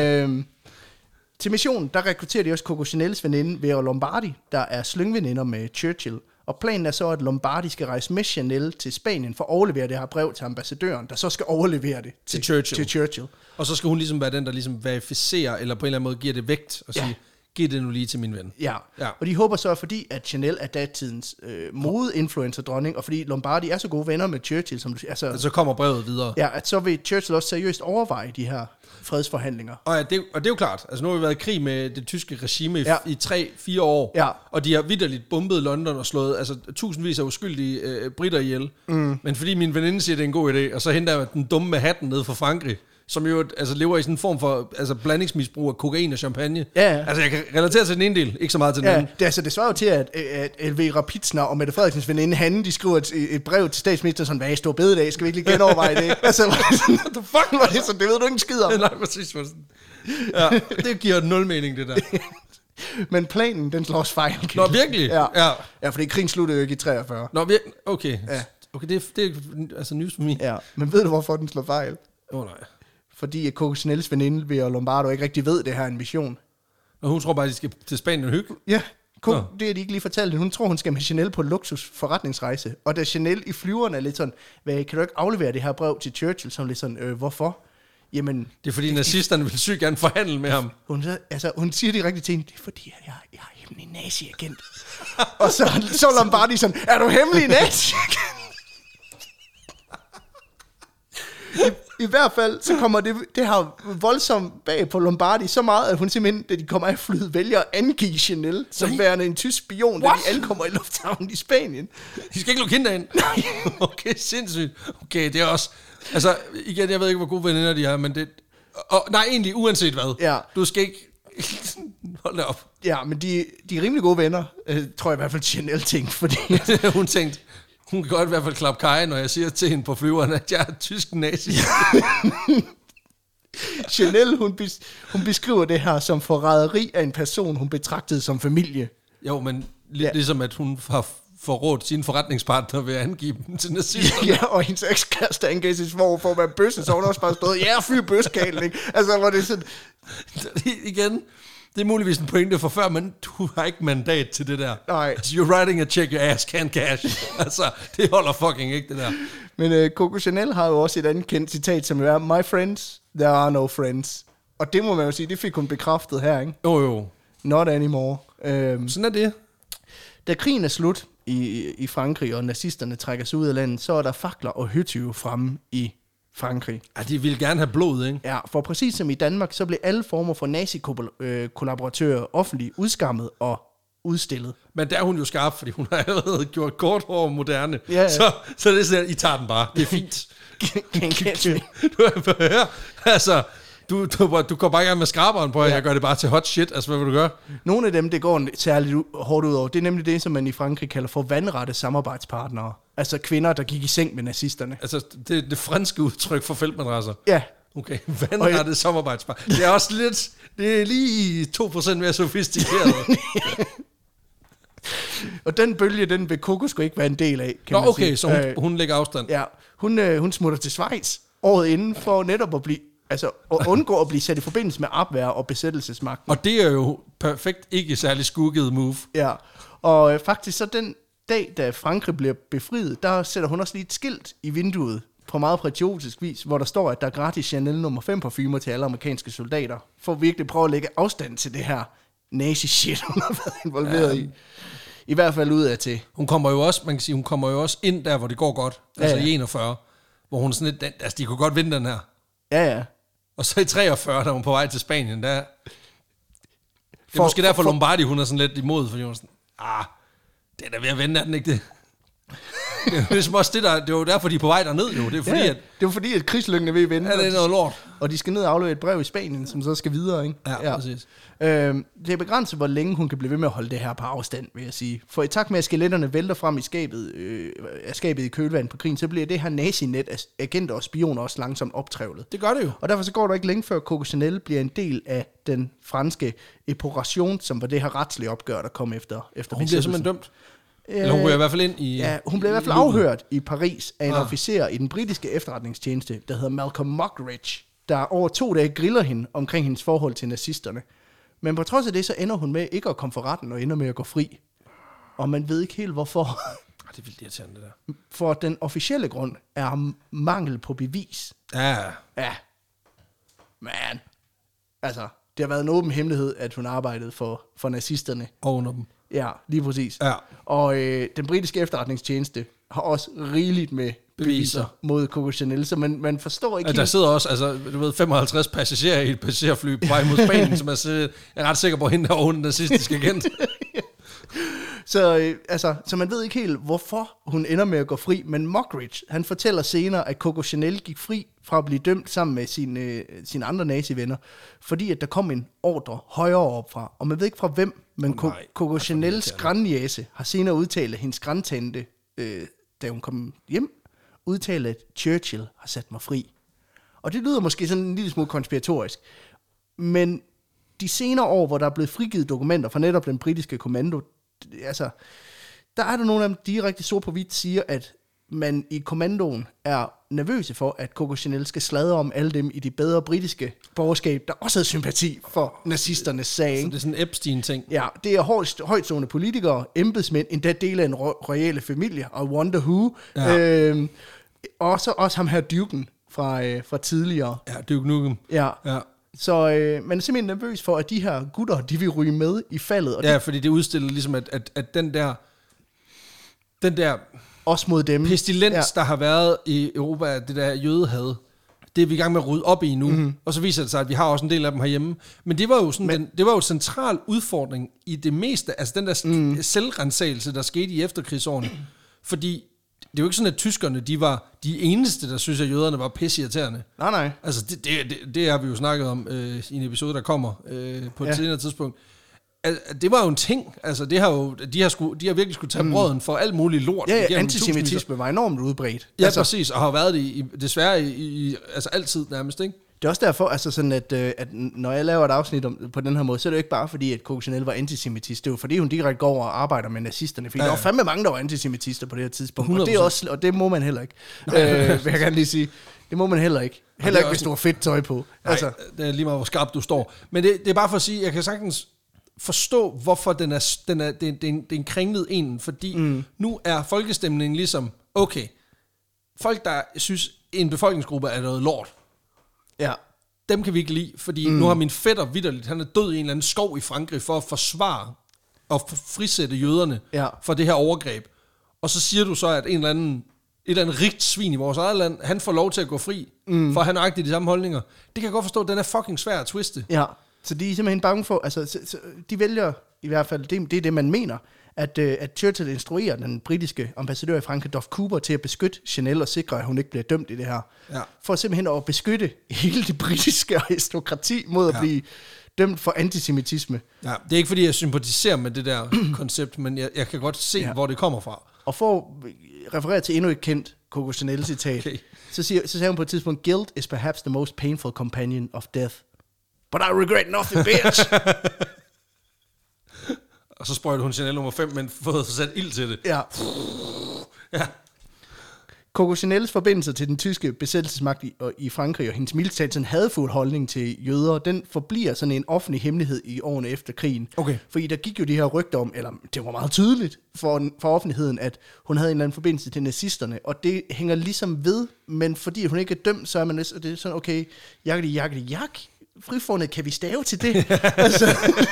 Til missionen, der rekrutterer de også Coco Chanels veninde Vera Lombardi, der er slyngveninder med Churchill. Og planen er så, at Lombardi skal rejse med Chanel til Spanien for at overlevere det her brev til ambassadøren, der så skal overlevere det til Churchill. Og så skal hun ligesom være den, der ligesom verificerer, eller på en eller anden måde giver det vægt, og sige, giv det nu lige til min ven. Ja, og de håber så, fordi at Chanel er datidens mode-influencer-dronning, og fordi Lombardi er så gode venner med Churchill, som så kommer brevet videre. Ja, at så vil Churchill også seriøst overveje de her fredsforhandlinger. Og det er jo klart, altså nu har vi været i krig med det tyske regime i 3-4 år, og de har vitterligt bombet London og slået tusindvis af uskyldige britter ihjel. Men fordi min veninde siger, det er en god idé, og så henter jeg den dumme med hatten ned fra Frankrig, som jo lever i sådan en form for blandingsmisbrug af kokain og champagne. Ja. Altså jeg kan relatere til den ene del, ikke så meget til den anden. Det svarer jo til, at Elvira Pitsner og Mette Frederiksens veninde Hanne, de skriver et brev til statsministeren sådan, hvad er stor bededag, skal vi ikke lige genoverveje det? Altså, what the fuck var det så? Det ved du ikke en skid om. Nej, præcis. Ja, det giver 0 mening, det der. Men planen, den slår også fejl. Nå, virkelig? Ja, fordi krigen sluttede jo ikke i 43. Nå, okay. Ja. Okay, det er altså news for mig. Ja, men ved du, hvorfor den slår fejl? Nej. Fordi Coco Chanels veninde Vera Lombardo ikke rigtig ved, det her er en mission. Og hun tror bare, at de skal til Spanien og hygge? Ja, det er de ikke lige fortalt. Hun tror, hun skal med Chanel på luksus forretningsrejse. Og da Chanel i flyveren er lidt sådan, kan du ikke aflevere det her brev til Churchill? Så er lidt sådan, hvorfor? Jamen, det er fordi nazisterne vil sygt gerne forhandle med ham. Hun siger de rigtige ting. Det er fordi, jeg er hemmelig nazi-agent. Og så Lombardi sådan, er du hemmelig nazi-agent? I hvert fald, så kommer det her voldsomt bag på Lombardi så meget, at hun simpelthen, da de kommer af flyet, vælger at angive Chanel som værende en tysk spion, da de ankommer i lufthavnen i Spanien. De skal ikke lukke hende derind? Nej. Okay, sindssygt. Okay, det er også... Altså, igen, jeg ved ikke, hvor gode veninder de er, men det... nej, egentlig, uanset hvad. Ja. Du skal ikke... Hold da op. Ja, men de er rimelig gode venner, tror jeg i hvert fald Chanel tænkte, fordi... Hun tænkte... Hun kan godt i hvert fald klappe kaj, når jeg siger til hende på flyveren, at jeg er tysk nazi. Chanel, hun beskriver det her som forræderi af en person, hun betragtede som familie. Jo, men ligesom at hun har forrådt sine forretningspartner ved at angive dem til nazisterne. Ja, og hendes ekskæreste angav sig for at være bøsse, så hun også bare stået, fyr bøskalen, ikke? Altså, hvor det sådan... Igen... Det er muligvis en pointe for før, men du har ikke mandat til det der. Nej. Altså, you're writing a check, your ass can't cash. Altså, det holder fucking ikke, det der. Men Coco Chanel har jo også et andet kendt citat, som er, my friends, there are no friends. Og det må man jo sige, det fik hun bekræftet her, ikke? Jo. Not anymore. Sådan er det. Da krigen er slut i Frankrig, og nazisterne trækker sig ud af landet, så er der fakler og høtyve fremme i Frankrig. Ja, de ville gerne have blod, ikke? Ja, for præcis som i Danmark, så blev alle former for nazi-kollaboratører offentligt udskammet og udstillet. Men der er hun jo skarp, fordi hun har allerede gjort kort hår moderne. Ja. Så det er sådan, I tager den bare. Det er fint. Du høre, altså, du går bare i gang med skraberen på, at jeg gør det bare til hot shit. Altså, hvad vil du gøre? Nogle af dem, det går særligt hårdt ud over, det er nemlig det, som man i Frankrig kalder for vandrette samarbejdspartnere. Altså kvinder, der gik i seng med nazisterne. Altså, det franske udtryk for feltmadrasser. Ja. Okay, vandrette samarbejdspar. Det er også lidt, det er lige 2% mere sofistikeret. Og den bølge, den vil Coco sgu ikke være en del af, kan man okay, sige. så hun lægger afstand. Ja, hun smutter til Schweiz året inden for netop at undgå at blive sat i forbindelse med opvær og besættelsesmagten. Og det er jo perfekt ikke særlig skugget move. Ja, og faktisk så den dag, da Frankrig bliver befriet, der sætter hun også lige et skilt i vinduet på meget patriotisk vis, hvor der står, at der er gratis Chanel nummer 5 parfumer til alle amerikanske soldater, for at virkelig prøve at lægge afstand til det her nazi-shit, hun har været involveret i. I hvert fald ud af til. Hun kommer jo også, man kan sige, hun kommer jo også ind der, hvor det går godt. Altså i 41, hvor hun sådan lidt, altså de kunne godt vinde den her. Ja. Og så i 43, da hun på vej til Spanien, der... Det er måske derfor Lombardi, hun er sådan lidt imod, fordi hun er sådan, det er da ved at vende, er den ikke det? Det er ligesom også det er jo derfor, de er på vej derned, jo. Det er fordi, det er fordi, at krigslykken er ved at vende. Ja, det er noget lort. Og de skal ned og aflevere et brev i Spanien, som så skal videre, ikke? Ja, præcis. Det er begrænset, hvor længe hun kan blive ved med at holde det her på afstand, vil jeg sige. For i takt med, at skeletterne vælter frem i skabet i kølvandet på krigen, så bliver det her nazinet af agenter og spioner også langsomt optrævlet. Det gør det jo. Og derfor så går der ikke længe før Coco Chanel bliver en del af den franske epuration, som var det her retslige opgør, der kom efter hun bliver simpelthen dømt. Eller hun ryger i hvert fald ind i... Ja, hun blev i hvert fald afhørt i Paris af en officer i den britiske efterretningstjeneste, der hedder Malcolm Muggeridge, der over 2 dage griller hende omkring hendes forhold til nazisterne. Men på trods af det, så ender hun med ikke at komme for retten og ender med at gå fri. Og man ved ikke helt hvorfor. Det er vildt irriterende, det der. For den officielle grund er mangel på bevis. Ja. Man. Altså, det har været en åben hemmelighed, at hun arbejdede for nazisterne. Og under dem. Ja, lige præcis. Ja. Og den britiske efterretningstjeneste har også rigeligt med beviser mod Coco Chanel, så man forstår ikke... Der sidder også, altså, du ved, 55 passagerer i et passagerfly på vej mod Spanien, som jeg er ret sikker på, at hende der var den nazistiske agent. Så man ved ikke helt, hvorfor hun ender med at gå fri, men Muggeridge, han fortæller senere, at Coco Chanel gik fri fra at blive dømt sammen med sine andre nazivenner, fordi at der kom en ordre højere op fra, og man ved ikke fra hvem, men Coco Chanels grandniece har senere udtalt, at hendes grandtante, da hun kom hjem, udtalte, at Churchill har sat mig fri. Og det lyder måske sådan en lille smule konspiratorisk, men de senere år, hvor der er blevet frigivet dokumenter fra netop den britiske kommando, altså, der er der nogle af dem direkte sort på hvidt siger, at man i kommandoen er nervøse for, at Coco Chanel skal sladre om alle dem i de bedre britiske borgerskab, der også havde sympati for nazisternes sag. Så det er sådan en Epstein-ting? Ja, det er højtstående politikere, embedsmænd, endda dele af en royale familie, og Wonder Who. Ja. Og så også ham her Duken fra tidligere. Ja, Duke Nukem. Ja. Så man er simpelthen nervøs for, at de her gutter, de vil ryge med i faldet. Og fordi det udstiller ligesom, at den der også mod dem. Pestilens, der har været i Europa, det der jødehad, det er vi i gang med at rydde op i nu. Mm-hmm. Og så viser det sig, at vi har også en del af dem herhjemme. Men det var jo sådan, det var jo en central udfordring i det meste, altså den der selvrensagelse, der skete i efterkrigsårene. Fordi det er jo ikke sådan, at tyskerne, de var de eneste, der synes, at jøderne var pisseirriterende. Nej. Altså, det har vi jo snakket om i en episode, der kommer på et senere tidspunkt. Det var jo en ting. Altså, de har virkelig skulle tage brøden for alt muligt lort. Ja, antisemitisme var enormt udbredt. Ja, altså, præcis, og har været det desværre altså altid nærmest, ikke? Det er også derfor, altså sådan, at når jeg laver et afsnit på den her måde, så er det jo ikke bare fordi, at Coco Chanel var antisemitist. Det er jo fordi, hun direkte går over og arbejder med nazisterne. Fordi der var fandme mange, der var antisemitister på det her tidspunkt. Og det, er også, og det må man heller ikke. Vil jeg gerne lige sige. Det må man heller ikke. Heller ikke, hvis du har fedt tøj på. Nej, altså. Det er lige meget, hvor skarpt du står. Men det er bare for at sige, jeg kan sagtens forstå, hvorfor det er en kringlet en. Fordi nu er folkestemningen ligesom, okay, folk, der synes, en befolkningsgruppe er noget lort, ja, dem kan vi ikke lide, fordi nu har min fætter vitterligt, han er død i en eller anden skov i Frankrig for at forsvare og frisætte jøderne for det her overgreb. Og så siger du så, at et eller andet rigt svin i vores eget land, han får lov til at gå fri, for han har de samme holdninger. Det kan jeg godt forstå, den er fucking svær at twiste. Ja, så de er simpelthen bange for, altså de vælger i hvert fald, det er det man mener, at Churchill instruerer den britiske ambassadør i Frankrig, Duff Cooper, til at beskytte Chanel og sikre, at hun ikke bliver dømt i det her. Ja. For simpelthen at beskytte hele det britiske aristokrati mod at blive dømt for antisemitisme. Ja, det er ikke fordi, jeg sympatiserer med det der koncept, men jeg kan godt se, hvor det kommer fra. Og for at referere til endnu et kendt Coco Chanel-citat, så sagde hun på et tidspunkt, "Guilt is perhaps the most painful companion of death. But I regret nothing, bitch." Og så sprøjtede hun Chanel nummer 5, men fået sat ild til det. Ja. Coco Chanels forbindelser til den tyske besættelsesmagt i Frankrig og hendes militært sådan hadfuld holdning til jøder, den forbliver sådan en offentlig hemmelighed i årene efter krigen. Okay. Fordi der gik jo de her rygter om, eller det var meget tydeligt for offentligheden, at hun havde en eller anden forbindelse til nazisterne, og det hænger ligesom ved, men fordi hun ikke er dømt, så er man det er sådan, okay, jak, frifundet, kan vi stave til det? Altså...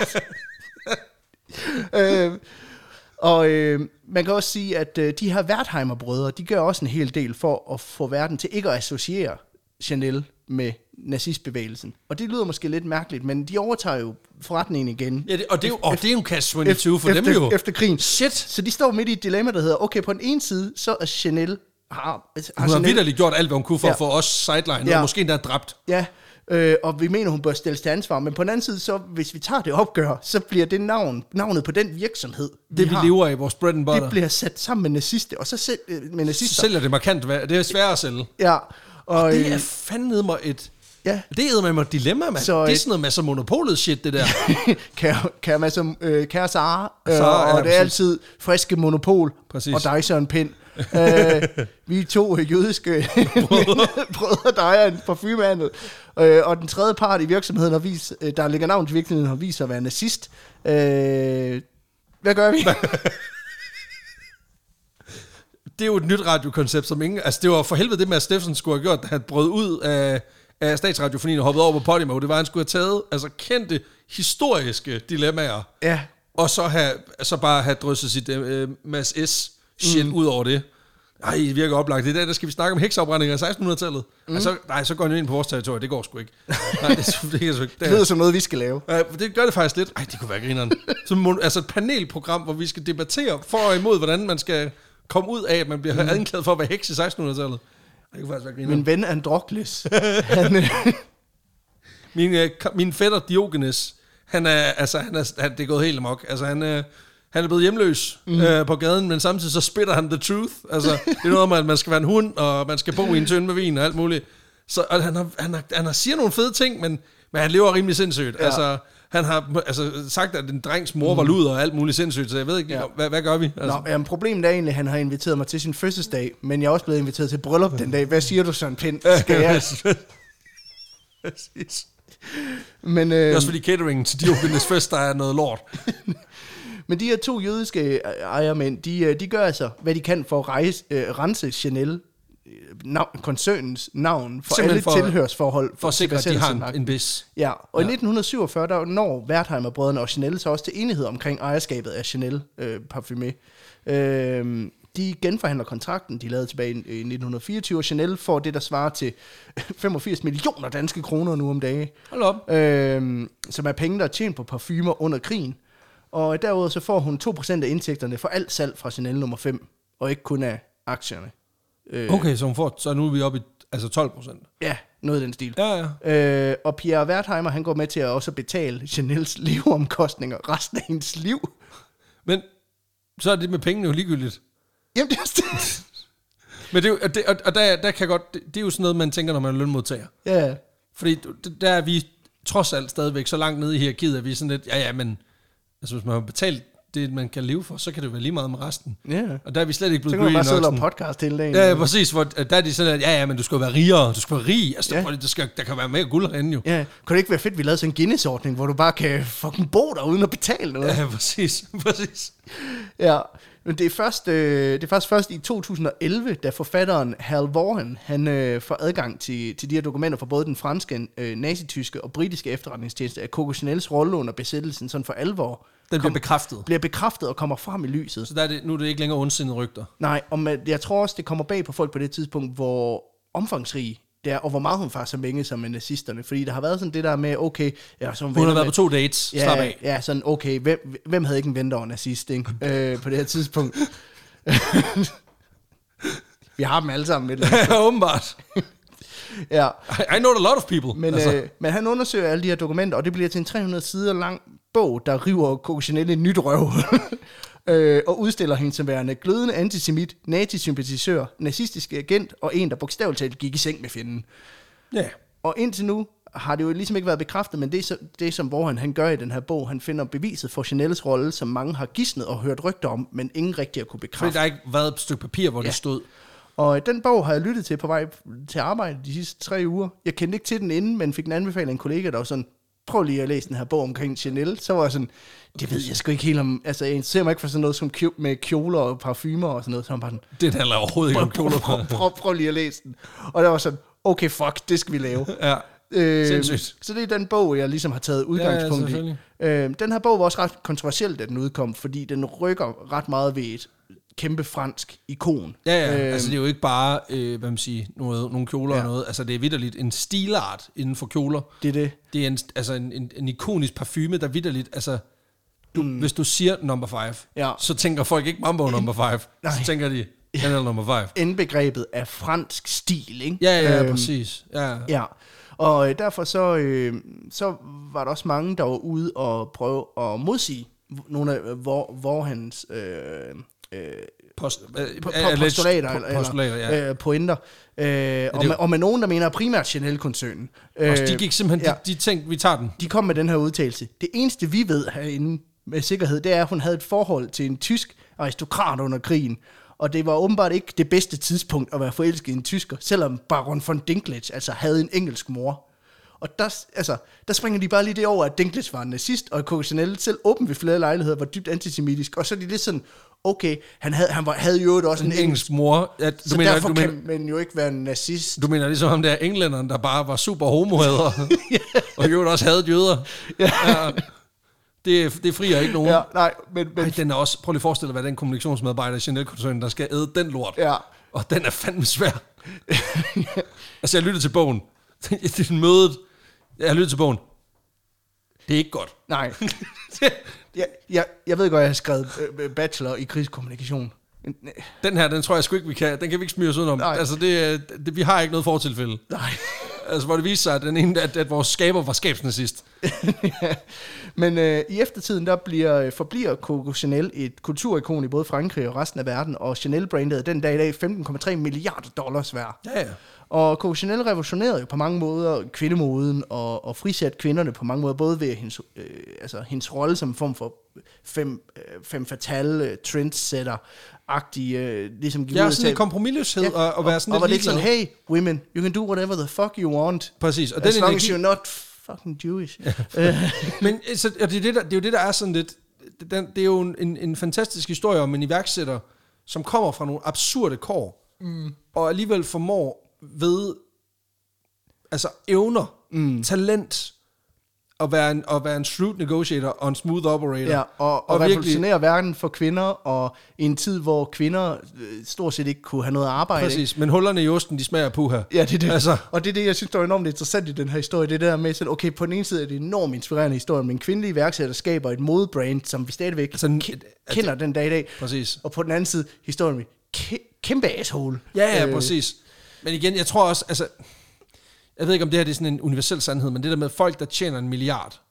man kan også sige, at de her Wertheimer-brødre, de gør også en hel del for at få verden til ikke at associere Chanel med nazistbevægelsen. Og det lyder måske lidt mærkeligt, men de overtager jo forretningen igen. Ja, det er jo en catch-22 for dem jo. Efter krigen. Shit. Så de står midt i et dilemma, der hedder, okay, på den ene side, så er Chanel... Hun har vitterligt gjort alt, hvad hun kunne for at få os sideline, og måske endda dræbt. Ja, og vi mener, hun bør stilles til ansvar. Men på den anden side, så hvis vi tager det opgør, så bliver det navnet på den virksomhed, vi lever i, vores bread and butter. Det bliver sat sammen med nazister, og så med nazister. Så sælger det markant. Det er svært at sælge. Ja. Og det er fandme mig et... Ja. Det er med et dilemma, mand. Så, det er sådan noget masser monopolet shit, det der. Kære Sara, og det er altid friske monopol. Præcis. Og dig, Søren Pind. Vi er 2 jødiske brødre, der ejer en parfumehandel. Og den tredje part i virksomheden, der ligger navn til virksomheden, har vist sig at være nazist. Hvad gør vi? Det er jo et nyt radiokoncept, som ingen... Altså, det var for helvede det, Mads Steffensen skulle have gjort, da han brød ud af Statsradiofonien og hoppede over på Podimo. Det var, at han skulle have taget kendte historiske dilemmaer. Ja. Og så bare have drysset sit Mads S. shit ud over det. Ej, det virker oplagt. I dag, der skal vi snakke om heksafbrændinger i 1600-tallet. Altså, så går han jo ind på vores territorie. Det går sgu ikke. Nej, det kan sgu ikke. Det lyder som noget, vi skal lave. Ja, det gør det faktisk lidt. Ej, det kunne være grineren. Altså et panelprogram, hvor vi skal debattere for og imod, hvordan man skal komme ud af, at man bliver anklaget for at være heks i 1600-tallet. Det kunne faktisk være grineren. Min ven Androkles. Min fætter Diogenes, det er gået helt amok. Altså, han er blevet hjemløs på gaden, men samtidig så spiller han the truth. Altså, det er noget om, at man skal være en hund, og man skal bo i en tønde med vin og alt muligt. Så og han har siger nogle fede ting, men han lever rimelig sindssygt. Ja. Altså, han har sagt, at en drengs mor var luder og alt muligt sindssygt, så jeg ved ikke, hvad gør vi? Altså. Nå, problemet er egentlig, at han har inviteret mig til sin fødselsdag, men jeg er også blevet inviteret til bryllup den dag. Hvad siger du, Søren Pind? Skal jeg? Præcis. Men, det er også fordi cateringen til Diogenes fest, der er noget lort. Men de her 2 jødiske ejermænd, de gør altså, hvad de kan for at rense Chanel, koncernens navn, for simpelthen alle tilhørsforhold. For at sikre, at de har en bis. Ja, og i 1947, der når Wertheimer-brødrene og Chanel så også til enighed omkring ejerskabet af Chanel Parfumé. De genforhandler kontrakten, de lavede tilbage i 1924, og Chanel får det, der svarer til 85 millioner danske kroner nu om dagen. Hold op. Som er penge, der er tjent på parfumer under krigen. Og derudover så får hun 2% af indtægterne for alt salg fra Chanel nummer 5, og ikke kun af aktierne. Okay, så nu er vi oppe i 12%. Ja, noget af den stil. Ja. Og Pierre Wertheimer, han går med til at også betale Chanels leveomkostninger resten af hendes liv. Men så er det med pengene jo ligegyldigt. Jamen, det er også det. Men der kan godt, det er jo sådan noget, man tænker, når man er lønmodtager. Ja. Fordi der er vi trods alt stadigvæk så langt nede i hierarkiet, at vi er sådan lidt, men altså hvis man har betalt det, man kan leve for, så kan det jo være lige meget med resten. Ja. Og der er vi slet ikke blevet greedy nok. Så kan man bare sidde og podcast hele dagen. Ja, præcis. Hvor der er de sådan, at men du skal være rigere, du skal være rig. Altså, der kan være mere guld herinde jo. Ja, kunne det ikke være fedt, vi lavede sådan en Guinness-ordning, hvor du bare kan fucking bo der uden at betale noget? Ja, præcis. Ja, Men det er først i 2011, da forfatteren Hal Vaughan, han får adgang til de her dokumenter fra både den franske, nazityske og britiske efterretningstjeneste af Coco Chanels rolle under besættelsen, sådan for alvor. Den bliver bekræftet og kommer frem i lyset. Så nu er det ikke længere ondsindede rygter? Nej, og jeg tror også, det kommer bag på folk på det tidspunkt, hvor omfangsrig det er, og hvor meget hun faktisk har mænget sig med nazisterne. Fordi der har været sådan det der med, okay... Ja, hun har været på 2 dates, slap af. Ja, sådan, okay, hvem havde ikke en ven, der var nazist, ikke? På det her tidspunkt. Vi har dem alle sammen et eller andet. Ja, åbenbart. Ja. I know a lot of people. Men han undersøger alle de her dokumenter, og det bliver til en 300 sider lang bog, der river Coco Chanel i nyt røv. Og udstiller hende som værende glødende antisemit, nazisympatisør, nazistisk agent og en, der bogstaveligt talt gik i seng med fjenden. Ja. Og indtil nu har det jo ligesom ikke været bekræftet, men det som Vaughan han gør i den her bog, han finder beviset for Chanels rolle, som mange har gidsnet og hørt rygter om, men ingen rigtig har kunne bekræfte. Fordi der har ikke været et stykke papir, hvor det stod. Og den bog har jeg lyttet til på vej til arbejde de sidste 3 uger. Jeg kendte ikke til den inden, men fik den anbefalet af en kollega, der var sådan, prøv lige at læse den her bog omkring Chanel. Så var jeg sådan, det ved jeg sgu ikke helt om, altså jeg ser mig ikke for sådan noget som med kjoler og parfumer og sådan noget, så var bare sådan, det handler overhovedet ikke om kjoler. Prøv lige at læse den. Og der var sådan, okay fuck, det skal vi lave. Ja, sindssygt. Så det er den bog, jeg ligesom har taget udgangspunkt i. Den her bog var også ret kontroversiel, da den udkom, fordi den rykker ret meget ved et kæmpe fransk ikon. Ja, altså det er jo ikke bare, hvad man siger, nogle kjoler og noget. Altså det er vitterligt en stilart inden for kjoler. Det er det. Det er en ikonisk parfume, der vitterligt, altså hvis du siger number 5, så tænker folk ikke Mambo number 5. Så tænker de Chanel number 5. Indbegrebet af fransk stil, ikke? Ja, præcis. Ja. Og derfor så var der også mange, der var ude og prøve at modsige nogle af Vaughans postulater eller pointer. Og med nogen, der mener primært Chanel-koncernen. De gik simpelthen, de tænkte, vi tager den. De kom med den her udtalelse. Det eneste, vi ved herinde med sikkerhed, det er, at hun havde et forhold til en tysk aristokrat under krigen. Og det var åbenbart ikke det bedste tidspunkt at være forelsket i en tysker, selvom Baron von Dinklage altså havde en engelsk mor. Og der springer de bare lige det over, at Dinklage var en nazist, og Coco Chanel selv åben ved flere lejligheder var dybt antisemitisk. Og så er de lidt sådan, okay, han havde jo også en engelsk mor. Ja, derfor kan man jo ikke være en nazist. Du mener ligesom ham der englænderen, der bare var super homohader, og jo også havde jøder. Ja. Det frier ikke nogen. Ja, nej, men den er også, prøv lige at forestille dig, hvad den kommunikationsmedarbejder i Chanel-koncernen, der skal æde den lort. Ja. Og den er fandme svær. Altså, jeg lyttede til bogen. Det er mødet. Jeg lyttede til bogen. Det er ikke godt. Nej. Jeg ved godt, jeg har skrevet bachelor i krigskommunikation. Den her, den tror jeg sgu ikke, vi kan. Den kan vi ikke smyre os udenom. Nej. Altså, vi har ikke noget fortilfælde. Nej. Altså, hvor det viser sig, at vores skaber var skabsnazist. Ja. Men i eftertiden, der forbliver Coco Chanel et kulturikon i både Frankrig og resten af verden, og Chanel-brandet den dag i dag $15,3 milliarder værd. Ja. Og Coco Chanel revolutionerede jo på mange måder kvindemoden og frisatte kvinderne på mange måder, både ved hendes rolle som en form for femme fatale trendsetter-agtig, ligesom givet sådan en kompromisløshed og være sådan lidt ligeglad. Og var lidt sådan, hey, women, you can do whatever the fuck you want. Præcis. Og as long as you're not fucking Jewish. Men så, det er jo det, der er sådan lidt, det er jo en fantastisk historie om en iværksætter, som kommer fra nogle absurde kår, og alligevel formår ved evner, talent, at være en shrewd negotiator og en smooth operator. Ja, og revolutionere verden for kvinder, og i en tid, hvor kvinder stort set ikke kunne have noget arbejde. Præcis, men hullerne i osten, de smager puha. Ja, det er det. Altså. Og det er det, jeg synes, der er enormt interessant i den her historie. Det der med, sådan, okay, på den ene side er det en enormt inspirerende historie, men en kvindelig iværksætter skaber et modebrand, som vi stadigvæk kender den dag i dag. Præcis. Og på den anden side, historien med kæmpe asshole. Ja, præcis. Men igen, jeg tror også, jeg ved ikke, om det her det er sådan en universel sandhed, men det der med folk, der tjener 1 milliard.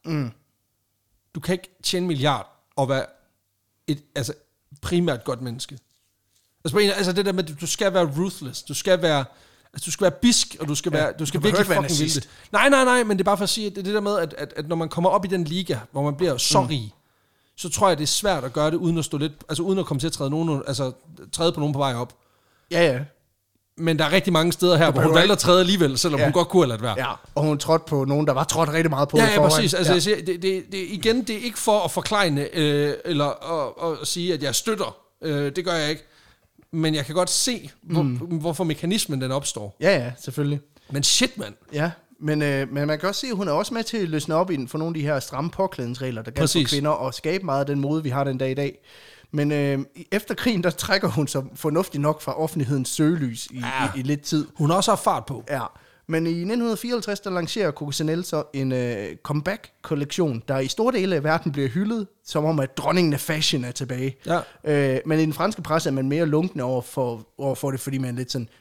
Du kan ikke tjene 1 milliard og være et primært godt menneske. Altså det der med, du skal være ruthless, du skal være bisk, og du skal virkelig fucking vildt. Nej, men det er bare for at sige, at det er det der med, at når man kommer op i den liga, hvor man bliver så rig, så tror jeg, det er svært at gøre det, uden at stå lidt, uden at komme til at træde på nogen på vej op. Ja. Men der er rigtig mange steder her, hvor hun valgte at træde alligevel, selvom hun godt kunne have ladet være. Ja, og hun trådte på nogen, der var trådt rigtig meget på. Ja, præcis. Altså, jeg siger, det er ikke for at forklejne, eller at sige, at jeg støtter Det gør jeg ikke. Men jeg kan godt se, hvorfor mekanismen den opstår. Ja, selvfølgelig. Men shit, mand. Ja, men man kan også se, at hun er også med til at løsne op for nogle af de her stramme påklædningsregler, der gælder for kvinder, og skabe meget af den mode, vi har den dag i dag. Men efter krigen, der trækker hun sig fornuftigt nok fra offentlighedens søgelys i lidt tid. Hun har også haft fart på. Ja, men i 1954, der lancerer Coco Chanel så en comeback-kollektion, der i store dele af verden bliver hyldet, som om at dronningen af fashion er tilbage. Ja. Men i den franske presse er man mere lunkende over for det, fordi man er lidt sådan...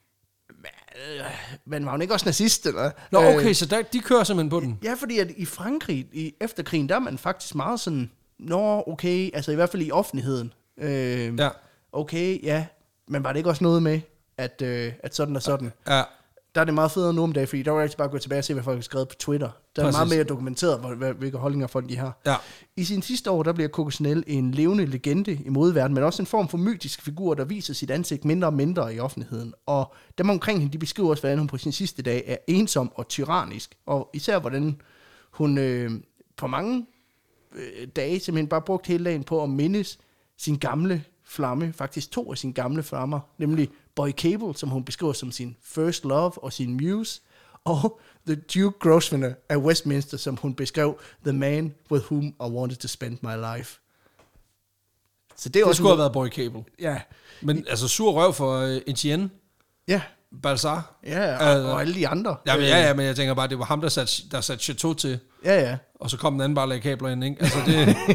Men var hun ikke også nazist, eller? Nå, okay, så de kører simpelthen på den. Ja, fordi at i Frankrig, efter krigen, der er man faktisk meget sådan... Nå, okay, altså i hvert fald i offentligheden. Ja. Okay, ja. Men var det ikke også noget med, at sådan og sådan? Ja. Der er det meget federe nu om dagen, fordi der var jeg ikke bare gå tilbage og se, hvad folk har skrevet på Twitter. Der er meget mere dokumenteret, hvilke holdninger folk de har. Ja. I sin sidste år, der bliver Coco Chanel en levende legende i modeverdenen, men også en form for mytisk figur, der viser sit ansigt mindre og mindre i offentligheden. Og dem omkring hende, de beskriver også, hvordan hun på sin sidste dag er ensom og tyrannisk. Og især hvordan hun på mange dage simpelthen bare brugt hele dagen på at mindes sin gamle flamme, faktisk 2 af sine gamle flammer, nemlig Boy Cable, som hun beskriver som sin first love og sin muse, og The Duke Grosvenor af Westminster, som hun beskrev the man with whom I wanted to spend my life. Så det skulle have været Boy Cable. Ja. Men altså sur røv for Etienne. Ja. Balzar. Ja, og alle de andre. Ja, men jeg tænker bare, det var ham, der satte Chateau til. Ja. Og så kom den anden bare lagde kabler ind, ikke? Altså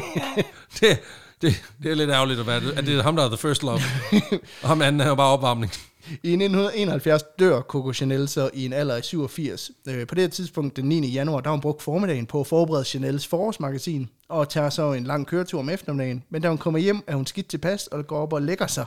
det er lidt ærgerligt at være at det er ham, der er the first love. Og ham anden er jo bare opvarmning. I 1971 dør Coco Chanel så i en alder af 87. På det tidspunkt, den 9. januar, der har hun brugt formiddagen på at forberede Chanels forårsmagasin, og tager så en lang køretur om eftermiddagen. Men da hun kommer hjem, er hun skidt tilpas, og går op og lægger sig.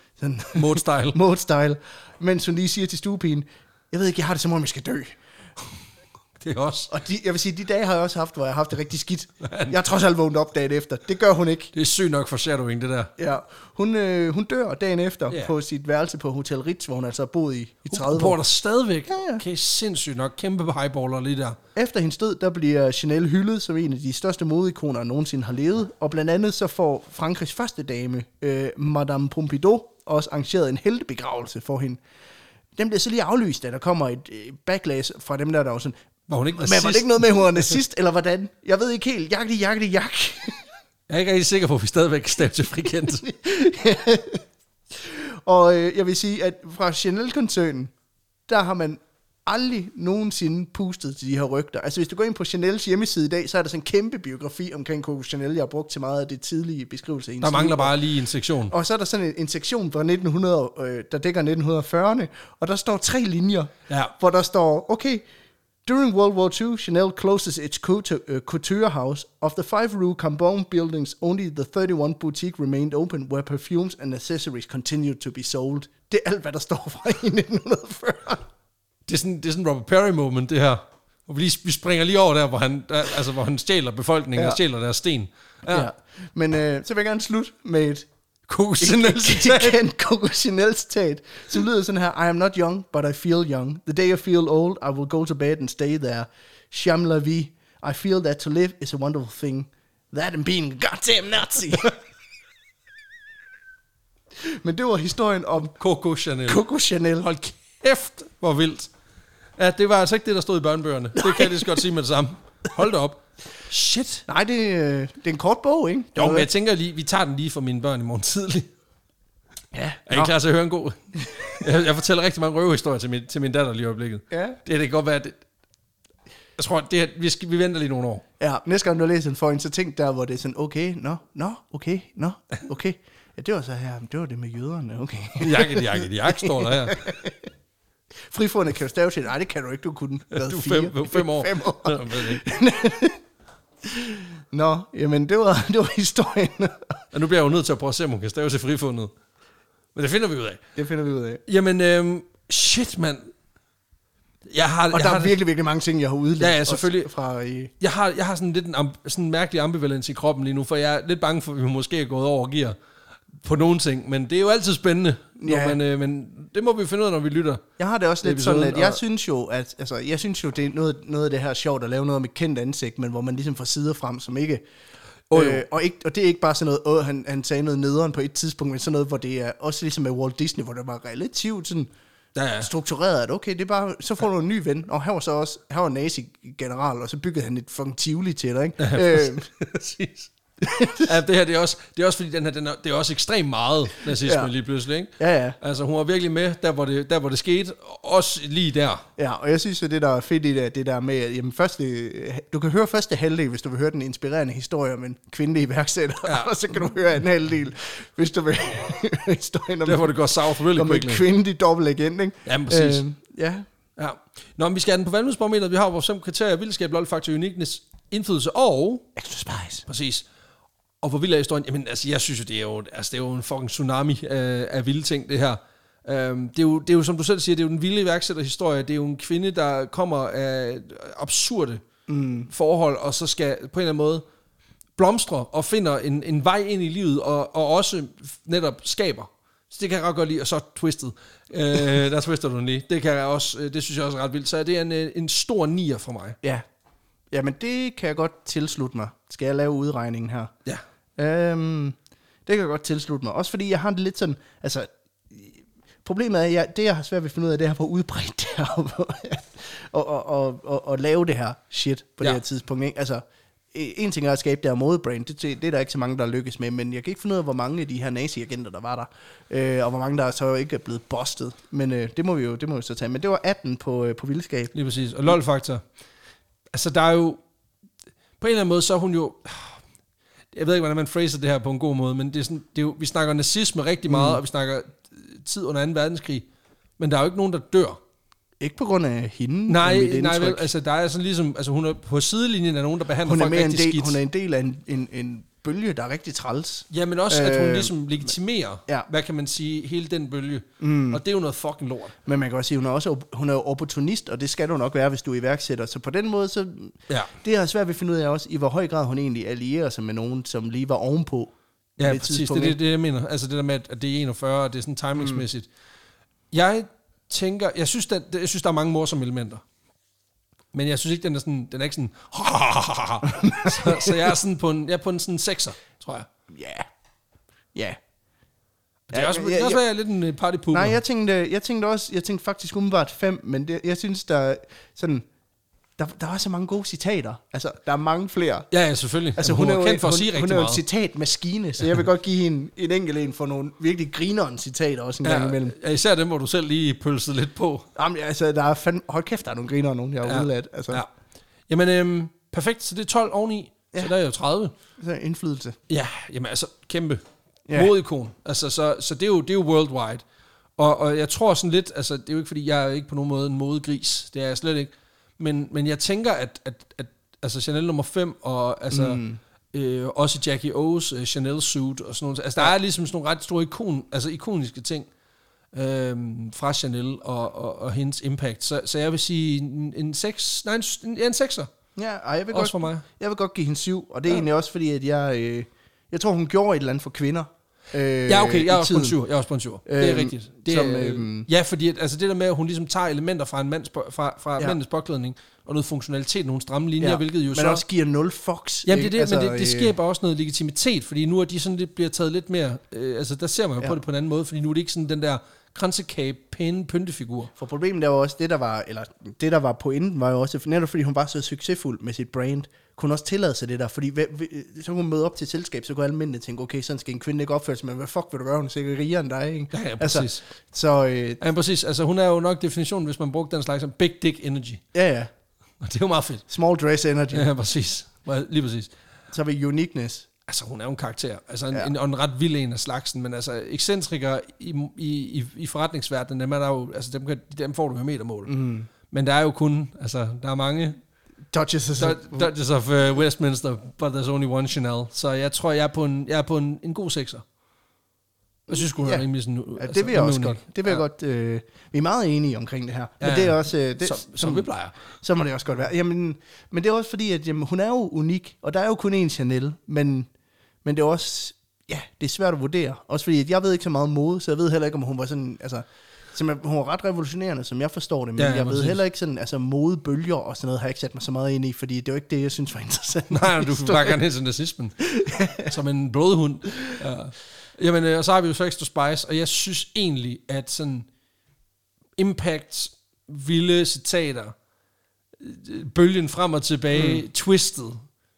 Mode-style. Mens hun lige siger til stuepigen, jeg ved ikke, jeg har det som om, jeg skal dø. Det er også. Og jeg vil sige, de dage har jeg også haft, hvor jeg har haft det rigtig skidt. Jeg har trods alt vågnet op dagen efter. Det gør hun ikke. Det er sygt nok for shadowing, det der. Ja, hun dør dagen efter på sit værelse på Hotel Ritz, hvor hun altså har boet i 30 år. Hun bor der stadigvæk? Ja. Okay, sindssygt nok. Kæmpe highballer lige der. Efter hendes død, der bliver Chanel hyldet som en af de største modeikoner, nogensinde har levet. Og blandt andet så får Frankrigs første dame, Madame Pompidou, også arrangeret en heltebegravelse for hende. Den bliver så lige aflyst, da der kommer et backlash fra dem der var sådan... Var hun ikke nazist? Men var det ikke noget med, at hun var nazist, eller hvordan? Jeg ved ikke helt. Jak. Jeg er ikke rigtig sikker på, at vi stadigvæk kan stemme til frikendt. Og jeg vil sige, at fra Chanel-koncernen, der har man aldrig nogensinde pustet til de her rygter. Altså hvis du går ind på Chanels hjemmeside i dag, så er der sådan en kæmpe biografi omkring Coco Chanel, jeg har brugt til meget af det tidlige beskrivelse. Der mangler bare lige en sektion. Og så er der sådan en sektion fra 1900, der dækker 1940'erne, og der står 3 linjer, hvor der står, okay, during World War II, Chanel closes its couture house. Of the 5 Rue Cambon buildings, only the 31 boutique remained open, where perfumes and accessories continued to be sold. Det er alt, hvad der står fra i 1940. Det er sådan en Robert Perry moment, det her. Og vi springer lige over der, hvor han stjæler befolkningen og stjæler deres sten. Ja. Men så vil jeg gerne slutte med et Coco Chanel citat, som lyder sådan her: I am not young, but I feel young. The day I feel old, I will go to bed and stay there. Cham la vie. I feel that to live is a wonderful thing. That and being a goddamn Nazi. Men det var historien om Coco Chanel. Hold kæft, hvor vildt. Ja, det var altså ikke det, der stod i børnebøgerne. Det kan jeg lige så godt sige med det samme. Hold da op. Shit. Nej, det er en kort bog, ikke? Jo, men jeg tænker lige, vi tager den lige for mine børn i morgen tidlig. Ja. Er I klar til at høre en god? Jeg fortæller rigtig mange røvehistorier til min datter lige i øjeblikket. Ja. Det kan godt være, jeg tror, vi venter lige nogle år. Ja, næste gang du læser en for en, så tænk der, hvor det er sådan, okay. Ja, det var så her, det var det med jøderne, okay. Jak, står der her. Frifundet kan jo stave til, nej, det kan du ikke, du kunne. Du er 5 år. 5 år. Nå, jamen det var historien. Og nu bliver jeg jo nødt til at prøve at se, om hun kan stave til frifundet. Men det finder vi ud af. Jamen, shit, mand. Der er virkelig mange ting, jeg har udlæst. Ja, selvfølgelig. Jeg har sådan lidt en mærkelig ambivalens i kroppen lige nu, for jeg er lidt bange for, at vi måske er gået over og giver på nogle ting, men det er jo altid spændende, men det må vi finde ud af, når vi lytter. Jeg har det også lidt sådan, at jeg synes jo, det er noget af det her sjovt at lave noget med kendt ansigt, men hvor man ligesom får sider frem, som ikke Og det er ikke bare sådan noget, han sagde noget nederen på et tidspunkt, men sådan noget, hvor det er også ligesom med Walt Disney, hvor det var relativt sådan struktureret, at okay, det er bare, så får du en ny ven, og her var nazi-general, og så byggede han et fucking Tivoli til dig, ikke? Ja, præcis. Ja, det her, det er også fordi, det er også ekstremt meget nazisme lige pludselig, ikke? Ja. Altså, hun var virkelig med, der hvor det skete, også lige der. Ja, og jeg synes jo, det der er fedt i det der med, at jamen, du kan høre første halvdel, hvis du vil høre den inspirerende historie om en kvindelig iværksætter, og så kan du høre en halvdel, hvis du vil høre historien om, der hvor det går south really om en kvindelig dobbeltagent, ikke? Ja, præcis. Ja. Nå, men vi skal have den på valgmudsbarometeret. Vi har vores 5 kriterier: vildskab, lol-faktor, uniqueness, indflydelse og... extra spice. Præcis. Og hvor vild er historien? Jamen, altså, jeg synes jo, det er jo en fucking tsunami af vilde ting, det her. Det er jo, som du selv siger, det er jo den vilde iværksætterhistorie. Det er jo en kvinde, der kommer af absurde forhold, og så skal på en eller anden måde blomstre og finder en vej ind i livet, og også netop skaber. Så det kan jeg ret godt lide, og så twisted. Der twister du den lige. Det synes jeg også er ret vildt. Så det er en stor nier for mig. Ja. Jamen, det kan jeg godt tilslutte mig. Skal jeg lave udregningen her? Ja. Det kan jeg godt tilslutte mig. Også fordi jeg har det lidt sådan... Altså, problemet er, det jeg har svært ved at finde ud af, det er hvor udbredt det her. og lave det her shit på det her tidspunkt. Ikke? Altså, en ting er at skabe det her modebrand. Det er der ikke så mange, der lykkes med. Men jeg kan ikke finde ud af, hvor mange af de her nazi-agenter, der var der. Og hvor mange, der så ikke er blevet bustet. Men det må vi jo så tage. Men det var 18 på vildskab. Lige præcis. Og lol-faktor. Altså, der er jo... På en eller anden måde, så er hun jo... Jeg ved ikke, hvordan man phraser det her på en god måde, men det er jo, vi snakker nazisme rigtig meget, og vi snakker tid under 2. verdenskrig, men der er jo ikke nogen, der dør. Ikke på grund af hende? Nej, vel, altså der er sådan ligesom... Altså hun er på sidelinjen af nogen, der behandler folk rigtig skidt. Hun er en del af en bølge, der er rigtig træls. Ja, men også, at hun ligesom legitimerer, hvad kan man sige, hele den bølge. Og det er jo noget fucking lort. Men man kan også sige, hun er jo opportunist, og det skal du nok være, hvis du er iværksætter. Så på den måde, så det er svært ved at finde ud af også, i hvor høj grad hun egentlig allierer sig med nogen, som lige var ovenpå. Ja, præcis. Det er det, jeg mener. Altså det der med, at det er 41, og det er sådan timingsmæssigt. Jeg tænker, jeg synes, der er mange morsomme elementer. Men jeg synes ikke, den er ikke sådan... så jeg er sådan på en sådan 6'er, tror jeg. Ja. Det er også være lidt en partypooper. Nej, jeg tænkte faktisk umiddelbart 5, men jeg synes, der sådan... Der var så mange gode citater. Altså, der er mange flere. Ja, selvfølgelig. Altså, hun er jo kendt for at sige rigtig meget. Hun er jo en citatmaskine, så jeg vil godt give hende en enkelt en for nogle virkelig grineren citater også en gang imellem. Ja, især dem, hvor du selv lige pølsede lidt på. Jamen, altså, der er hold kæft, der er nogle grinere, nogen jeg har udladt. Altså. Ja. Jamen, perfekt. Så det er 12 oveni. Ja. Så der er jo 30. Så indflydelse. Ja, jamen altså, kæmpe. Modikon. Altså, så det er jo worldwide. Og jeg tror sådan lidt, altså, det er jo ikke, fordi jeg er ikke på nogen måde en modegris. Det er jeg slet ikke. Men jeg tænker, at altså Chanel nummer 5, og altså også Jackie O's Chanel suit, og sådan noget. Altså, der er ligesom sådan nogle ret store ikoniske ting fra Chanel og hendes impact. Så jeg vil sige en 6, nej, en 6'er. Ja, jeg vil også godt, for mig. Jeg vil godt give hende 7, og det er egentlig også fordi, at jeg tror, hun gjorde et eller andet for kvinder. Ja, okay, jeg er også på en 7. Det er rigtigt. Ja, fordi altså det der med, at hun ligesom tager elementer fra en mandens påklædning, og noget funktionalitet, nogle stramme linjer, hvilket jo men også giver 0 fucks. Jamen det er det, altså, men det skaber også noget legitimitet, fordi nu er de sådan lidt, bliver taget lidt mere, altså der ser man jo på det på en anden måde, fordi nu er det ikke sådan den der kransekage, pæne pyntefigur. For problemet der var også, det der var pointen, var jo også, netop fordi hun var så succesfuld med sit brand, kunne også tillade sig det der, fordi så kunne hun møde op til et selskab, så kunne alle mændene tænke, okay, sådan skal en kvinde ikke opføre sig, men hvad fuck vil du gøre, hun er sikkert rigere end dig, ikke? Ja, præcis. Altså, ja, præcis. Altså hun er jo nok definitionen, hvis man brugte den slags som big dick energy. Ja. Og det er jo meget fedt. Small dress energy. Ja, præcis. Lige præcis. Så har vi uniqueness. Altså hun er jo en karakter, altså en ret vild en af slagsen, men altså ekscentrikere i forretningsverdenen, dem er der jo, altså dem får du jo metermål. Men der er jo kun, altså der er mange Duchess of Westminster, but there's only one Chanel. Så jeg tror, jeg er på en god 6'er. Jeg synes, hun er rimelig sådan... Ja, det vil jeg også godt. Det vil jeg godt... vi er meget enige omkring det her. Men det er også... som vi plejer. Så må det også godt være. Jamen, men det er også fordi, at hun er jo unik, og der er jo kun én Chanel, men det er også... Ja, det er svært at vurdere. Også fordi, at jeg ved ikke så meget om mode, så jeg ved heller ikke, om hun var sådan... Altså, Hun var ret revolutionerende, som jeg forstår det, men jeg ved heller ikke sådan, altså modebølger og sådan noget, har jeg ikke sat mig så meget ind i, fordi det er jo ikke det, jeg synes var interessant. Nej, du vil bare gerne hen til nazismen. Som en blodhund. Ja. Jamen, og så har vi jo så Extra Spice, og jeg synes egentlig, at sådan Impacts vilde citater, bølgen frem og tilbage, twisted.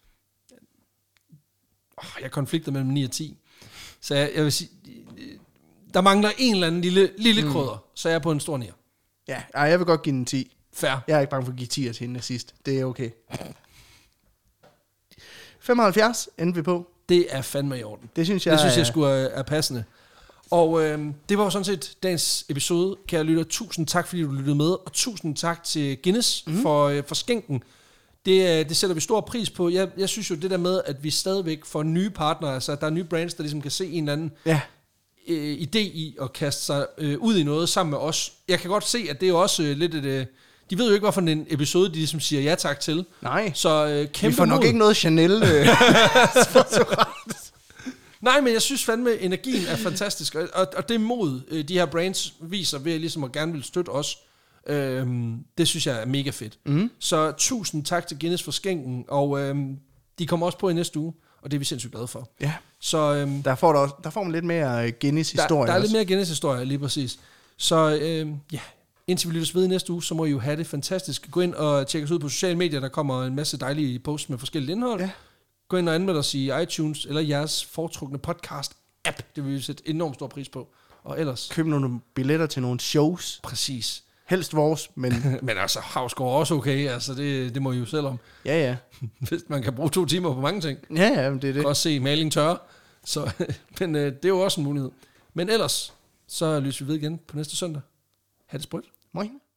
Jeg konflikter mellem 9 og 10. Så jeg vil sige, der mangler en eller anden lille krydder, så jeg er på en stor 9. Ja, jeg vil godt give den 10. Fair. Jeg er ikke bange for at give 10 til hende sidst. Det er okay. 75 endte vi på. Det er fandme i orden. Det synes jeg skulle er passende. Og det var jo sådan set dagens episode, kære lytter. Tusind tak, fordi du lyttede med, og tusind tak til Guinness for skænken. Det sætter vi stor pris på. Jeg synes jo det der med, at vi stadigvæk får nye partnere, altså at der er nye brands, der ligesom kan se en eller anden idé i at kaste sig ud i noget sammen med os. Jeg kan godt se, at det er jo også lidt et... De ved jo ikke, hvorfor en episode, de ligesom siger ja tak til. Nej, så kæmpe vi får nok ikke noget Chanel. Nej, men jeg synes fandme, energien er fantastisk, og det mod, de her brands viser ved ligesom at gerne vil støtte os, det synes jeg er mega fedt. Så tusind tak til Guinness for skænken, og de kommer også på i næste uge, og det er vi sindssygt glade for. Ja, så der får man lidt mere Guinness-historie. Der er lidt mere Guinness-historie, lige præcis. Så indtil vi lyttes ved i næste uge, så må I jo have det fantastisk. Gå ind og tjek os ud på sociale medier, der kommer en masse dejlige posts med forskellige indhold. Ja. Gå ind og anmeld os i iTunes eller jeres foretrukne podcast-app. Det vil vi sætte enormt stor pris på. Og ellers... Køb nogle billetter til nogle shows. Præcis. Helst vores, men... men altså, Havsgaard er også okay. Altså, det må I jo selv om. Ja. Hvis man kan bruge 2 timer på mange ting. Ja, men det er det. Man kan også se maling tørre. Så, men det er jo også en mulighed. Men ellers, så lyser vi ved igen på næste søndag. Ha' det sprødt. Moin.